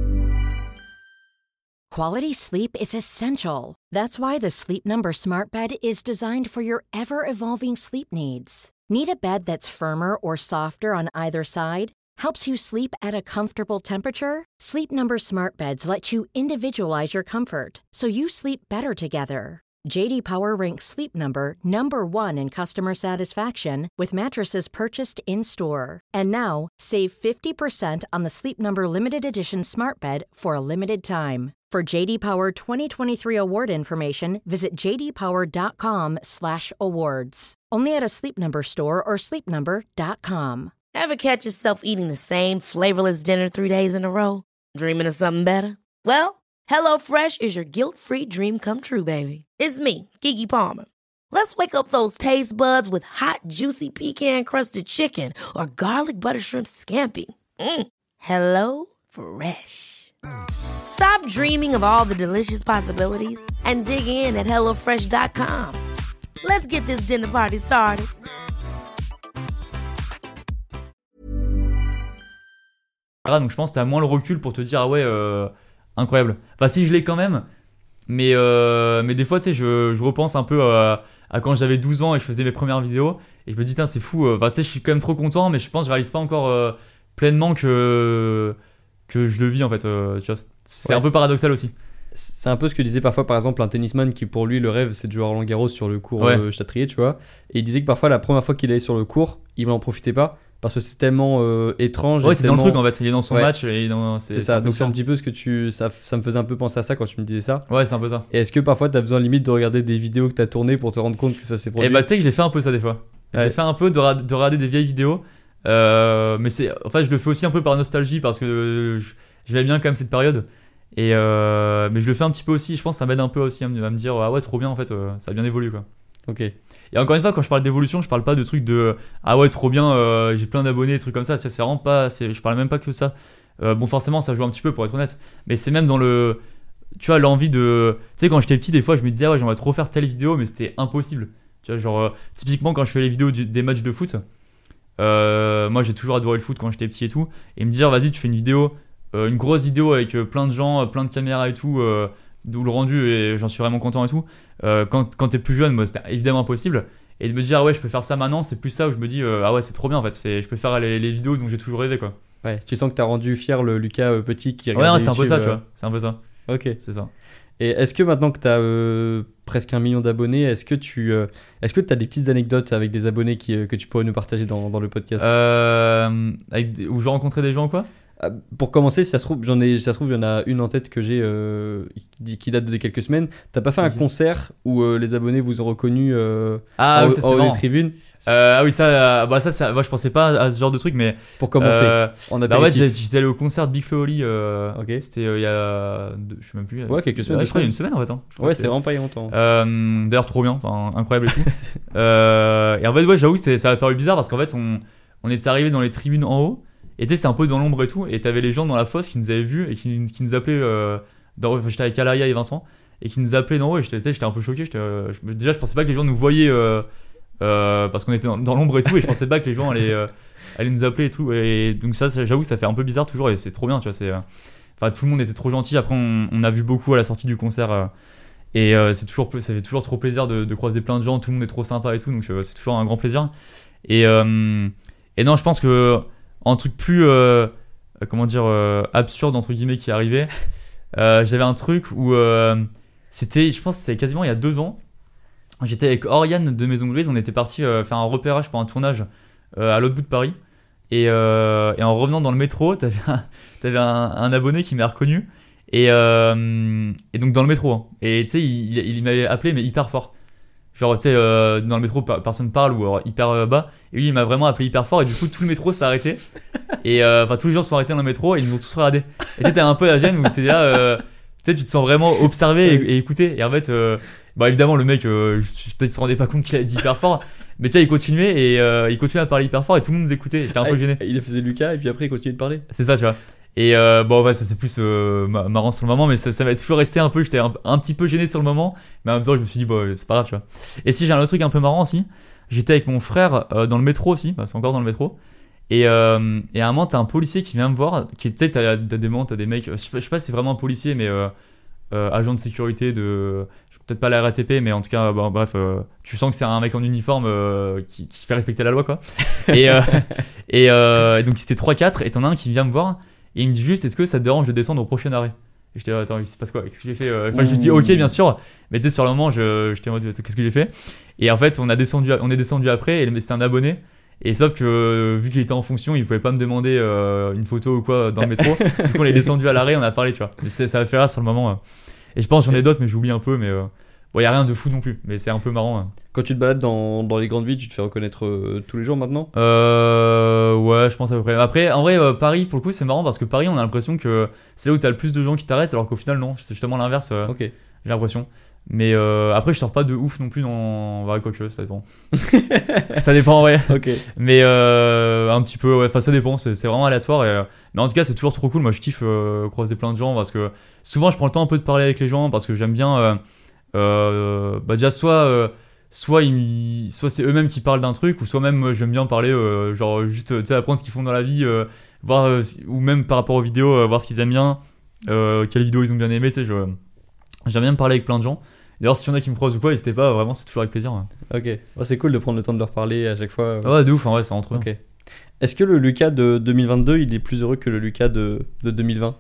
Quality sleep is essential. That's why the Sleep Number Smart Bed is designed for your ever-evolving sleep needs. Need a bed that's firmer or softer on either side? Helps you sleep at a comfortable temperature? Sleep Number Smart Beds let you individualize your comfort, so you sleep better together. J D Power ranks Sleep Number number one in customer satisfaction with mattresses purchased in-store. And now, save fifty percent on the Sleep Number Limited Edition Smart Bed for a limited time. For J D Power twenty twenty-three award information, visit j d power dot com slash awards. Only at a Sleep Number store or sleep number dot com. Ever catch yourself eating the same flavorless dinner three days in a row? Dreaming of something better? Well, HelloFresh is your guilt-free dream come true, baby. It's me, Keke Palmer. Let's wake up those taste buds with hot, juicy pecan-crusted chicken or garlic butter shrimp scampi. Mm. Hello Fresh. Stop dreaming of all the delicious possibilities and dig in at hello fresh dot com. Let's get this dinner party started. Donc je pense que t'as moins le recul pour te dire ah ouais euh, incroyable. Enfin si je l'ai quand même, mais euh, mais des fois tu sais je, je repense un peu à, à quand j'avais douze ans et je faisais mes premières vidéos et je me dis tiens c'est fou. Enfin tu sais je suis quand même trop content mais je pense que je réalise pas encore euh, pleinement que que je le vis en fait. Euh, tu vois c'est ouais. Un peu paradoxal aussi. C'est un peu ce que disait parfois par exemple un tennisman qui pour lui le rêve c'est de jouer à Roland Garros sur le court ouais. euh, Châtrier tu vois, et il disait que parfois la première fois qu'il allait sur le court il n'en profitait pas parce que c'est tellement euh, étrange. Ouais, c'est tellement... dans le truc en fait, il est dans son ouais. match et dans... c'est, c'est ça, c'est donc c'est un petit peu ce que tu ça, ça me faisait un peu penser à ça quand tu me disais ça. Ouais, c'est un peu ça. Et est-ce que parfois t'as besoin limite de regarder des vidéos que t'as tournées pour te rendre compte que ça s'est produit? Et bah tu sais que je l'ai fait un peu ça des fois. Ouais. J'ai fait un peu de, ra- de regarder des vieilles vidéos, euh, mais c'est en fait je le fais aussi un peu par nostalgie parce que je, je vais bien quand même cette période. Et euh, mais je le fais un petit peu aussi, je pense que ça m'aide un peu aussi à me, à me dire ah ouais trop bien en fait, euh, ça a bien évolué quoi. Ok. Et encore une fois quand je parle d'évolution je parle pas de trucs de ah ouais trop bien euh, j'ai plein d'abonnés des trucs comme ça, c'est vraiment pas, c'est, je parle même pas que ça. Euh, bon forcément ça joue un petit peu pour être honnête, mais c'est même dans le tu vois l'envie de tu sais quand j'étais petit des fois je me disais ah ouais j'aimerais trop faire telle vidéo mais c'était impossible. Tu vois genre euh, typiquement quand je fais les vidéos du, des matchs de foot, euh, moi j'ai toujours adoré le foot quand j'étais petit et tout, et me dire vas-y tu fais une vidéo euh, une grosse vidéo avec euh, plein de gens, plein de caméras et tout, euh, d'où le rendu et j'en suis vraiment content et tout. Euh, quand, quand t'es plus jeune, moi c'était évidemment impossible. Et de me dire ah ouais je peux faire ça maintenant, c'est plus ça où je me dis euh, ah ouais c'est trop bien en fait, c'est, je peux faire les, les vidéos dont j'ai toujours rêvé quoi. Ouais, tu sens que t'as rendu fier le Lucas euh, petit qui regarde ouais, ouais YouTube. c'est un peu ça euh... tu vois, c'est un peu ça. Ok. C'est ça. Et est-ce que maintenant que t'as euh, presque un million d'abonnés, est-ce que tu euh, est-ce que t'as des petites anecdotes avec des abonnés qui, euh, que tu pourrais nous partager dans, dans le podcast? euh, avec des, Où je rencontrais des gens quoi? Ah, pour commencer, si ça se trouve, j'en ai, si ça se trouve, il y en a une en tête que j'ai euh, qui, qui date de quelques semaines. T'as pas fait Ok. un concert où euh, les abonnés vous ont reconnu euh, Ah en, oui, ça en c'était haut des marrant. tribunes? Euh, ah oui, ça, euh, bah ça, ça, moi je pensais pas à ce genre de truc, mais. Pour commencer, euh, en bah ouais, apéritif. j'ai- j'étais allé au concert de Big Flo et Oli. euh, Ok. C'était euh, il y a. deux- Je sais même plus. Ouais, quelques semaines, Ouais, deux je crois il y a semaines. une semaine en fait. Hein. Je crois Ouais, que c'est c'était- vraiment pas il y a longtemps. Euh, D'ailleurs, trop bien, enfin incroyable et tout. euh, et en fait, ouais, j'avoue que c'est- ça a paru bizarre parce qu'en fait, on, on était arrivé dans les tribunes en haut, et tu sais, c'est un peu dans l'ombre et tout, et t'avais les gens dans la fosse qui nous avaient vus et qui, qui nous appelaient. Euh, dans, enfin, j'étais avec Alaya et Vincent, et qui nous appelaient d'en haut, et j'étais tu sais, j'étais un peu choqué. J'étais, euh, je- déjà, je pensais pas que les gens nous voyaient euh, euh, parce qu'on était dans, dans l'ombre et tout, et je pensais pas que les gens allaient, euh, allaient nous appeler et tout. Et donc, ça, ça, j'avoue que ça fait un peu bizarre toujours, et c'est trop bien, tu vois. C'est, euh, enfin, tout le monde était trop gentil. Après, on, on a vu beaucoup à la sortie du concert. euh, Et euh, c'est toujours, ça fait toujours trop plaisir de, de croiser plein de gens, tout le monde est trop sympa et tout, donc euh, c'est toujours un grand plaisir. Et, euh, et non, je pense que un truc plus, euh, comment dire, euh, absurde entre guillemets qui est arrivé, euh, j'avais un truc où euh, c'était, je pense que c'était quasiment il y a deux ans, j'étais avec Oriane de Maison Grise, on était parti euh, faire un repérage pour un tournage euh, à l'autre bout de Paris, et, euh, et en revenant dans le métro, t'avais un, t'avais un, un abonné qui m'a reconnu. Et, euh, et donc dans le métro, hein. Et tu sais, il, il, il m'avait appelé, mais hyper fort. Genre, tu sais, euh, dans le métro, per- personne parle ou alors hyper euh, bas. Et lui, il m'a vraiment appelé hyper fort. Et du coup, tout le métro s'est arrêté. Et euh, enfin, tous les gens sont arrêtés dans le métro et ils nous ont tous regardés. Et tu sais, t'as un peu la gêne où t'es là, euh, tu sais, tu te sens vraiment observé et, et écouté. Et en fait, euh, bah évidemment, le mec, euh, je- peut-être il se rendait pas compte qu'il avait dit hyper fort. Mais tu vois, il continuait et euh, il continuait à parler hyper fort et tout le monde nous écoutait. J'étais un peu Ah, gêné. il faisait Lucas et puis après il continuait de parler. C'est ça, tu vois. Et euh, bon, ouais, ça c'est plus euh, ma- marrant sur le moment, mais ça, ça va toujours rester un peu. J'étais un, un petit peu gêné sur le moment, mais en même temps, je me suis dit, bon, c'est pas grave, tu vois. Et si j'ai un autre truc un peu marrant aussi, j'étais avec mon frère euh, dans le métro aussi, bah, c'est encore dans le métro. Et, euh, et à un moment, t'as un policier qui vient me voir, qui, tu sais, t'as, t'as des moments, t'as des mecs, je sais pas, je sais pas si c'est vraiment un policier, mais euh, euh, agent de sécurité de. Peut-être pas la R A T P, mais en tout cas, bon, bref, euh, tu sens que c'est un mec en uniforme euh, qui, qui fait respecter la loi, quoi. et, euh, et, euh, et donc, c'était trois quatre, et t'en as un qui vient me voir. Et il me dit juste, est-ce que ça te dérange de descendre au prochain arrêt? Et j'étais là, attends, il se passe quoi? Qu'est-ce que j'ai fait? euh Enfin, je lui dis, ok, bien sûr. Mais tu sais, sur le moment, je, j'étais en mode, qu'est-ce que j'ai fait? Et en fait, on, a descendu, on est descendu après, et le- c'était un abonné. Et sauf que, euh, vu qu'il était en fonction, il pouvait pas me demander euh, une photo ou quoi dans le métro. Du coup, on est descendu à l'arrêt, on a parlé, tu vois. Mais c'était- ça m'a fait rire sur le moment. euh. Et je pense, j'en ai d'autres, mais j'oublie un peu. Mais euh, bon, y a rien de fou non plus. Mais c'est un peu marrant. hein. Quand tu te balades dans, dans les grandes villes, tu te fais reconnaître euh, tous les jours maintenant? Euh, ouais, je pense à peu près. Après, en vrai, euh, Paris, pour le coup, c'est marrant parce que Paris, on a l'impression que c'est là où t'as le plus de gens qui t'arrêtent, alors qu'au final, non. C'est justement l'inverse, euh, Ok. j'ai l'impression. Mais euh, après, je sors pas de ouf non plus dans. Ouais, quoi que, ça dépend. Ça dépend, ouais. Ok. Mais euh, un petit peu, ouais. Enfin, ça dépend, c'est c'est vraiment aléatoire. Et, euh, mais en tout cas, c'est toujours trop cool. Moi, je kiffe euh, croiser plein de gens parce que souvent, je prends le temps un peu de parler avec les gens parce que j'aime bien. Euh, euh, bah, déjà, soit. Euh, soit ils, soit c'est eux-mêmes qui parlent d'un truc, ou soit même euh, j'aime bien parler, euh, genre juste tu sais, apprendre ce qu'ils font dans la vie, euh, voir euh, si- ou même par rapport aux vidéos, euh, voir ce qu'ils aiment bien, euh, quelles vidéos ils ont bien aimé, tu sais, je- j'aime bien me parler avec plein de gens. D'ailleurs, si y en a qui me croisent ou quoi, n'hésitez pas, vraiment, c'est toujours avec plaisir. Ouais, Ok. Ouais, c'est cool de prendre le temps de leur parler à chaque fois. ouais de ouf, en vrai, c'est entre eux. Ok. Est-ce que le Lucas de deux mille vingt-deux, il est plus heureux que le Lucas de, de deux mille vingt?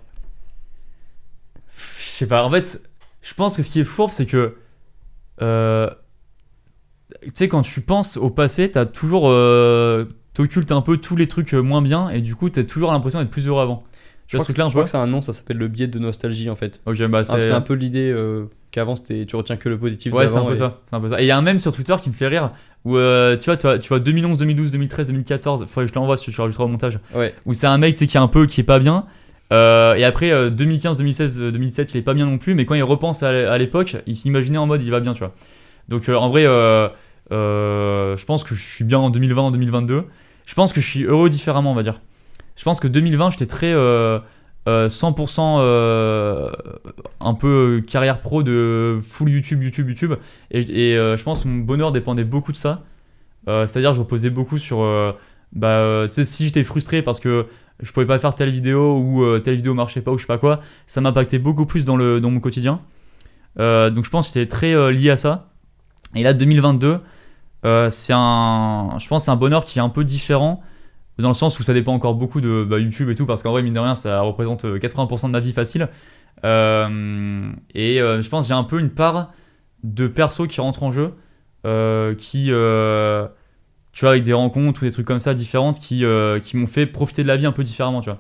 Je sais pas, en fait, je pense que ce qui est fourbe, c'est que. Euh, tu sais, quand tu penses au passé, t'as toujours. Euh, t'occultes un peu tous les trucs euh, moins bien, et du coup, t'as toujours l'impression d'être plus heureux avant. Je Tu vois crois, ce que, truc-là un je crois peu? que c'est un nom, ça s'appelle le biais de nostalgie en fait. Ok, bah C'est un- c'est. c'est un peu l'idée euh, qu'avant c'était tu retiens que le positif Ouais, c'est un d'avant. peu et- ça. C'est un peu ça. Et il y a un mème sur Twitter qui me fait rire où euh, tu vois, tu vois, tu vois deux mille onze, deux mille douze, deux mille treize, deux mille quatorze. Faudrait que je te l'envoie si tu rajouteras au montage. Ouais. Où c'est un mec tu sais, qui est un peu qui est pas bien. Euh, et après euh, deux mille quinze, deux mille seize, euh, deux mille sept, il est pas bien non plus. Mais quand il repense à, à l'époque, il s'imaginait en mode il va bien, tu vois. Donc euh, en vrai, euh, euh, je pense que je suis bien en deux mille vingt, en deux mille vingt-deux. Je pense que je suis heureux différemment, on va dire. Je pense que deux mille vingt, j'étais très euh, euh, cent pour cent euh, un peu carrière pro de full YouTube, YouTube, YouTube. Et, et euh, je pense que mon bonheur dépendait beaucoup de ça. Euh, c'est-à-dire, je reposais beaucoup sur. Euh, bah, euh, tu sais, si j'étais frustré parce que je pouvais pas faire telle vidéo ou euh, telle vidéo marchait pas ou je sais pas quoi, ça m'impactait beaucoup plus dans, le, dans mon quotidien. Euh, donc, je pense que j'étais très euh, lié à ça. Et là, deux mille vingt-deux, euh, c'est un. Je pense que c'est un bonheur qui est un peu différent. Dans le sens où ça dépend encore beaucoup de bah, YouTube et tout, parce qu'en vrai, mine de rien, ça représente euh, quatre-vingts pour cent de ma vie facile. Euh, et euh, je pense que j'ai un peu une part de perso qui rentre en jeu, euh, qui, euh, tu vois, avec des rencontres ou des trucs comme ça différentes qui, euh, qui m'ont fait profiter de la vie un peu différemment, tu vois.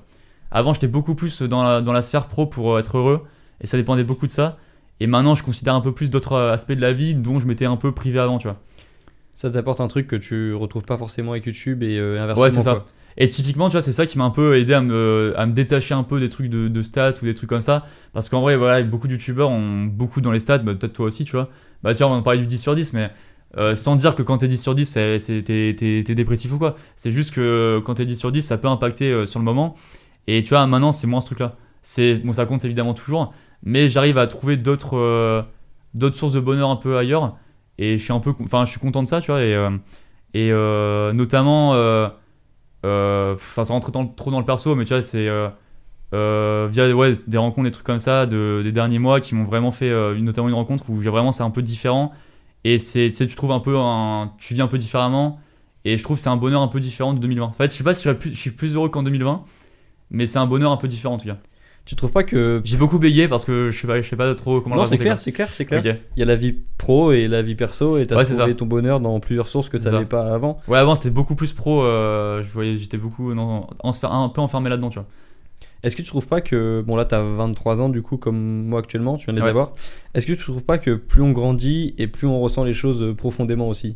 Avant, j'étais beaucoup plus dans la, dans la sphère pro pour être heureux, et ça dépendait beaucoup de ça. Et maintenant, je considère un peu plus d'autres aspects de la vie dont je m'étais un peu privé avant, tu vois. Ça t'apporte un truc que tu retrouves pas forcément avec YouTube et euh, inversement. Ouais, c'est ça. Quoi. Et typiquement, tu vois, c'est ça qui m'a un peu aidé à me, à me détacher un peu des trucs de, de stats ou des trucs comme ça. Parce qu'en vrai, voilà, beaucoup de youtubeurs ont beaucoup dans les stats, bah, peut-être toi aussi, tu vois. Bah, tiens, on va parler du dix sur dix, mais euh, sans dire que quand t'es dix sur dix, c'est, c'est, t'es, t'es, t'es dépressif ou quoi. C'est juste que quand t'es dix sur dix, ça peut impacter euh, sur le moment. Et tu vois, maintenant, c'est moins ce truc-là. C'est, bon, ça compte évidemment toujours, mais j'arrive à trouver d'autres, euh, d'autres sources de bonheur un peu ailleurs. Et je suis un peu, enfin, je suis content de ça, tu vois. Et, euh, et euh, notamment. Euh, Euh, enfin ça rentre dans, trop dans le perso, mais tu vois, c'est euh, euh, via ouais, des rencontres, des trucs comme ça de, des derniers mois qui m'ont vraiment fait euh, une, notamment une rencontre où j'ai vraiment c'est un peu différent et c'est, tu sais, tu trouves un peu un, tu vis un peu différemment et je trouve que c'est un bonheur un peu différent de deux mille vingt. En fait, je sais pas si je suis plus, je suis plus heureux qu'en deux mille vingt, mais c'est un bonheur un peu différent en tout cas. Tu trouves pas que j'ai beaucoup bégayé parce que je sais pas, je sais pas trop comment non, le c'est raconter. clair, Quoi. c'est clair, c'est clair. Okay. Il y a la vie pro et la vie perso et t'as ouais, trouvé ton bonheur dans plusieurs sources que t'avais pas avant. Ouais, avant c'était beaucoup plus pro. Euh, je voyais, j'étais beaucoup non, en, en, un peu enfermé là-dedans, tu vois. Est-ce que tu trouves pas que bon là t'as vingt-trois ans du coup comme moi actuellement, tu viens de les ouais. avoir. Est-ce que tu trouves pas que plus on grandit et plus on ressent les choses profondément aussi?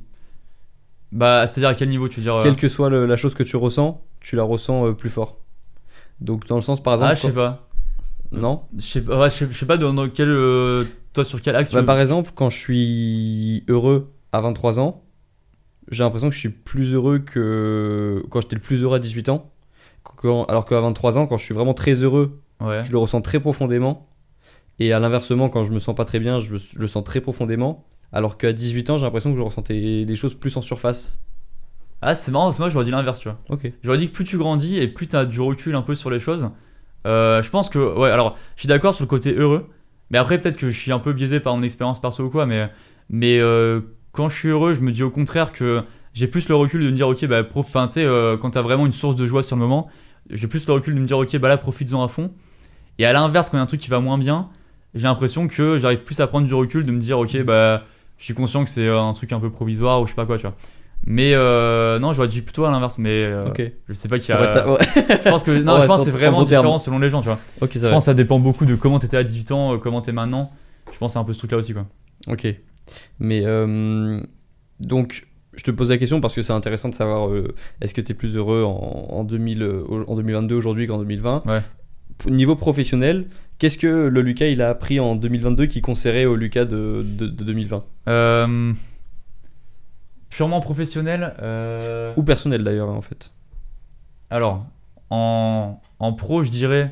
Bah, c'est-à-dire à quel niveau tu veux dire euh... Quelle que soit le, la chose que tu ressens, tu la ressens euh, plus fort. Donc dans le sens par exemple. Ah, je sais pas. Non. Je sais pas, ouais, je sais, je sais pas dans, dans quel, euh, toi sur quel axe. Bah, tu... par exemple, quand je suis heureux à vingt-trois ans, j'ai l'impression que je suis plus heureux que quand j'étais le plus heureux à dix-huit ans. Quand, alors qu'à vingt-trois ans, quand je suis vraiment très heureux, ouais. je le ressens très profondément. Et à l'inversement, quand je me sens pas très bien, je, je le sens très profondément. Alors qu'à dix-huit ans, j'ai l'impression que je ressentais les choses plus en surface. Ah, c'est marrant, parce que moi j'aurais dit l'inverse, tu vois. Ok. J'aurais dit que plus tu grandis et plus tu as du recul un peu sur les choses. Euh, je pense que, ouais, alors, je suis d'accord sur le côté heureux, mais après, peut-être que je suis un peu biaisé par mon expérience perso ou quoi, mais, mais euh, quand je suis heureux, je me dis au contraire que j'ai plus le recul de me dire, ok, bah, prof, enfin, tu sais, euh, quand t'as vraiment une source de joie sur le moment, j'ai plus le recul de me dire, ok, bah là, profites-en à fond. Et à l'inverse, quand il y a un truc qui va moins bien, j'ai l'impression que j'arrive plus à prendre du recul, de me dire, ok, bah, je suis conscient que c'est un truc un peu provisoire ou je sais pas quoi, tu vois. Mais euh, non, j'aurais dit plutôt à l'inverse, mais euh, Ok. je sais pas qui a. À... Ouais. Je pense que non, je pense que c'est vraiment différent selon les gens, tu vois. Ok, ça je va. pense que ça dépend beaucoup de comment t'étais à dix-huit ans, euh, comment t'es maintenant. Je pense que c'est un peu ce truc-là aussi, quoi. Ok. Mais euh, donc, je te pose la question parce que c'est intéressant de savoir euh, est-ce que t'es plus heureux en, en, deux mille, euh, en deux mille vingt-deux aujourd'hui qu'en deux mille vingt. Ouais. Niveau professionnel, qu'est-ce que le Lucas il a appris en deux mille vingt-deux qui conseillerait au Lucas de, de, de deux mille vingt euh, Purement professionnel euh... Ou personnel d'ailleurs, en fait. Alors, en, en pro, je dirais.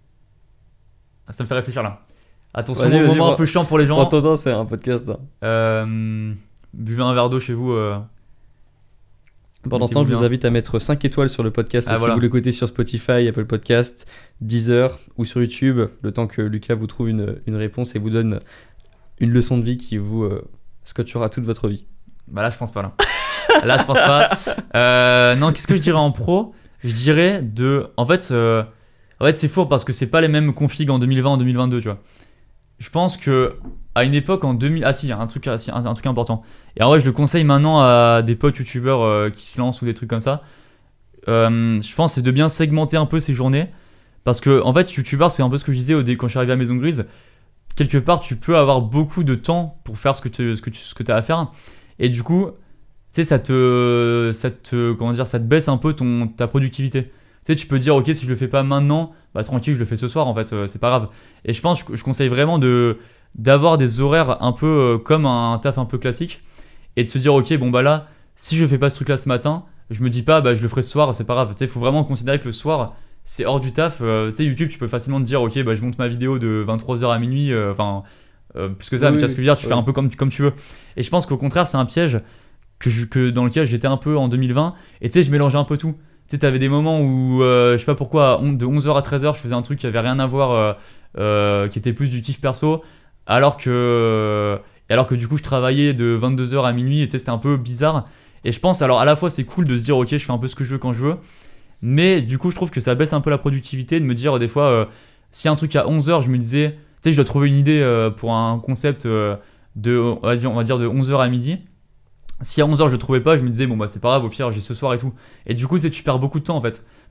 Ça me fait réfléchir là. Attention, Vas-y, au vas-y, moment moi- un peu chiant pour les gens. Prends ton temps, c'est un podcast. Hein. Euh, buvez un verre d'eau chez vous. Euh... Pendant ce temps, je Mettez-vous vous bien. invite à mettre cinq étoiles sur le podcast Ah, si voilà. vous l'écoutez sur Spotify, Apple Podcast, Deezer ou sur YouTube, le temps que Lucas vous trouve une, une réponse et vous donne une leçon de vie qui vous euh, scotchera toute votre vie. Bah là, je pense pas là. Là, je pense pas. Euh, non, qu'est-ce que je dirais en pro? Je dirais de. En fait, euh, en fait c'est faux parce que c'est pas les mêmes configs en deux mille vingt en deux mille vingt-deux, tu vois. Je pense que à une époque en deux mille. Ah si, un truc, un, un truc important. Et en vrai, je le conseille maintenant à des potes youtubeurs euh, qui se lancent ou des trucs comme ça. Euh, je pense que c'est de bien segmenter un peu ses journées. Parce que, en fait, youtubeur, c'est un peu ce que je disais au dé- quand je suis arrivé à Maison Grise. Quelque part, tu peux avoir beaucoup de temps pour faire ce que tu ce que tu, ce que t'as à faire. Et du coup, tu sais, ça te, ça te, comment dire, ça te baisse un peu ton, ta productivité. Tu sais, tu peux dire, ok, si je le fais pas maintenant, bah tranquille, je le fais ce soir, en fait, euh, c'est pas grave. Et je pense, je, je conseille vraiment de, d'avoir des horaires un peu euh, comme un taf un peu classique et de se dire, ok, bon bah là, si je fais pas ce truc-là ce matin, je me dis pas, bah je le ferai ce soir, c'est pas grave. Tu sais, il faut vraiment considérer que le soir, c'est hors du taf. Euh, tu sais, YouTube, tu peux facilement te dire, ok, bah je monte ma vidéo de vingt-trois heures à minuit, enfin, euh, plus que ça, Oui, mais tu vois oui, ce que je veux dire, tu oui. fais un peu comme, comme tu veux. Et je pense qu'au contraire, c'est un piège que je, que, dans lequel j'étais un peu en deux mille vingt. Et tu sais, je mélangeais un peu tout. Tu sais, t'avais des moments où, euh, je sais pas pourquoi, on- de onze heures à treize heures, je faisais un truc qui avait rien à voir, euh, euh, qui était plus du kiff perso, alors que, et alors que du coup, je travaillais de vingt-deux heures à minuit, et tu sais, c'était un peu bizarre. Et je pense, alors à la fois, c'est cool de se dire, ok, je fais un peu ce que je veux quand je veux, mais du coup, je trouve que ça baisse un peu la productivité, de me dire, des fois, euh, s'il y a un truc à onze heures, je me disais, tu sais, je dois trouver une idée euh, pour un concept euh, de, on va dire, on va dire de onze heures à midi. Si à onze heures je le trouvais pas, je me disais bon bah c'est pas grave, au pire j'ai ce soir et tout. Et du coup tu sais, tu perds beaucoup de temps en fait.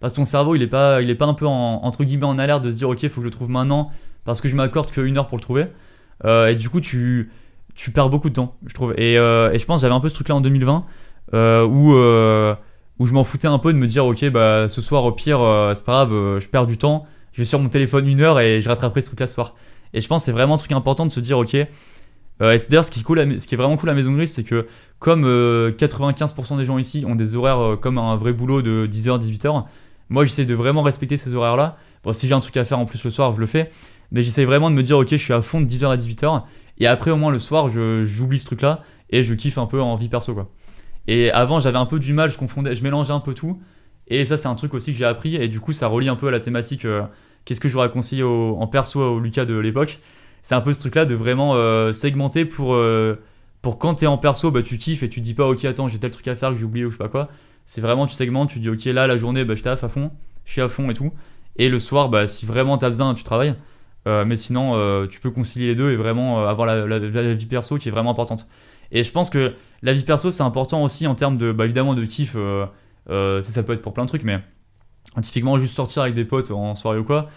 parce que ton cerveau il est pas, il est pas un peu en, entre guillemets en alerte de se dire ok faut que je le trouve maintenant parce que je m'accorde qu'une heure pour le trouver. Euh, et du coup tu, tu perds beaucoup de temps je trouve. Et, euh, et je pense que j'avais un peu ce truc là en deux mille vingt euh, où, euh, où je m'en foutais un peu de me dire ok bah ce soir au pire euh, c'est pas grave euh, je perds du temps, je vais sur mon téléphone une heure et je rattraperai ce truc là ce soir. Et je pense que c'est vraiment un truc important de se dire ok. Euh, et c'est d'ailleurs ce qui, est cool à, ce qui est vraiment cool à Maison Grise, c'est que comme euh, quatre-vingt-quinze pour cent des gens ici ont des horaires euh, comme un vrai boulot de dix heures dix-huit heures, moi j'essaie de vraiment respecter ces horaires là. Bon, si j'ai un truc à faire en plus le soir je le fais, mais j'essaie vraiment de me dire ok je suis à fond de dix heures à dix-huit heures et après au moins le soir je, j'oublie ce truc là et je kiffe un peu en vie perso quoi. Et avant j'avais un peu du mal, je confondais, je mélangeais un peu tout et ça c'est un truc aussi que j'ai appris et du coup ça relie un peu à la thématique euh, qu'est-ce que j'aurais conseillé au, en perso au Lucas de l'époque. C'est un peu ce truc là de vraiment euh, segmenter pour, euh, pour quand t'es en perso bah tu kiffes et tu dis pas ok attends j'ai tel truc à faire que j'ai oublié ou je sais pas quoi. C'est vraiment tu segmentes, tu dis ok là la journée bah je taffe à fond, je suis à fond et tout, et le soir bah si vraiment t'as besoin tu travailles, euh, mais sinon euh, tu peux concilier les deux et vraiment euh, avoir la, la, la vie perso qui est vraiment importante. Et je pense que la vie perso c'est important aussi en termes de bah évidemment de kiff, euh, euh, ça peut être pour plein de trucs, mais typiquement juste sortir avec des potes en soirée ou quoi,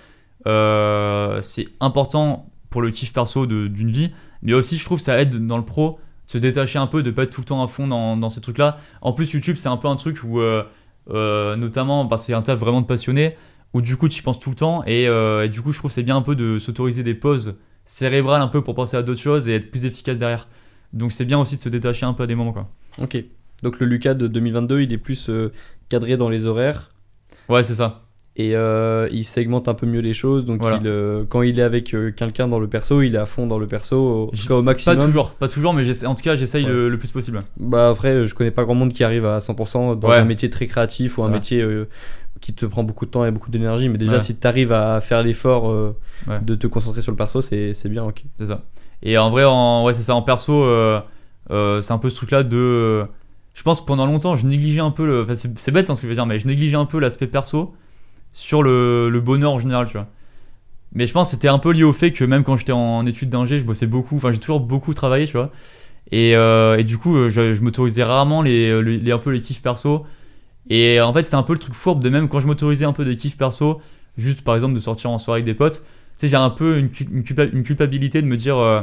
euh, c'est important pour le kiff perso de, d'une vie, mais aussi je trouve ça aide dans le pro de se détacher un peu, de pas être tout le temps à fond dans, dans ces trucs là. En plus YouTube c'est un peu un truc où euh, euh, notamment bah, c'est un taf vraiment de passionné où du coup tu y penses tout le temps et, euh, et du coup je trouve que c'est bien un peu de s'autoriser des pauses cérébrales un peu pour penser à d'autres choses et être plus efficace derrière. Donc c'est bien aussi de se détacher un peu à des moments quoi. Ok, donc le Lucas de deux mille vingt-deux il est plus euh, cadré dans les horaires. Ouais c'est ça. Et euh, il segmente un peu mieux les choses, donc voilà. il, euh, quand il est avec euh, quelqu'un dans le perso, il est à fond dans le perso, au, au maximum. Pas toujours, pas toujours, mais en tout cas j'essaye ouais. le, le plus possible. Bah après, je connais pas grand monde qui arrive à cent pour cent dans ouais. un métier très créatif ou un métier euh, qui te prend beaucoup de temps et beaucoup d'énergie, mais déjà ouais. si tu arrives à faire l'effort euh, ouais. de te concentrer sur le perso, c'est, c'est bien, ok. C'est ça. Et en vrai, en, ouais, c'est ça, en perso, euh, euh, c'est un peu ce truc-là de... Euh, je pense que pendant longtemps, je négligeais un peu le... Enfin, c'est, c'est bête hein, ce que je veux dire, mais je négligeais un peu l'aspect perso sur le, le bonheur en général, tu vois. Mais je pense que c'était un peu lié au fait que même quand j'étais en études d'ingé, je bossais beaucoup, enfin j'ai toujours beaucoup travaillé, tu vois. Et, euh, et du coup, je, je m'autorisais rarement les, les, les, un peu les kiffs perso. Et en fait, c'était un peu le truc fourbe de même quand je m'autorisais un peu des kiffs perso, juste par exemple de sortir en soirée avec des potes, tu sais, j'ai un peu une, une, une culpabilité de me dire euh,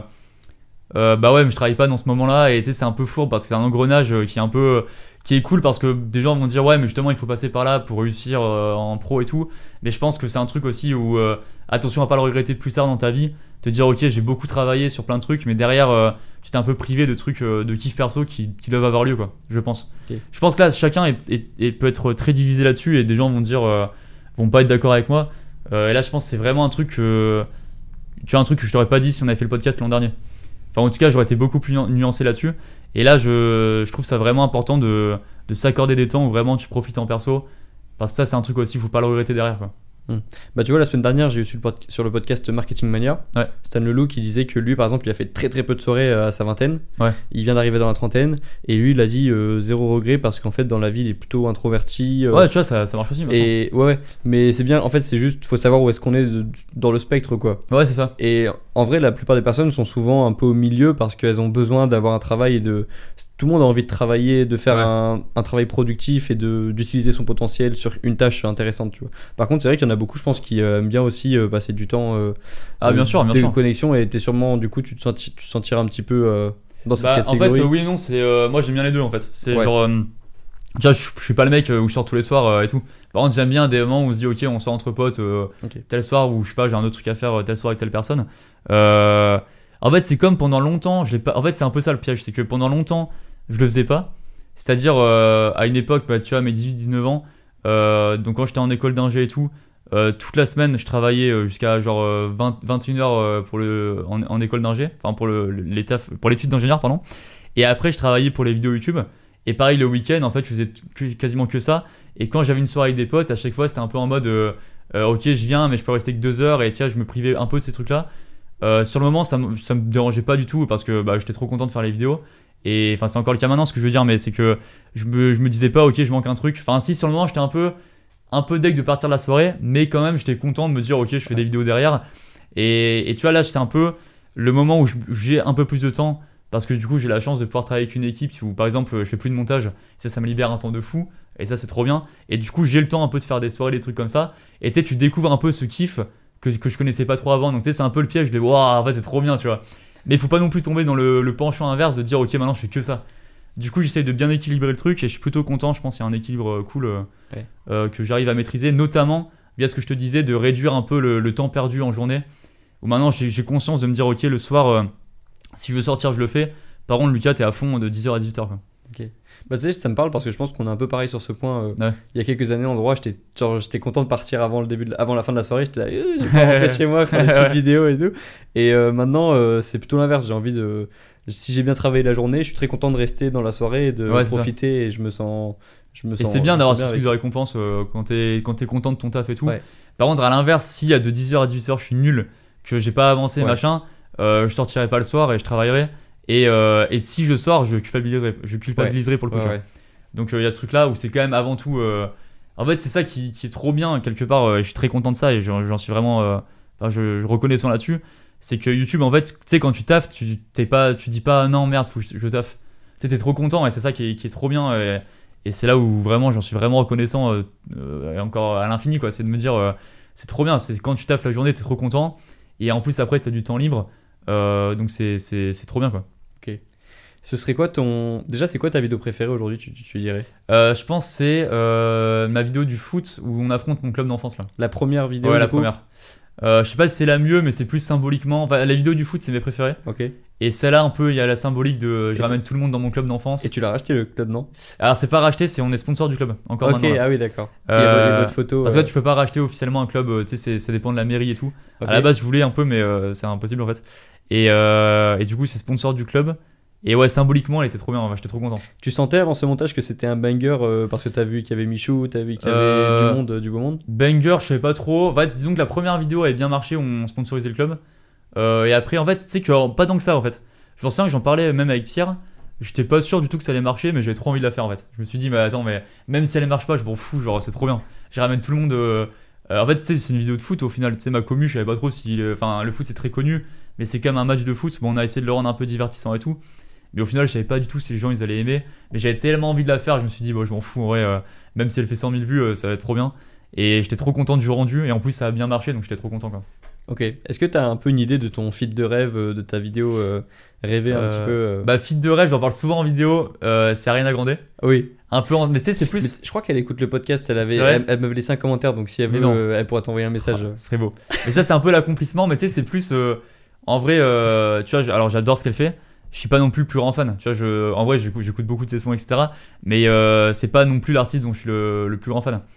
euh, bah ouais, mais je travaille pas dans ce moment-là, et tu sais, c'est un peu fourbe parce que c'est un engrenage qui est un peu... qui est cool parce que des gens vont dire ouais mais justement il faut passer par là pour réussir euh, en pro et tout, mais je pense que c'est un truc aussi où euh, attention à pas le regretter plus tard dans ta vie, te dire ok j'ai beaucoup travaillé sur plein de trucs mais derrière euh, tu t'es un peu privé de trucs euh, de kiff perso qui, qui doivent avoir lieu quoi, je pense. Okay. Je pense que là chacun est, est, est, peut être très divisé là-dessus et des gens vont dire euh, vont pas être d'accord avec moi, euh, et là je pense que c'est vraiment un truc euh, tu vois un truc que je t'aurais pas dit si on avait fait le podcast l'an dernier, enfin en tout cas j'aurais été beaucoup plus nuancé là-dessus. Et là, je, je trouve ça vraiment important de, de s'accorder des temps où vraiment tu profites en perso. Parce que ça, c'est un truc aussi, il ne faut pas le regretter derrière, quoi. Mmh. Bah tu vois, la semaine dernière j'ai eu sur le, pod- sur le podcast Marketing Mania, ouais. Stan Leloup qui disait que lui par exemple il a fait très très peu de soirées à sa vingtaine, ouais. Il vient d'arriver dans la trentaine et lui il a dit euh, zéro regret parce qu'en fait dans la vie il est plutôt introverti, euh, ouais tu vois ça, ça marche aussi et ouais, ouais mais c'est bien en fait, c'est juste faut savoir où est-ce qu'on est de, dans le spectre quoi. Ouais c'est ça. Et en vrai la plupart des personnes sont souvent un peu au milieu parce qu'elles ont besoin d'avoir un travail et de tout le monde a envie de travailler, de faire ouais. un, un travail productif et de, d'utiliser son potentiel sur une tâche intéressante, tu vois. Par contre c'est vrai qu'il y en a beaucoup je pense qui euh, aime bien aussi euh, passer du temps euh, ah bien euh, sûr bien des sûr connexions, et t'es sûrement du coup tu te, senti, tu te sentiras un petit peu euh, dans cette bah, catégorie. En fait euh, oui et non, c'est euh, moi j'aime bien les deux en fait, c'est ouais. genre euh, tu vois je, je suis pas le mec où je sors tous les soirs euh, et tout. Par contre j'aime bien des moments où on se dit ok on sort entre potes euh, okay. tel soir, ou je sais pas j'ai un autre truc à faire tel soir avec telle personne. euh, en fait c'est comme pendant longtemps je l'ai pas, en fait c'est un peu ça le piège, c'est que pendant longtemps je le faisais pas, c'est-à-dire euh, à une époque bah, tu vois à mes dix-huit dix-neuf ans, euh, donc quand j'étais en école d'ingé et tout, Euh, toute la semaine je travaillais euh, jusqu'à genre euh, vingt, vingt et une heures euh, pour le, en, en école d'ingé, enfin pour, le, les taf, pour l'étude d'ingénieur pardon, et après je travaillais pour les vidéos YouTube, et pareil le week-end en fait je faisais t- quasiment que ça, et quand j'avais une soirée avec des potes à chaque fois c'était un peu en mode euh, euh, ok je viens mais je peux rester que deux heures, et tiens je me privais un peu de ces trucs là. Euh, sur le moment ça, m- ça me dérangeait pas du tout parce que bah, j'étais trop content de faire les vidéos, et enfin c'est encore le cas maintenant ce que je veux dire, mais c'est que je me, je me disais pas ok je manque un truc, enfin si sur le moment j'étais un peu un peu deg de partir de la soirée, mais quand même j'étais content de me dire ok je fais des vidéos derrière, et, et tu vois là c'est un peu le moment où je, j'ai un peu plus de temps parce que du coup j'ai la chance de pouvoir travailler avec une équipe où par exemple je fais plus de montage, ça ça me libère un temps de fou. Et ça, c'est trop bien. Et du coup, j'ai le temps un peu de faire des soirées, des trucs comme ça. Et tu sais, tu découvres un peu ce kiff que, que je connaissais pas trop avant. Donc, tu sais, c'est un peu le piège de waouh, en fait, c'est trop bien, tu vois. Mais il faut pas non plus tomber dans le, le penchant inverse de dire ok, maintenant je fais que ça. Du coup, j'essaye de bien équilibrer le truc et je suis plutôt content. Je pense qu'il y a un équilibre euh, cool euh, Ouais. euh, que j'arrive à maîtriser, notamment via ce que je te disais, de réduire un peu le, le temps perdu en journée. Où maintenant, j'ai, j'ai conscience de me dire ok, le soir, euh, si je veux sortir, je le fais. Par contre, Lucas, t'es à fond de dix heures à dix-huit heures. Quoi. Bah, tu sais, ça me parle parce que je pense qu'on est un peu pareil sur ce point. euh, Ouais. Il y a quelques années, en droit, j'étais, genre, j'étais content de partir avant, le début de- avant la fin de la soirée. J'étais là, euh, j'ai pas rentré chez moi, faire des petites vidéos et tout. Et euh, maintenant, euh, c'est plutôt l'inverse. J'ai envie de. Si j'ai bien travaillé la journée, je suis très content de rester dans la soirée et de Ouais, c'est ça. profiter. Et je me sens. Je me Et sens c'est bien je me d'avoir sens ce truc avec. de récompense euh, quand, t'es, quand t'es content de ton taf et tout. Ouais. Par contre, à l'inverse, si à de dix heures à dix-huit heures, je suis nul, que j'ai pas avancé, Ouais. machin, euh, je sortirai pas le soir et je travaillerai. Et, euh, et si je sors, je culpabiliserai, je culpabiliserai pour le coup. Ouais, tu vois. ouais. Donc il y a ce truc là où c'est quand même avant tout. euh, En fait, c'est ça qui, qui est trop bien quelque part. euh, je suis très content de ça et j'en, j'en suis vraiment. euh, Enfin, je, je reconnaissant là-dessus. C'est que YouTube, en fait, tu sais, quand tu taffes, tu t'es pas, tu dis pas non merde, faut que je, je taffe. Tu sais, t'es trop content et c'est ça qui est, qui est trop bien. Et, et c'est là où vraiment j'en suis vraiment reconnaissant euh, euh, et encore à l'infini quoi. C'est de me dire euh, c'est trop bien. C'est quand tu taffes la journée, t'es trop content. Et en plus après t'as du temps libre. Euh, donc c'est, c'est, c'est trop bien quoi. Ce serait quoi ton. Déjà, c'est quoi ta vidéo préférée aujourd'hui, tu, tu, tu dirais Euh, je pense que c'est euh, ma vidéo du foot où on affronte mon club d'enfance là. La première vidéo Ouais, du la coup première. Euh, je sais pas si c'est la mieux, mais c'est plus symboliquement. Enfin, la vidéo du foot, c'est mes préférées. Ok. Et celle-là, un peu, il y a la symbolique de je Et ramène tout le monde dans mon club d'enfance. Et tu l'as racheté le club, non? Alors, c'est pas racheté, c'est on est sponsor du club. Encore Ok, maintenant. là. ah oui, d'accord. Euh, et, vo- et votre photo. Parce que euh, là, tu peux pas racheter officiellement un club, euh, tu sais, c'est- ça dépend de la mairie et tout. ok. À la base, je voulais un peu, mais euh, c'est impossible en fait. Et, euh, et du coup, c'est sponsor du club. Et ouais, symboliquement, elle était trop bien, enfin, j'étais trop content. Tu sentais avant ce montage que c'était un banger euh, parce que t'as vu qu'il y avait Michou, t'as vu qu'il y avait Euh, du monde, euh, du beau monde? Banger, je savais pas trop. En fait, disons que la première vidéo avait bien marché, on sponsorisait le club. Euh, et après, en fait, tu sais que alors, pas tant que ça en fait. Je me souviens que j'en parlais même avec Pierre. J'étais pas sûr du tout que ça allait marcher, mais j'avais trop envie de la faire en fait. Je me suis dit, mais attends, mais même si elle marche pas, je m'en fous, genre c'est trop bien. Je ramène tout le monde. euh, euh, en fait, tu sais, c'est une vidéo de foot au final. Tu sais, ma commu, je savais pas trop si. le- Enfin, le foot c'est très connu, mais c'est quand même un match de foot. Bon, on a essayé de le rendre un peu divertissant et tout. Mais au final, je savais pas du tout si les gens ils allaient aimer. Mais j'avais tellement envie de la faire, je me suis dit, bon, je m'en fous en vrai. euh, même si elle fait cent mille vues, euh, ça va être trop bien. Et j'étais trop content du rendu. Et en plus, ça a bien marché, donc j'étais trop content quoi. Ok. Est-ce que t'as un peu une idée de ton feed de rêve, euh, de ta vidéo euh, rêvée un Euh, petit peu euh, Bah, feed de rêve, j'en parle souvent en vidéo. euh, c'est Ariana Grande. Oui. Un peu en. Mais tu sais, c'est plus. Mais je crois qu'elle écoute le podcast, elle, avait, C'est vrai elle, elle m'avait laissé un commentaire, donc si elle Mais veut, non. euh, elle pourra t'envoyer un message. Oh, ce serait beau. Mais ça, c'est un peu l'accomplissement, mais tu sais, c'est plus. euh, en vrai, euh, tu vois, j'- alors j'adore ce qu'elle fait. Je suis pas non plus le plus grand fan. Tu vois, je, en vrai, j'écoute, j'écoute beaucoup de ses sons, et cetera. Mais euh, c'est pas non plus l'artiste dont je suis le, le plus grand fan.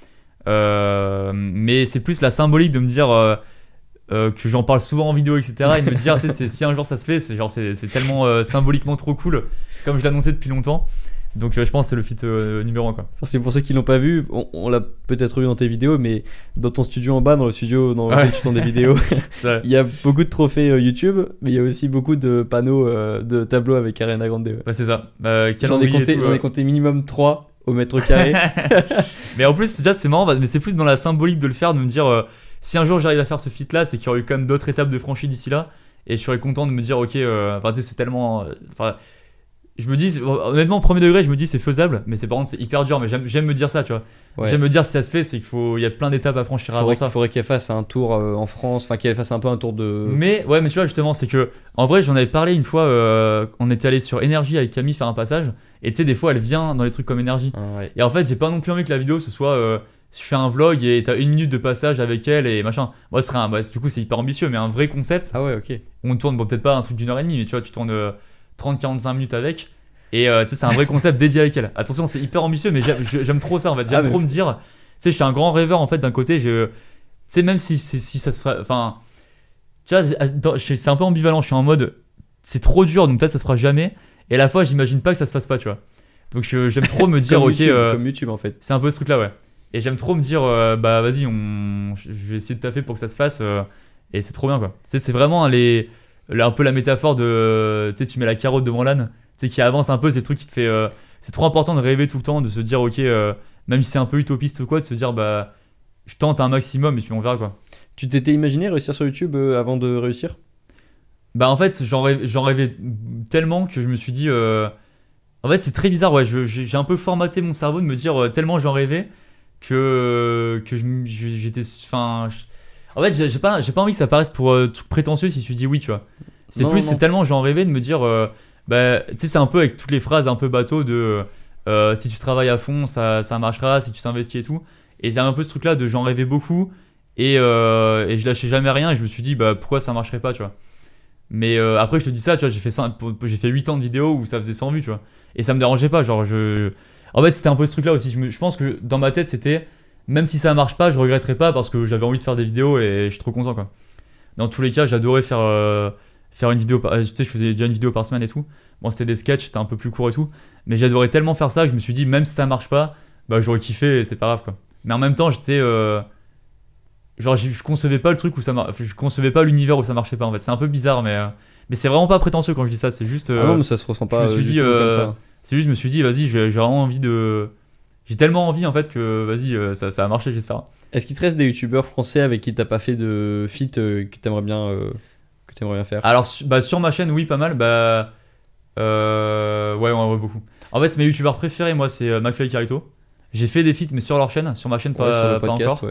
Euh, mais c'est plus la symbolique de me dire euh, euh, que j'en parle souvent en vidéo, et cetera. Et de me dire, tu sais, c'est- si un jour ça se fait, c'est genre, c'est, c'est tellement euh, symboliquement trop cool, comme je l'annonçais depuis longtemps. Donc euh, je pense que c'est le feat euh, numéro un quoi. Parce que pour ceux qui l'ont pas vu, on, on l'a peut-être vu dans tes vidéos, mais dans ton studio en bas, dans le studio dans lequel Ouais. tu tournes des vidéos, Ça- il y a beaucoup de trophées euh, YouTube, mais il y a aussi beaucoup de panneaux euh, de tableaux avec Ariana Grande. ouais. bah, c'est ça. Euh, J'en ai, calendrier et compté, tout, j'en ai euh. compté minimum trois au mètre carré. Mais en plus, déjà, c'est marrant, mais c'est plus dans la symbolique de le faire, de me dire euh, si un jour j'arrive à faire ce feat là, c'est qu'il y aurait eu quand même d'autres étapes de franchie d'ici là. Et je serais content de me dire, ok, euh, enfin, tu sais, c'est tellement. euh, Enfin, je me dis, honnêtement, premier degré, je me dis c'est faisable, mais c'est par contre, c'est hyper dur. Mais j'aime, j'aime me dire ça, tu vois. Ouais. J'aime me dire si ça se fait, c'est qu'il faut, il y a plein d'étapes à franchir avant faudrait, ça. faudrait qu'elle fasse un tour euh, en France, enfin qu'elle fasse un peu un tour de. Mais ouais, mais tu vois, justement, c'est que en vrai, j'en avais parlé une fois, euh, on était allé sur Énergie avec Camille faire un passage, et tu sais, des fois, elle vient dans les trucs comme Énergie. Ah, ouais. Et en fait, j'ai pas non plus envie que la vidéo ce soit. Euh, je fais un vlog et t'as une minute de passage avec elle et machin. Moi, ce serait un. Bah, du coup, c'est hyper ambitieux, mais un vrai concept. Ah ouais, ok. On tourne, bon, peut-être pas un truc d'une heure et demie, mais tu vois, tu tournes euh, trente à quarante-cinq minutes avec. Et euh, tu sais, c'est un vrai concept dédié avec elle. Attention, c'est hyper ambitieux, mais j'aime, je- j'aime trop ça en fait. J'aime Ah, mais trop faut- me dire. Tu sais, je suis un grand rêveur en fait d'un côté. Je. Tu sais, même si, si, si ça se fera. Enfin. Tu vois, dans- je- c'est un peu ambivalent. Je suis en mode. C'est trop dur, donc peut-être ça se fera jamais. Et à la fois, j'imagine pas que ça se fasse pas, tu vois. Donc je- j'aime trop me dire, comme, ok. YouTube, euh, comme YouTube en fait. c'est un peu ce truc là ouais. Et j'aime trop me dire euh, bah vas-y on je vais essayer de taffer pour que ça se fasse euh, et c'est trop bien quoi. Tu sais c'est vraiment les le- un peu la métaphore de tu sais tu mets la carotte devant l'âne, tu sais qui avance un peu, c'est le truc qui te fait euh, c'est trop important de rêver tout le temps, de se dire ok euh, même si c'est un peu utopiste ou quoi, de se dire bah je tente un maximum et puis on verra quoi. Tu t'étais imaginé réussir sur YouTube euh, avant de réussir? Bah en fait j'en rêvais, j'en rêvais tellement que je me suis dit euh, En fait, c'est très bizarre, ouais. Je, j'ai, j'ai un peu formaté mon cerveau de me dire euh, tellement j'en rêvais que, que je, je- j'étais. Enfin. je- En fait, j'ai, j'ai pas, j'ai pas envie que ça paraisse pour euh, truc prétentieux si tu dis oui, tu vois. C'est Non, plus, non, c'est non. tellement j'en rêvais de me dire. euh, bah, tu sais, c'est un peu avec toutes les phrases un peu bateau de euh, si tu travailles à fond, ça, ça marchera, si tu t'investis et tout. Et c'est un peu ce truc-là de j'en rêvais beaucoup et, euh, et je lâchais jamais rien et je me suis dit, bah pourquoi ça marcherait pas, tu vois. Mais euh, après, je te dis ça, tu vois, j'ai fait, cinq- pour- j'ai fait huit ans de vidéos où ça faisait cent vues, tu vois. Et ça me dérangeait pas, genre, je. En fait, c'était un peu ce truc-là aussi. Je, me- je pense que dans ma tête, c'était, même si ça marche pas, je regretterais pas parce que j'avais envie de faire des vidéos et je suis trop content, quoi. Dans tous les cas, j'adorais faire, euh, faire une vidéo par. Tu sais, je faisais déjà une vidéo par semaine et tout. Bon, c'était des sketchs, c'était un peu plus court et tout. Mais j'adorais tellement faire ça que je me suis dit, même si ça marche pas, bah j'aurais kiffé et c'est pas grave, quoi. Mais en même temps, j'étais. euh, Genre, je je concevais pas le truc où ça mar... Je concevais pas l'univers où ça marchait pas, en fait. C'est un peu bizarre, mais. euh, Mais c'est vraiment pas prétentieux quand je dis ça, c'est juste. euh, Ah non, mais ça se ressent pas je me suis euh, du dit, tout euh, comme ça. C'est juste, je me suis dit, vas-y, j'ai j'ai vraiment envie de. J'ai tellement envie en fait que, vas-y, euh, ça, ça a marché, j'espère. Est-ce qu'il te reste des youtubeurs français avec qui t'as pas fait de feat euh, que t'aimerais bien, euh, que t'aimerais bien faire? Alors, su- bah, sur ma chaîne, oui, pas mal. Bah. Euh... Ouais, en vrai, beaucoup. En fait, mes youtubeurs préférés, moi, c'est euh, McFly et Carlito. J'ai fait des feats, mais sur leur chaîne, sur ma chaîne, pas, Ouais, sur le pas podcast, encore. ouais.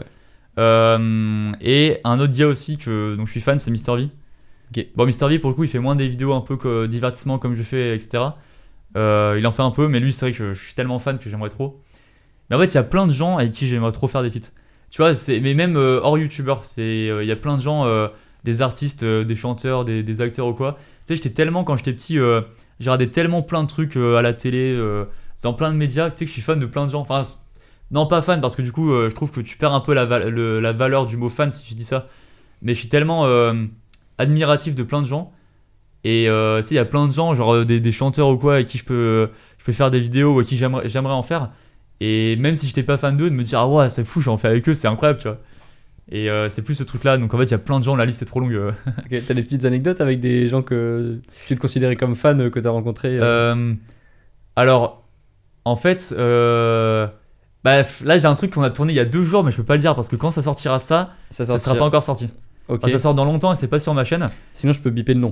Euh, et un autre gars aussi que, dont je suis fan, c'est MrV. Ok. Bon, MrV, pour le coup, il fait moins des vidéos un peu que divertissement comme je fais, et cetera. Euh, il en fait un peu, mais lui, c'est vrai que je, je suis tellement fan que j'aimerais trop. Mais en fait, il y a plein de gens avec qui j'aimerais trop faire des feats. Tu vois, c'est, mais même euh, hors youtubeur, c'est, euh, il y a plein de gens, euh, des artistes, euh, des chanteurs, des, des acteurs ou quoi. Tu sais, j'étais tellement, quand j'étais petit, euh, j'ai regardé tellement plein de trucs euh, à la télé, euh, dans plein de médias, tu sais que je suis fan de plein de gens. Enfin, c'est- non, pas fan, parce que du coup, euh, je trouve que tu perds un peu la, val- le- la valeur du mot fan si tu dis ça. Mais je suis tellement euh, admiratif de plein de gens. Et euh, tu sais, il y a plein de gens, genre euh, des, des chanteurs ou quoi, avec qui je peux, je peux faire des vidéos ou avec qui j'aimerais, j'aimerais en faire. Et même si j'étais pas fan d'eux, de me dire, ah ouais, c'est fou, j'en fais avec eux, c'est incroyable, tu vois. Et euh, c'est plus ce truc-là. Donc en fait, il y a plein de gens, la liste est trop longue. euh. Ok, t'as des petites anecdotes avec des gens que tu te considérais comme fan euh, que t'as rencontrés? euh Euh, alors, en fait, euh, bah, f- là j'ai un truc qu'on a tourné il y a deux jours, mais je peux pas le dire parce que quand ça sortira ça, Ça, ça sera pas encore sorti. Ok. Enfin, ça sort dans longtemps et c'est pas sur ma chaîne. Sinon, je peux biper le nom.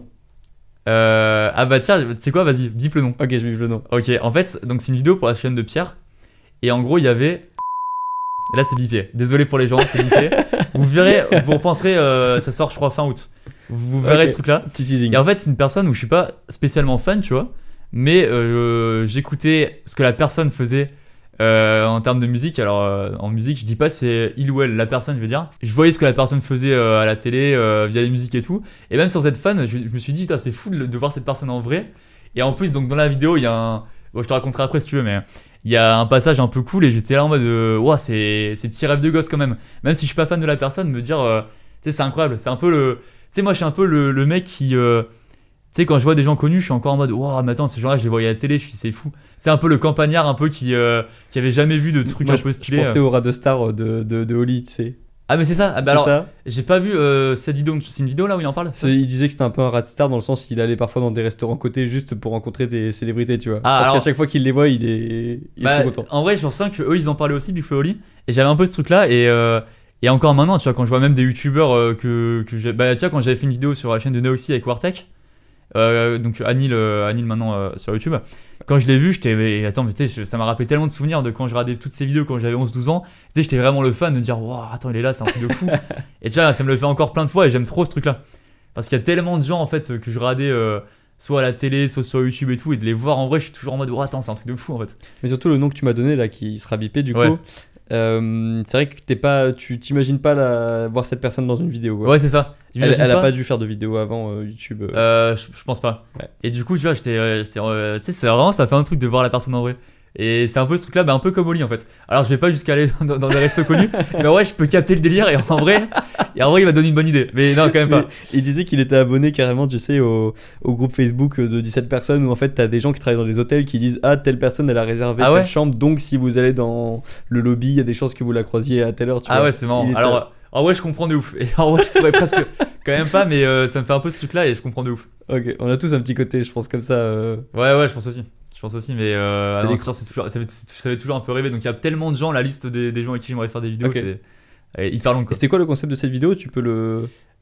Euh, ah bah tiens, tu sais quoi, vas-y, bip le nom. Ok, je bip le nom. Ok, en fait, donc c'est une vidéo pour la chaîne de Pierre. Et en gros, il y avait. Et là, c'est bipé. Désolé pour les gens, c'est bipé. Vous verrez, vous repenserez, euh, ça sort, je crois, fin août. Vous verrez Ok. ce truc-là. Petit teasing. Et en fait, c'est une personne où je suis pas spécialement fan, tu vois. Mais euh, j'écoutais ce que la personne faisait euh, en termes de musique. Alors, euh, en musique, je dis pas c'est il ou elle, la personne, je veux dire. Je voyais ce que la personne faisait euh, à la télé, euh, via les musiques et tout. Et même sans être fan, je, je me suis dit, putain, c'est fou de, de voir cette personne en vrai. Et en plus, donc dans la vidéo, il y a un. Bon, je te raconterai après si tu veux, mais il y a un passage un peu cool et j'étais là en mode, euh, ouah, c'est c'est petit rêve de gosse quand même. Même si je suis pas fan de la personne, me dire, euh, tu sais, c'est incroyable. C'est un peu le. Tu sais, moi, je suis un peu le, le mec qui. euh, tu sais, quand je vois des gens connus, je suis encore en mode, waouh, mais attends, ces gens-là, je les voyais à la télé, je suis, c'est fou. C'est un peu le campagnard un peu qui, euh, qui avait jamais vu de trucs Moi, un je, peu je stylés. pensais au rat de star de, de, de Oli, tu sais. Ah, mais c'est ça. Ah, bah C'est alors, ça. j'ai pas vu euh, cette vidéo. C'est une vidéo là où il en parle ça C'est- Il disait que c'était un peu un rat de star dans le sens qu'il allait parfois dans des restaurants cotés juste pour rencontrer des célébrités, tu vois. Ah, Parce alors- qu'à chaque fois qu'il les voit, il est, il est Bah, trop content. en vrai, je sens que eux ils en parlaient aussi, Big Flo et Oli. Et j'avais un peu ce truc là. Et, euh, et encore maintenant, tu vois, quand je vois même des youtubeurs euh, que, que j'ai. Bah, tu vois, quand j'avais fait une vidéo sur la chaîne de Neoxy avec Wartech, euh, donc Anil, euh, Anil maintenant euh, sur YouTube, quand je l'ai vu, j'étais. Mais attends, mais tu sais, ça m'a rappelé tellement de souvenirs de quand je regardais toutes ces vidéos quand j'avais onze douze ans. Tu sais, j'étais vraiment le fan de dire, waouh, attends, il est là, c'est un truc de fou. Et tu vois, ça me le fait encore plein de fois et j'aime trop ce truc là. Parce qu'il y a tellement de gens en fait que je regardais. euh, soit à la télé, soit sur YouTube et tout, et de les voir en vrai, je suis toujours en mode, oh, attends, c'est un truc de fou en fait. Mais surtout le nom que tu m'as donné là, qui sera bipé du Ouais. coup. euh, c'est vrai que t'es pas, tu t'imagines pas la, voir cette personne dans une vidéo. quoi. Ouais, c'est ça. Elle, J'imagine elle a pas dû faire de vidéo avant euh, YouTube. euh. Euh, je, je pense pas. Ouais. Et du coup, tu vois, j'étais. euh, j'étais, euh, tu sais, c'est vraiment, ça fait un truc de voir la personne en vrai. Et c'est un peu ce truc-là, bah, un peu comme Oli en fait. Alors, je vais pas jusqu'à aller dans, dans des restos connus, mais ouais, je peux capter le délire et en vrai, et en vrai, il m'a donné une bonne idée. Mais non, quand même Mais pas. il disait qu'il était abonné carrément, tu sais, au, au groupe Facebook de dix-sept personnes où en fait t'as des gens qui travaillent dans des hôtels qui disent ah telle personne elle a réservé Ah telle ouais chambre, donc si vous allez dans le lobby il y a des chances que vous la croisiez à telle heure. Tu Ah vois. ouais, c'est marrant. Il était- Alors, en vrai, je comprends de ouf. Et en vrai, je pourrais presque. Quand même pas, mais euh, ça me fait un peu ce truc-là et je comprends de ouf. Ok, on a tous un petit côté, je pense comme ça. euh. Ouais, ouais, je pense aussi. Je pense aussi, mais euh, C'est ah non, les c'est sûr, c'est toujours- ça, fait, ça fait toujours un peu rêver. Donc il y a tellement de gens, la liste des, des gens avec qui j'aimerais faire des vidéos, Ok. c'est elle est hyper longue Et quoi. c'était quoi le concept de cette vidéo? Tu peux le.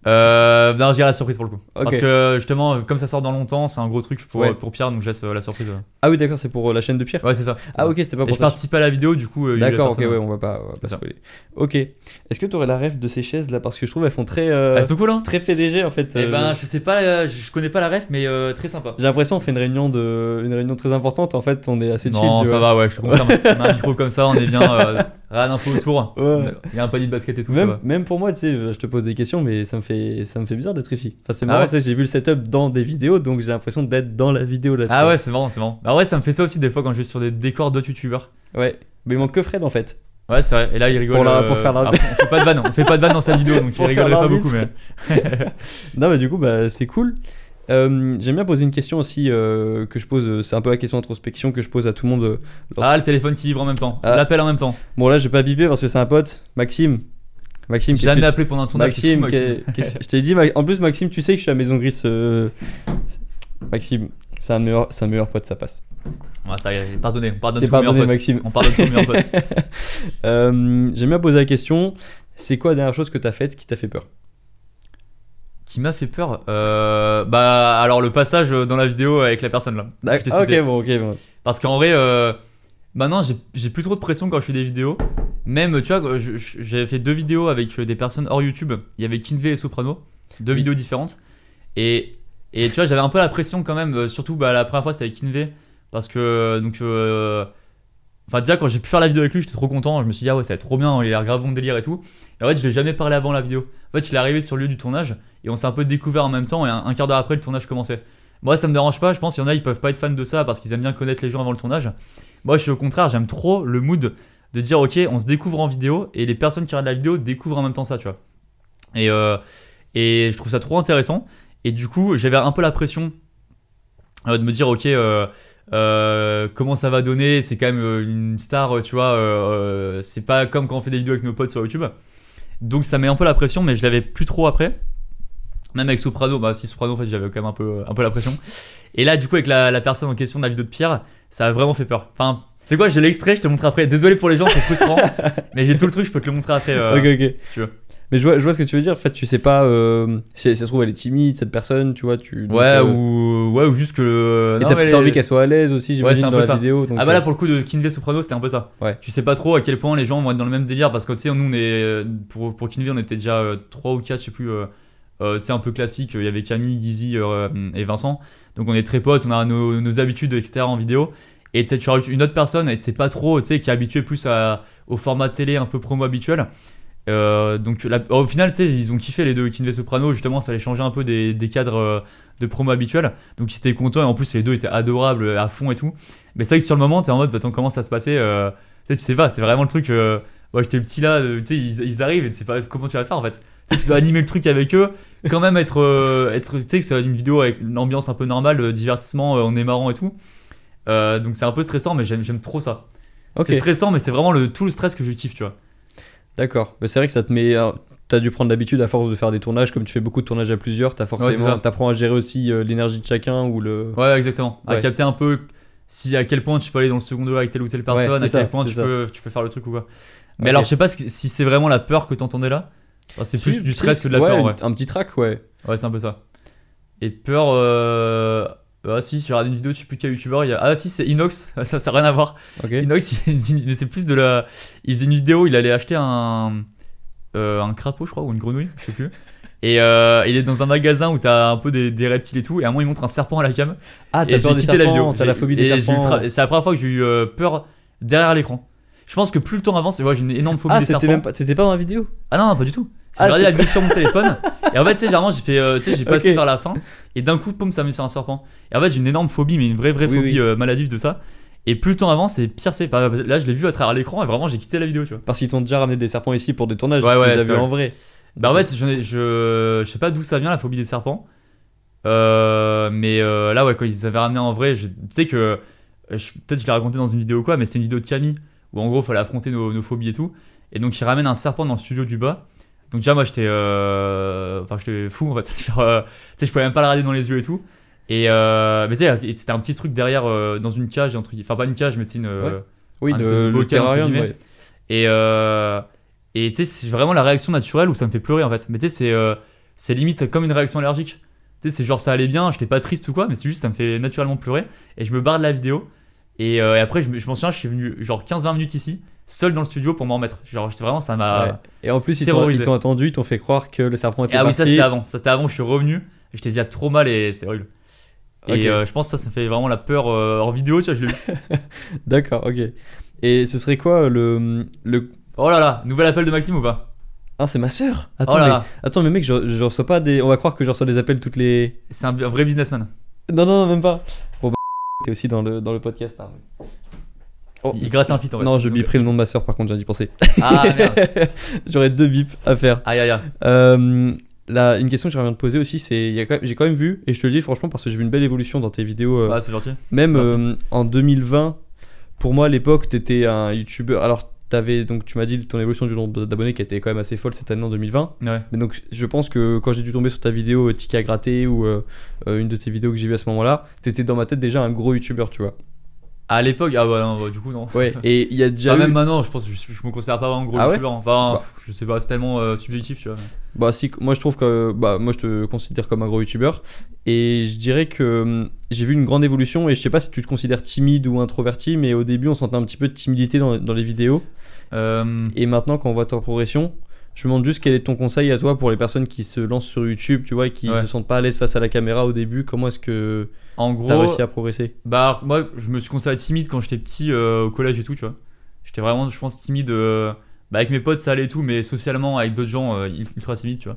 Euh, non, je dirais la surprise pour le coup. Ok. Parce que justement, comme ça sort dans longtemps, c'est un gros truc pour, Ouais. pour Pierre, donc je laisse euh, la surprise. euh. Ah oui, d'accord, c'est pour euh, la chaîne de Pierre. Ouais, c'est ça. c'est Ah ça. ok, c'était pas Et pour je ta- participe à la vidéo, du coup. euh, il y a D'accord, ok, personne, ouais, euh. on va pas, on va pas C'est ça. spoiler. Ok. Est-ce que tu aurais la ref de ces chaises là, parce que je trouve elles font très, euh, Elles sont cool, hein. très P D G en fait. Eh euh, ben, je sais pas, euh, je connais pas la ref, mais euh, très sympa. J'ai l'impression on fait une réunion de, une réunion très importante. En fait, on est assez chill. Non, tu ça vois. va, ouais, je te confirme. On a un micro comme ça, on est bien. Euh, rien un peu autour. Ouais. Il y a un panier de basket et tout, ça Même, va. même pour moi, tu sais, je te pose des questions, mais ça me fait, ça me fait bizarre d'être ici. Enfin, c'est Ah marrant, ouais tu sais, j'ai vu le setup dans des vidéos, donc j'ai l'impression d'être dans la vidéo là. Ah ouais, c'est marrant, c'est marrant. Bah ouais, ça me fait ça aussi des fois quand je vais sur des décors d'autres youtubeurs. Ouais. Mais il manque que Fred en fait. Ouais, c'est vrai. Et là, il rigole. Pour la- euh, pour faire la- après, on fait pas de vanne, on fait pas de vanne dans sa vidéo, donc il Pour faire rigolerait pas l'arbitre. beaucoup. Mais... Non, mais du coup, bah, c'est cool. Euh, J'aime bien poser une question aussi euh, que je pose. euh, C'est un peu la question d'introspection que je pose à tout le monde. euh, lorsque- Ah, le téléphone qui vibre en même temps. Ah. L'appel en même temps. Bon, là, je vais pas biper parce que c'est un pote. Maxime. Maxime, J'ai qu'est-ce jamais que- appelé pendant un tournage. c'est Maxime, fou, Maxime. qu'est- qu'est-ce- je t'ai dit. Ma- En plus, Maxime, tu sais que je suis à Maison Gris. euh, Maxime, c'est un meilleur, c'est un meilleur pote, ça passe. Ouais, ça y est, pardonnez, on pardonne T'es tous nos meilleurs pardonné, potes. Maxime. On pardonne tous nos meilleurs potes. Euh, J'aime bien poser la question. C'est quoi la dernière chose que t'as faite qui t'a fait peur? Qui m'a fait peur euh, Bah, alors le passage dans la vidéo avec la personne là. que je t'ai Ah, cité. ok, bon, ok. Bon. Parce qu'en vrai, euh, maintenant j'ai j'ai plus trop de pression quand je fais des vidéos. Même, tu vois, je- je- j'avais fait deux vidéos avec des personnes hors YouTube. Il y avait Kinvé et Soprano, deux Oui. vidéos différentes. Et, et tu vois, j'avais un peu la pression quand même. euh, Surtout bah, la première fois, c'était avec Kinvé. Parce que, donc, euh, enfin, déjà, quand j'ai pu faire la vidéo avec lui, j'étais trop content. Je me suis dit, ah ouais, ça va être trop bien, il a l'air grave bon délire et tout. Et en fait, je l'ai jamais parlé avant la vidéo. En fait, il est arrivé sur le lieu du tournage et on s'est un peu découvert en même temps. Et un, un quart d'heure après, le tournage commençait. Moi, ça me dérange pas. Je pense qu'il y en a, ils peuvent pas être fans de ça parce qu'ils aiment bien connaître les gens avant le tournage. Moi, je suis au contraire, j'aime trop le mood de dire, ok, on se découvre en vidéo et les personnes qui regardent la vidéo découvrent en même temps ça, tu vois. Et, euh, et je trouve ça trop intéressant. Et du coup, j'avais un peu la pression euh, de me dire, ok, euh, euh, comment ça va donner? C'est quand même euh, une star, tu vois. euh, euh, c'est pas comme quand on fait des vidéos avec nos potes sur YouTube. Donc ça met un peu la pression, mais je l'avais plus trop après. Même avec Soprano, bah si Soprano, en fait, j'avais quand même un peu, un peu la pression. Et là, du coup, avec la, la personne en question de la vidéo de Pierre, ça a vraiment fait peur. Enfin, c'est quoi, j'ai l'extrait, je te montre après. Désolé pour les gens, c'est frustrant, mais j'ai tout le truc, je peux te le montrer après. euh, Ok, ok. Si tu veux. Mais je vois, je vois ce que tu veux dire. En fait, tu sais pas euh, si ça se trouve elle est timide cette personne, tu vois. Tu, donc, Ouais, euh, ou, ouais, ou juste que. Et non, t'as mais t'as les- envie qu'elle soit à l'aise aussi, Ouais, j'imagine, c'est un dans peu la ça. vidéo. Donc, Ah bah là euh, pour le coup de Kinvé Soprano c'était un peu ça. Ouais. Tu sais pas trop à quel point les gens vont être dans le même délire parce que tu sais nous on est euh, pour pour Kinvé on était déjà euh, trois ou quatre je sais plus euh, euh, tu sais un peu classique, il y avait Camille, Guizy euh, et Vincent. Donc on est très potes, on a nos, nos habitudes et cetera en vidéo. Et tu sais, tu rajoutes une autre personne et tu sais pas trop, tu sais qui est habitué plus à, au format télé un peu promo habituel. Euh, donc la- au final tu sais ils ont kiffé les deux Kinvé Soprano, justement ça allait changer un peu des, des cadres euh, de promo habituels, donc ils étaient contents et en plus les deux étaient adorables à fond et tout. Mais c'est vrai que sur le moment t'es en mode attends comment ça se passait, euh, tu sais tu sais pas, c'est vraiment le truc euh, ouais j'étais le petit là, euh, tu sais ils, ils arrivent et tu sais pas comment tu vas faire en fait. Tu sais, tu dois animer le truc avec eux, quand même être, euh, être tu sais que c'est une vidéo avec une ambiance un peu normale, euh, divertissement, euh, on est marrant et tout. Euh, donc c'est un peu stressant mais j'aime, j'aime trop ça. ok, C'est stressant mais c'est vraiment le, tout le stress que je kiffe tu vois. d'accord. Mais c'est vrai que ça te met. euh, T'as dû prendre l'habitude à force de faire des tournages, comme tu fais beaucoup de tournages à plusieurs, t'as Ouais, c'est forcément, ça. t'apprends à gérer aussi euh, l'énergie de chacun ou le. Ouais, exactement. À Ouais. capter un peu si à quel point tu peux aller dans le second degré avec telle ou telle personne, Ouais, à c'est quel ça, point c'est tu ça. peux, tu peux faire le truc ou quoi. Mais Ok. alors, je sais pas si si c'est vraiment la peur que t'entendais là. Enfin, c'est plus Si, du si, stress que de la ouais, peur, une- ouais. Un petit track, ouais. Ouais, c'est un peu ça. Et peur. Euh... Ah si, j'ai regardé une vidéo, je sais plus quel youtubeur. Il y a... Ah si, c'est Inox, ça ça n'a rien à voir. Ok. Inox, il faisait une- mais c'est plus de la. Il faisait une vidéo, il allait acheter un. euh, un crapaud, je crois, ou une grenouille, je sais plus. Et euh, il est dans un magasin où t'as un peu des, des reptiles et tout. Et à un moment, il montre un serpent à la cam. Ah, Et t'as j'ai peur des quitté la vidéo. serpents, t'as la J'ai- phobie des et j'ai eu serpents. tra- C'est la première fois que j'ai eu euh, peur derrière l'écran. Je pense que plus le temps avance, et ouais, j'ai une énorme phobie Ah, des c'était serpents. même pas, c'était pas dans la vidéo. Ah non, non, pas du tout. C'est Ah, j'ai regardé la c'est- vidéo sur mon téléphone. Et en fait, tu sais, généralement, j'ai fait, euh, tu sais, j'ai passé Ok. vers la fin. Et d'un coup, poum, ça m'a mis sur un serpent. Et en fait, j'ai une énorme phobie, mais une vraie, vraie Oui, phobie oui. euh, maladive de ça. Et plus le temps avance, et pire c'est. Bah, là, je l'ai vu à travers l'écran, et vraiment, j'ai quitté la vidéo, tu vois. Parce qu'ils t'ont déjà ramené des serpents ici pour des tournages. Ouais, tu ouais, les as c'est vus vrai. en vrai. Bah, en fait, j'en ai- je, je sais pas d'où ça vient la phobie des serpents. Euh, mais euh, là, ouais, quand ils les avaient ramenés en vrai, je- tu sais que. euh, je- Peut-être je l'ai raconté dans une vidéo ou quoi, mais c'était une vidéo de Camille où en gros, il fallait affronter nos, nos phobies et tout. Et donc, ils ramènent un serpent dans le studio du bas. Donc, déjà, moi, j'étais. euh, Enfin, j'étais fou en fait. Genre, euh, tu sais, je pouvais même pas le regarder dans les yeux et tout. Et euh, mais tu sais, c'était un petit truc derrière euh, dans une cage, entre guillemets. Enfin, pas une cage, mais tu sais, une. euh, Oui, Un de, de ces le bocal, entre terrarium, guillemets. ouais. Et, euh, et tu sais, c'est vraiment la réaction naturelle où ça me fait pleurer en fait. Mais tu sais, c'est euh, c'est limite comme une réaction allergique. Tu sais, c'est genre ça allait bien, j'étais pas triste ou quoi, mais c'est juste ça me fait naturellement pleurer. Et je me barre de la vidéo. Et, euh, et après, je, me- je m'en souviens, je suis venu genre quinze vingt minutes ici, seul dans le studio pour m'en remettre. Genre, j'étais vraiment, ça m'a. Ouais. Et en plus, ils t'ont, terrorisé. ils t'ont attendu, ils t'ont fait croire que le serpent était Et ah oui, parti. ça c'était avant. Ça c'était avant, je suis revenu. Et j'étais déjà trop mal et c'est horrible. Ok. Et euh, je pense que ça, ça fait vraiment la peur euh, en vidéo, tu vois, je l'ai vu. D'accord, ok. Et ce serait quoi le. le... Oh là là, nouvel appel de Maxime ou pas? Ah, c'est ma sœur. Attends, Oh là mais, là, attends, mais mec, je, je reçois pas des. On va croire que je reçois des appels toutes les. c'est un, un vrai businessman. Non, non, non, même pas. Bon, bah, t'es aussi dans le, dans le podcast. Hein. Oh. Il gratte un fit en vrai. Non, je Donc, biperai le nom de ma sœur, par contre, j'ai d'y penser. Ah merde. J'aurais deux bips à faire. Aïe aïe aïe. Euh, là, une question que j'aimerais bien te poser aussi, c'est. il y a quand même- J'ai quand même vu, et je te le dis franchement, parce que j'ai vu une belle évolution dans tes vidéos. euh, Ah, c'est gentil. Même Merci. euh, en deux mille vingt, pour moi à l'époque, t'étais un youtubeur. Alors, t'avais, donc, tu m'as dit ton évolution du nombre d'abonnés qui était quand même assez folle cette année en deux mille vingt. Ouais. Mais donc, je pense que quand j'ai dû tomber sur ta vidéo euh, Ticket à gratter ou euh, euh, une de tes vidéos que j'ai vues à ce moment-là, t'étais dans ma tête déjà un gros youtubeur, tu vois. À l'époque, ah bah non, bah, du coup, non. Ouais, et il y a déjà. Enfin, eu- même maintenant, je pense que je, je me considère pas vraiment gros Ah ouais youtubeur. Enfin, Bah. je sais pas, c'est tellement euh, subjectif, tu vois. Bah si, moi je trouve que bah moi je te considère comme un gros youtubeur et je dirais que hum, j'ai vu une grande évolution et je sais pas si tu te considères timide ou introverti, mais au début on sentait un petit peu de timidité dans, dans les vidéos Euh, et maintenant quand on voit ta progression, je me demande juste quel est ton conseil à toi pour les personnes qui se lancent sur YouTube, tu vois, et qui Ouais. se sentent pas à l'aise face à la caméra au début. Comment est-ce que en t'as gros, réussi à progresser? bah moi, je me suis considéré timide quand j'étais petit euh, au collège et tout, tu vois. J'étais vraiment, je pense, timide. euh, Bah, avec mes potes, ça allait et tout, mais socialement, avec d'autres gens, euh, ultra timide, tu vois.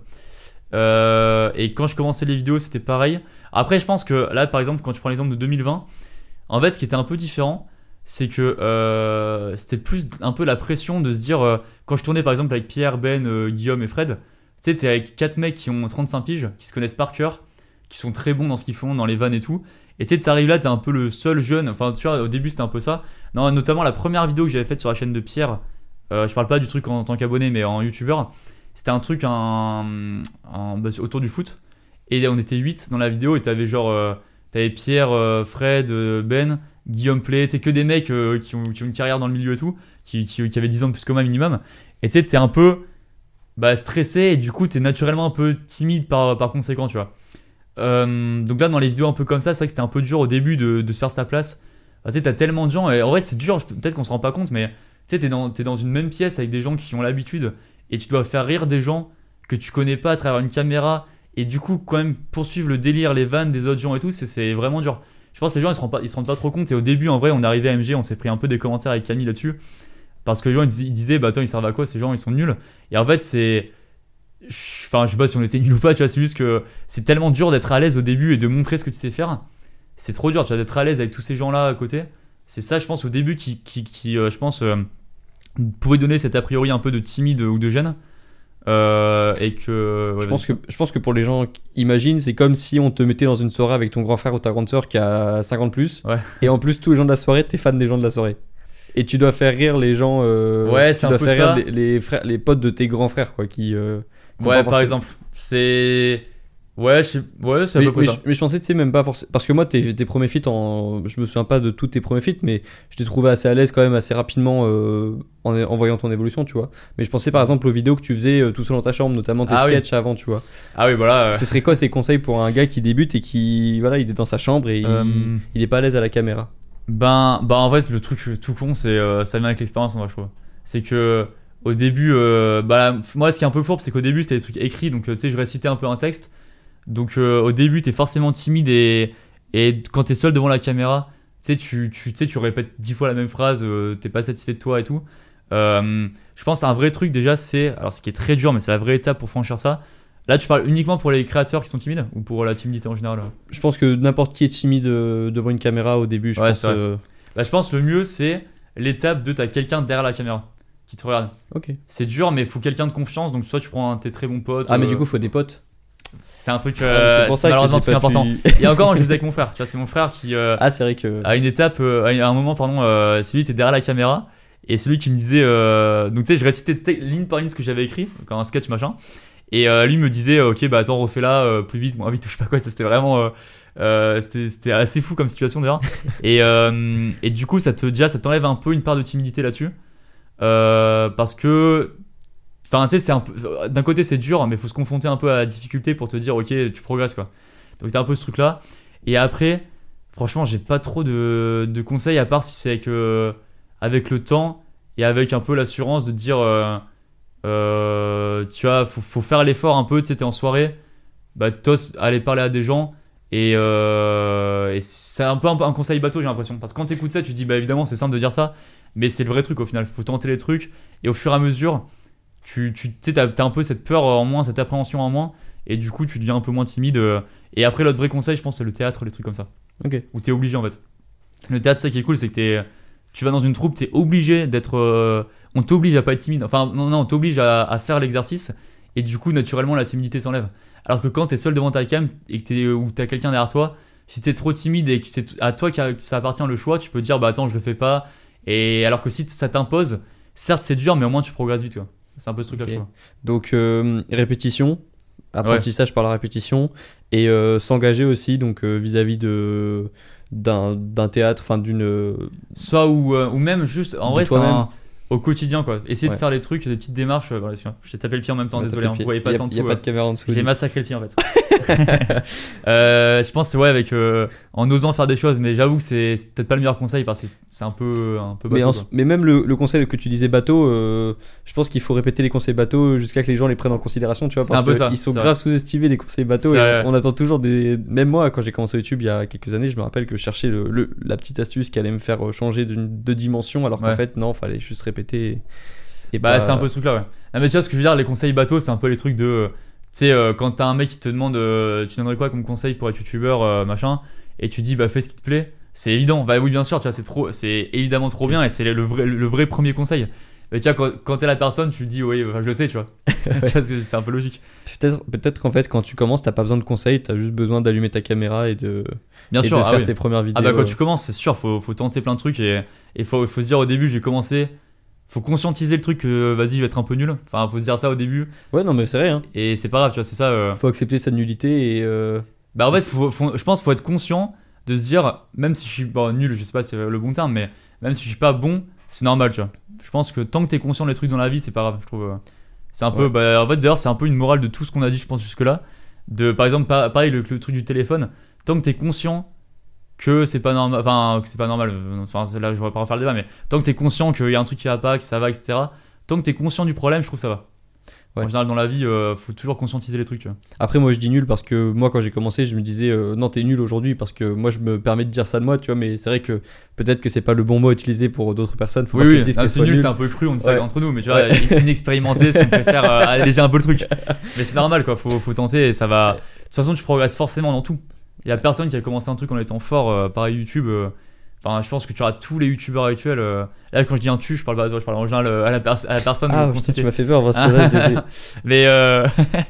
Euh, et quand je commençais les vidéos, c'était pareil. Après, je pense que là, par exemple, quand tu prends l'exemple de deux mille vingt, en fait, ce qui était un peu différent, c'est que euh, c'était plus un peu la pression de se dire, euh, quand je tournais par exemple avec Pierre, Ben, euh, Guillaume et Fred, tu sais, t'es avec quatre mecs qui ont trente-cinq piges, qui se connaissent par cœur, qui sont très bons dans ce qu'ils font, dans les vannes et tout. Et tu sais, t'arrives là, t'es un peu le seul jeune. Enfin, tu vois, au début, c'était un peu ça. Non, notamment la première vidéo que j'avais faite sur la chaîne de Pierre, euh, je parle pas du truc en, tant qu'abonné, mais en youtubeur. C'était un truc un, un- bah, autour du foot. Et on était huit dans la vidéo et t'avais genre. euh, t'avais Pierre, euh, Fred, euh, Ben, Guillaume Play, tu sais, que des mecs euh, qui, ont, qui ont une carrière dans le milieu et tout, qui, qui, qui avaient dix ans de plus que moi minimum. Et tu sais, t'es un peu bah, stressé et du coup, t'es naturellement un peu timide par, par conséquent, tu vois. Euh, donc là, dans les vidéos un peu comme ça, c'est vrai que c'était un peu dur au début de, de se faire sa place. Bah, tu sais, t'as tellement de gens, et en vrai, c'est dur, peut-être qu'on se rend pas compte, mais tu sais, t'es dans, t'es dans une même pièce avec des gens qui ont l'habitude, et tu dois faire rire des gens que tu connais pas à travers une caméra, et du coup, quand même, poursuivre le délire, les vannes des autres gens et tout, c'est, c'est vraiment dur. Je pense que les gens, ils se, rendent pas, ils se rendent pas trop compte, et au début, en vrai, on est arrivé à M G, on s'est pris un peu des commentaires avec Camille là-dessus, parce que les gens, ils, dis- ils disaient, bah attends, ils servent à quoi, ces gens, ils sont nuls. Et en fait, c'est. Enfin, je sais pas si on était nuls ou pas, tu vois, c'est juste que c'est tellement dur d'être à l'aise au début et de montrer ce que tu sais faire. C'est trop dur, tu vois, d'être à l'aise avec tous ces gens-là à côté. C'est ça, je pense, au début qui, qui, qui euh, je pense, euh, pouvait donner cet a priori un peu de timide ou de gêne. Euh, et que. ouais, Je pense vas-y. que, je pense que pour les gens qui imaginent, c'est comme si on te mettait dans une soirée avec ton grand frère ou ta grande sœur qui a cinquante plus. Ouais. Et en plus, tous les gens de la soirée, t'es fan des gens de la soirée. Et tu dois faire rire les gens. euh, Ouais, tu c'est un dois peu faire ça. rire les, les frères, les potes de tes grands frères, quoi, qui. euh, qui ont Ouais, pas par forcément- exemple. C'est. Ouais, je sais- ouais, c'est à Mais, peu près mais ça. je, mais je pensais, tu sais, même pas forcément. Parce que moi, tes, tes premiers feats, en... je me souviens pas de tous tes premiers feats, mais je t'ai trouvé assez à l'aise quand même assez rapidement euh, en, en voyant ton évolution, tu vois. Mais je pensais par exemple aux vidéos que tu faisais euh, tout seul dans ta chambre, notamment tes Ah oui. sketchs avant, tu vois. Ah oui, voilà. euh, Ce serait quoi tes conseils pour un gars qui débute et qui, voilà, il est dans sa chambre et il, euh, il est pas à l'aise à la caméra? Ben, ben en fait, le truc tout con, c'est euh, ça vient avec l'expérience, en vrai, je trouve. C'est que au début, euh, bah, moi, ce qui est un peu fourbe, c'est qu'au début, c'était des trucs écrits, donc euh, tu sais, je récitais un peu un texte. Donc euh, au début, t'es forcément timide et, et quand t'es seul devant la caméra, tu sais, tu, tu, tu sais, tu répètes dix fois la même phrase, euh, t'es pas satisfait de toi et tout. Euh, je pense à un vrai truc déjà, c'est, alors ce qui est très dur, mais c'est la vraie étape pour franchir ça. Là, tu parles uniquement pour les créateurs qui sont timides ou pour la timidité en général? Je pense que n'importe qui est timide euh, devant une caméra au début, je Ouais, pense. c'est vrai. euh, Bah, je pense que le mieux, c'est l'étape de t'as quelqu'un derrière la caméra qui te regarde. Ok. C'est dur, mais il faut quelqu'un de confiance. Donc, soit tu prends un, tes très bons potes. Ah, mais euh, du coup, faut des potes. c'est un truc. Ah, euh, c'est pour c'est ça que malheureusement un j'ai truc pas important. pu- Et encore, je faisais avec mon frère. Tu vois, c'est mon frère qui, euh, Ah, c'est vrai que. à une étape, euh, à un moment, pardon, euh, celui qui était derrière la caméra. Et celui qui me disait. euh, donc, tu sais, je récitais te- ligne par ligne ce que j'avais écrit, comme un sketch machin. Et euh, lui me disait, euh, ok, bah attends, refais-la euh, plus vite, moins vite, ou je sais pas quoi. Ça, c'était vraiment. euh, euh, c'était, c'était assez fou comme situation d'ailleurs. et, euh, et du coup, ça te, déjà, ça t'enlève un peu une part de timidité là-dessus. Euh, parce que Enfin, tu sais, c'est un peu. D'un côté, c'est dur, mais il faut se confronter un peu à la difficulté pour te dire, ok, tu progresses, quoi. Donc, c'est un peu ce truc-là. Et après, franchement, j'ai pas trop de, de conseils, à part si c'est avec, euh, avec le temps et avec un peu l'assurance de dire, euh, euh, tu vois, faut, faut faire l'effort un peu, tu sais, t'es en soirée, bah, t'oses aller parler à des gens. Et, euh, et c'est un peu un, un conseil bateau, j'ai l'impression. Parce que quand t'écoutes ça, tu te dis, bah évidemment, c'est simple de dire ça, mais c'est le vrai truc au final. Faut tenter les trucs, et au fur et à mesure, tu tu sais, t'as, t'as un peu cette peur en moins, cette appréhension en moins, et du coup, tu deviens un peu moins timide. euh. Et après, l'autre vrai conseil, je pense, c'est le théâtre, les trucs comme ça. Ok. Où t'es obligé en fait. Le théâtre, ça qui est cool, c'est que t'es, tu vas dans une troupe, t'es obligé d'être. euh, on t'oblige à pas être timide. Enfin, non, non, on t'oblige à, à faire l'exercice, et du coup, naturellement, la timidité s'enlève. Alors que quand t'es seul devant ta cam et que t'es, ou t'as quelqu'un derrière toi, si t'es trop timide et que c'est à toi que ça appartient le choix, tu peux te dire bah attends, je le fais pas. Et alors que si ça t'impose, certes c'est dur, mais au moins tu progresses vite, quoi. C'est un peu ce truc-là, Ok. je trouve. Donc, euh, répétition, apprentissage par la répétition, et euh, s'engager aussi donc, euh, vis-à-vis de, d'un, d'un théâtre, enfin d'une. Soit ou, euh, ou même juste, en De vrai, c'est toi-même. un- au quotidien, quoi. Essayer Ouais. de faire des trucs, des petites démarches. euh, voilà, excuse-moi, je t'ai tapé le pied en même temps, Ouais, désolé, t'as hein, fait vous voyez le pas pied. ça en Il dessous. n'y a, y a euh. pas de caméra en dessous. J'ai massacré le pied en fait. Euh, je pense que c'est ouais, avec, euh, en osant faire des choses, mais j'avoue que c'est, c'est peut-être pas le meilleur conseil parce que c'est un peu, un peu Mais, bateau, en- quoi. mais même le, le conseil que tu disais bateau, euh, je pense qu'il faut répéter les conseils bateau jusqu'à que les gens les prennent en considération, tu vois, C'est parce un peu ça, qu'ils sont c'est grave sous-estimés les conseils bateau. C'est Et vrai. on attend toujours des. Même moi, quand j'ai commencé YouTube il y a quelques années, je me rappelle que je cherchais le, le- la petite astuce qui allait me faire changer d'une- de dimension, alors qu'en Ouais. fait, non, fallait juste répéter. Et, et Bah, pas- c'est un peu ce truc-là, ouais. Non, mais tu vois ce que je veux dire, les conseils bateau, c'est un peu les trucs de. euh, Tu sais, euh, quand t'as un mec qui te demande euh, tu donnerais quoi comme conseil pour être youtubeur, euh, machin, et tu dis bah fais ce qui te plaît, c'est évident. Bah oui, bien sûr, tu vois, c'est trop, c'est évidemment trop bien et c'est le vrai, le vrai premier conseil. Mais tu vois, quand, quand t'es la personne, tu te dis oui, enfin, je le sais, tu vois. Tu vois, c'est, c'est un peu logique. Peut-être, peut-être qu'en fait, quand tu commences, t'as pas besoin de conseils, t'as juste besoin d'allumer ta caméra et de, Bien et sûr, de ah faire oui. tes premières vidéos. Ah bah quand tu commences, c'est sûr, faut, faut tenter plein de trucs et il faut, faut se dire au début, j'ai commencé, faut conscientiser le truc que vas-y, je vais être un peu nul. Enfin, faut se dire ça au début Ouais, non, mais c'est vrai, hein. et c'est pas grave, tu vois, c'est ça. euh. Faut accepter sa nullité et. euh, Bah en fait, faut, faut- je pense qu'il faut être conscient de se dire, même si je suis bon, nul, je sais pas si c'est le bon terme, mais même si je suis pas bon, c'est normal, tu vois. Je pense que tant que t'es conscient des trucs dans la vie, c'est pas grave, je trouve. euh. C'est un peu, Ouais. bah, en fait, d'ailleurs, c'est un peu une morale de tout ce qu'on a dit, je pense, jusque-là. De, par exemple, pa- pareil, le, le truc du téléphone, tant que t'es conscient que c'est pas normal, enfin, que c'est pas normal, euh, enfin, là, je vais pas refaire le débat, mais tant que t'es conscient qu'il y a un truc qui va pas, que ça va, et cetera, tant que t'es conscient du problème, je trouve que ça va. Ouais. En général, dans la vie, euh, faut toujours conscientiser les trucs, tu vois. Après, moi je dis nul parce que moi quand j'ai commencé, je me disais euh, non, t'es nul aujourd'hui parce que moi je me permets de dire ça de moi, tu vois, mais c'est vrai que peut-être que c'est pas le bon mot à utiliser pour d'autres personnes. Faut Oui, pas qu'ils oui, se disent ah, qu'elles c'est soient nul, nulles. c'est un peu cru, on dit ça Ouais. entre nous, mais tu vois, Ouais. inexpérimenté, si on préfère euh, alléger un peu le truc. Mais c'est normal, quoi, faut, faut tenter et ça va. De toute façon, tu progresses forcément dans tout. Il y a personne qui a commencé un truc en étant fort, euh, pareil YouTube. euh, Enfin, je pense que tu auras tous les youtubeurs actuels. euh, Là, quand je dis un tu, je parle pas à toi, je parle en général euh, à la, pers- à la personne. Ah, qu'on putain, citait. tu m'as fait peur, parce que là, je l'ai- Mais euh...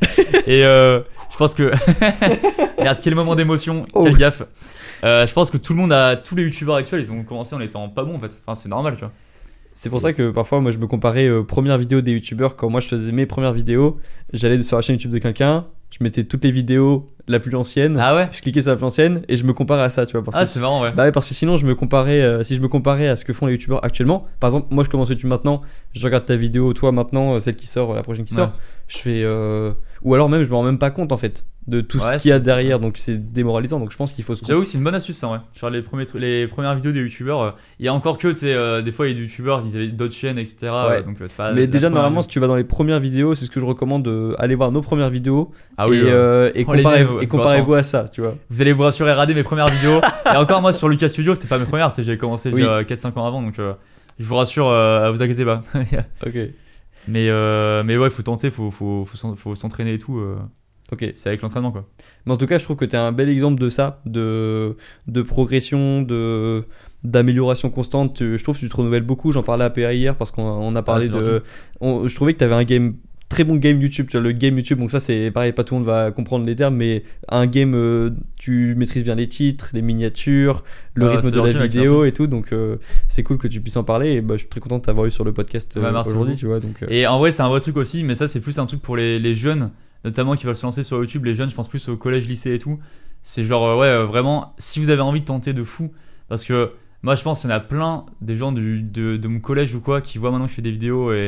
et euh, je pense que regarde quel moment d'émotion, Oh. quelle gaffe. Euh, je pense que tout le monde a tous les youtubeurs actuels, ils ont commencé en étant pas bons en fait. Enfin, c'est normal, tu vois. C'est pour ça que parfois, moi je me comparais aux premières vidéos des youtubeurs. Quand moi je faisais mes premières vidéos, j'allais sur la chaîne YouTube de quelqu'un, je mettais toutes les vidéos la plus ancienne, Ah ouais. je cliquais sur la plus ancienne et je me comparais à ça, tu vois. Parce Ah, que c'est marrant, ouais. Bah ouais, parce que sinon, je me comparais, euh, si je me comparais à ce que font les youtubeurs actuellement, par exemple, moi je commence YouTube maintenant, je regarde ta vidéo, toi maintenant, euh, celle qui sort, la prochaine qui Ouais. sort, je fais. euh, Ou alors même, je me rends même pas compte en fait de tout Ouais, ce qu'il y a c'est- derrière, donc c'est démoralisant, donc je pense qu'il faut se. J'avoue que c'est une bonne astuce ça, ouais. Sur les, premiers tru- les premières vidéos des youtubeurs, euh, il y a encore que, tu sais, euh, des fois il y a des youtubeurs, ils avaient d'autres chaînes, et cetera. Ouais. euh, donc euh, c'est pas Mais la déjà, première normalement, si vidéo. tu vas dans les premières vidéos, c'est ce que je recommande, euh, aller voir nos premières vidéos Ah oui, et, ouais. euh, et Oh, les comparez- miennes, ouais, et comparez-vous à ça, tu vois. Vous allez vous rassurer, regardez mes premières vidéos. Et encore, moi sur Lucas Studio, c'était pas mes premières, tu sais, j'avais commencé Oui. déjà quatre cinq ans avant, donc euh, je vous rassure, euh, vous inquiétez pas. Ok, mais, euh, mais ouais, faut tenter, faut, faut, faut, s'en- faut s'entraîner et tout. euh, ok. c'est avec l'entraînement, quoi. Mais en tout cas, je trouve que tu es un bel exemple de ça, de, de progression, de d'amélioration constante. Tu- Je trouve que tu te renouvelles beaucoup. J'en parlais à P A hier parce qu'on on a parlé Ah, c'est de. gentil. on- je trouvais que tu avais un game. Très bon game YouTube, tu vois, le game YouTube, donc ça c'est pareil, pas tout le monde va comprendre les termes, mais un game, euh, tu maîtrises bien les titres, les miniatures, le Ah, rythme c'est de la gentil, mec, vidéo et tout, donc euh, c'est cool que tu puisses en parler, et bah, je suis très content de t'avoir eu sur le podcast euh, Ouais, merci aujourd'hui, beaucoup. tu vois, donc... euh, Et en vrai, c'est un vrai truc aussi, mais ça, c'est plus un truc pour les, les jeunes, notamment qui veulent se lancer sur YouTube. Les jeunes, je pense plus au collège, lycée et tout. C'est genre, euh, ouais, euh, vraiment, si vous avez envie de tenter de fou, parce que moi, je pense qu'il y en a plein des gens du, de, de mon collège ou quoi qui voient maintenant que je fais des vidéos et,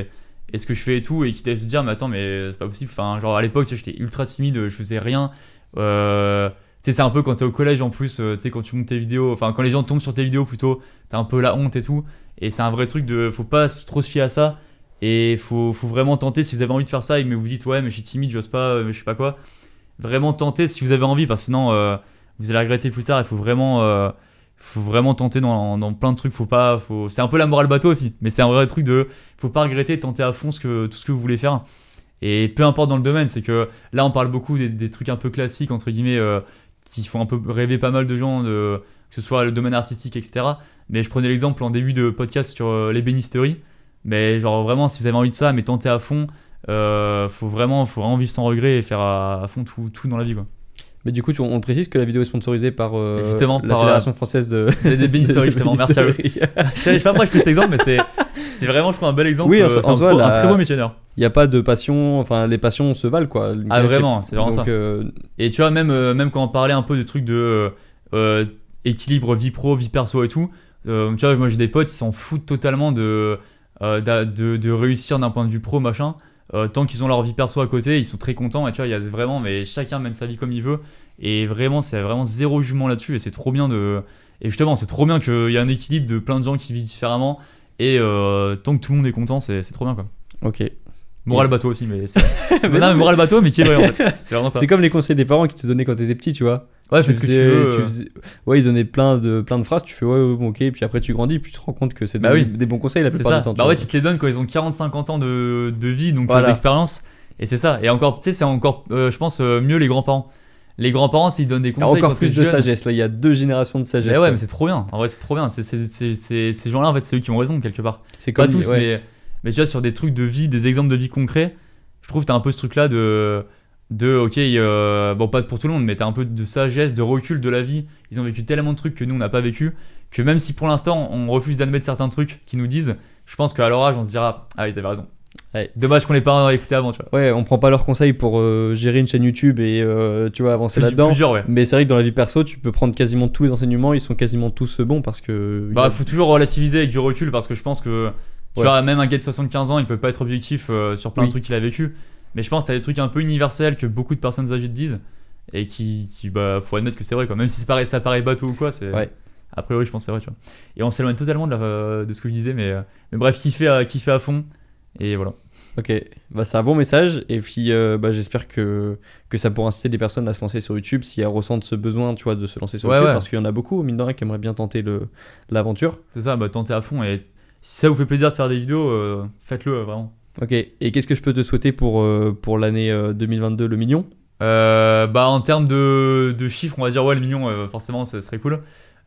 et ce que je fais et tout, et qui t'aient se dire mais attends mais c'est pas possible, enfin genre à l'époque tu sais, j'étais ultra timide, je faisais rien, euh, tu sais c'est un peu quand t'es au collège en plus, euh, tu sais quand tu montes tes vidéos, enfin quand les gens tombent sur tes vidéos plutôt, t'as un peu la honte et tout, et c'est un vrai truc de faut pas trop se fier à ça, et faut, faut vraiment tenter si vous avez envie de faire ça, et mais vous dites ouais mais je suis timide, j'ose pas, euh, je sais pas quoi, vraiment tenter si vous avez envie, parce que sinon euh, vous allez regretter plus tard, il faut vraiment... Euh, faut vraiment tenter dans, dans plein de trucs, faut pas, faut... c'est un peu la morale bateau aussi, mais c'est un vrai truc de faut pas regretter, tenter à fond ce que, tout ce que vous voulez faire, et peu importe dans le domaine, c'est que là on parle beaucoup des, des trucs un peu classiques entre guillemets euh, qui font un peu rêver pas mal de gens, de, que ce soit le domaine artistique etc, mais je prenais l'exemple en début de podcast sur euh, l'ébénisterie, mais genre vraiment si vous avez envie de ça, mais tentez à fond, euh, faut vraiment faut vraiment vivre sans regret et faire à, à fond tout, tout dans la vie quoi. Mais du coup, tu, on le précise que la vidéo est sponsorisée par euh, justement, la par, Fédération française de l'ébénisterie, justement. Merci à eux. Je sais pas pourquoi je fais cet exemple, mais c'est, c'est vraiment, je crois, un bel exemple. Oui, euh, en, c'est en un, soi, trop, la... un très beau missionnaire. Il n'y a pas de passion, enfin, les passions se valent, quoi. Ah, vraiment, c'est vraiment Donc, ça. Euh... Et tu vois, même, euh, même quand on parlait un peu de trucs de euh, équilibre vie pro, vie perso et tout, euh, tu vois, moi j'ai des potes, ils s'en foutent totalement de, euh, de, de, de réussir d'un point de vue pro, machin. Euh, tant qu'ils ont leur vie perso à côté, ils sont très contents, et tu vois, il y a vraiment, mais chacun mène sa vie comme il veut. Et vraiment, c'est vraiment zéro jugement là-dessus, et c'est trop bien de. Et justement, c'est trop bien qu'il y ait un équilibre de plein de gens qui vivent différemment, et euh, tant que tout le monde est content, c'est, c'est trop bien quoi. Ok. Moral et... bateau aussi, mais c'est. mais non, mais moral bateau, mais qui est vrai en fait. C'est vraiment ça. C'est comme les conseils des parents qui te donnaient quand t'étais petit, tu vois. Ouais, fais ce que tu veux. Tu faisais... Ouais, ils donnaient plein de, plein de phrases, tu fais ouais, ouais, ok, puis après tu grandis, puis tu te rends compte que c'est bah des, oui. des bons conseils la plupart c'est ça. du temps. Bah ouais, ils te les donnent quand ils ont quarante cinquante ans de, de vie, donc voilà. d'expérience. Et c'est ça. Et encore, tu sais, c'est encore, euh, je pense, euh, mieux les grands-parents. Les grands-parents, s'ils donnent des conseils. Encore quand plus de jeune, sagesse, là, il y a deux générations de sagesse. Mais ouais, quoi. mais c'est trop bien. En vrai, c'est trop bien. C'est, c'est, c'est, c'est, ces gens-là, en fait, c'est eux qui ont raison, quelque part. C'est pas comme, tous, ouais. mais, mais tu vois, sur des trucs de vie, des exemples de vie concrets, je trouve que t'as un peu ce truc-là de. de ok, euh, bon, pas pour tout le monde, mais t'as un peu de sagesse, de recul de la vie. Ils ont vécu tellement de trucs que nous, on n'a pas vécu, que même si pour l'instant, on refuse d'admettre certains trucs qu'ils nous disent, je pense qu'à leur âge, on se dira, ah, ils avaient raison. Ouais. Dommage qu'on les parents aient écouté avant, tu vois. Ouais, on prend pas leurs conseils pour euh, gérer une chaîne YouTube et euh, tu vois avancer c'est plus, là-dedans. Plus dur, ouais. Mais c'est vrai que dans la vie perso, tu peux prendre quasiment tous les enseignements, ils sont quasiment tous bons parce que. Bah, a... faut toujours relativiser avec du recul parce que je pense que tu ouais. vois, même un gars de soixante-quinze ans, il peut pas être objectif euh, sur plein oui. de trucs qu'il a vécu. Mais je pense que t'as des trucs un peu universels que beaucoup de personnes âgées te disent et qui, qui bah, faut admettre que c'est vrai quoi. Même si ça paraît, ça paraît bateau ou quoi, c'est. Ouais. A priori, je pense que c'est vrai, tu vois. Et on s'éloigne totalement de, la, de ce que je disais, mais, mais bref, kiffer à, kiffer à fond. Et voilà. Ok, bah, c'est un bon message. Et puis, euh, bah, j'espère que, que ça pourra inciter des personnes à se lancer sur YouTube si elles ressentent ce besoin, tu vois, de se lancer sur ouais, YouTube. Ouais. Parce qu'il y en a beaucoup, mine de rien, qui aimeraient bien tenter le, l'aventure. C'est ça, bah, tentez à fond. Et si ça vous fait plaisir de faire des vidéos, euh, faites-le, euh, vraiment. Ok, et qu'est-ce que je peux te souhaiter pour, euh, pour l'année euh, deux mille vingt-deux, le million ? euh, Bah, en termes de, de chiffres, on va dire, ouais, le million, euh, forcément, ça serait cool.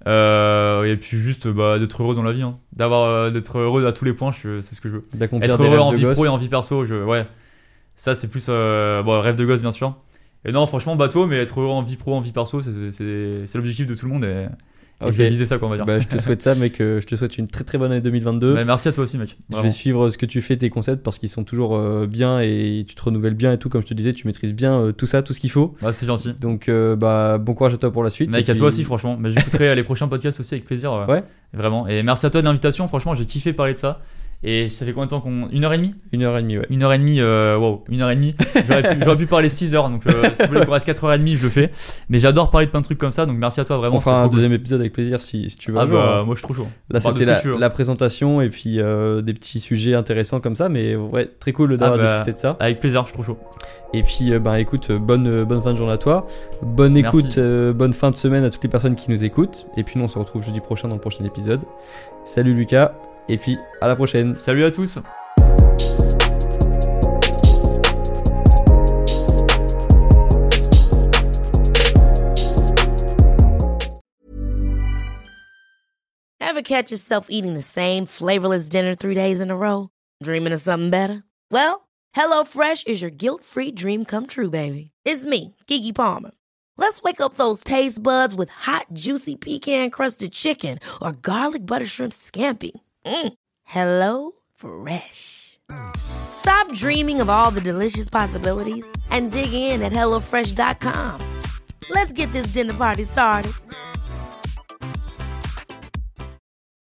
Euh, et puis juste bah, d'être heureux dans la vie, hein. D'avoir, euh, d'être heureux à tous les points, je, c'est ce que je veux. D'accomplir être des heureux rêves en de vie gosse. pro et en vie perso, je, ouais. Ça, c'est plus euh, bon, rêve de gosse, bien sûr. Et non, franchement, bateau, mais être heureux en vie pro, en vie perso, c'est, c'est, c'est l'objectif de tout le monde. Et, et Ok. je vais viser ça, quoi, on va dire. Bah, je te souhaite ça, mec. euh, Je te souhaite une très très bonne année deux mille vingt-deux. Bah, merci à toi aussi, mec. Je Vraiment. vais suivre ce que tu fais, tes concepts, parce qu'ils sont toujours euh, bien et tu te renouvelles bien et tout. Comme je te disais, tu maîtrises bien euh, tout ça, tout ce qu'il faut. Bah, c'est gentil. Donc, euh, bah, bon courage à toi pour la suite. Mec, et à puis- toi aussi, franchement. Bah, j'écouterai les prochains podcasts aussi avec plaisir. euh, Ouais. Vraiment. Et merci à toi de l'invitation. Franchement, j'ai kiffé parler de ça. Et ça fait combien de temps qu'on. Une heure et demie Une heure et demie, ouais. Une heure et demie, euh, wow, une heure et demie. J'aurais pu, j'aurais pu parler six heures, donc euh, si vous voulez qu'on reste quatre heures trente, je le fais. Mais j'adore parler de plein de trucs comme ça, donc merci à toi vraiment. On fera c'était un trop cool. deuxième épisode avec plaisir si, si tu veux. Ah un jour, bah, hein. moi je suis trop chaud. Là, On parle de c'était ce que la, tu veux. la présentation et puis euh, des petits sujets intéressants comme ça, mais ouais, très cool d'avoir Ah bah, discuté de ça. Avec plaisir, je suis trop chaud. Et puis, euh, bah écoute, euh, bonne, euh, bonne fin de journée à toi. Bonne Merci. écoute, euh, bonne fin de semaine à toutes les personnes qui nous écoutent. Et puis, nous, on se retrouve jeudi prochain dans le prochain épisode. Salut Lucas, et puis à la prochaine. Salut à tous. Ever catch yourself eating the same flavorless dinner three days in a row? Dreaming of something better? Well, HelloFresh is your guilt-free dream come true, baby. It's me, Keke Palmer. Let's wake up those taste buds with hot, juicy pecan-crusted chicken or garlic butter shrimp scampi. Mm. Hello Fresh. Stop dreaming of all the delicious possibilities and dig in at hello fresh dot com. Let's get this dinner party started.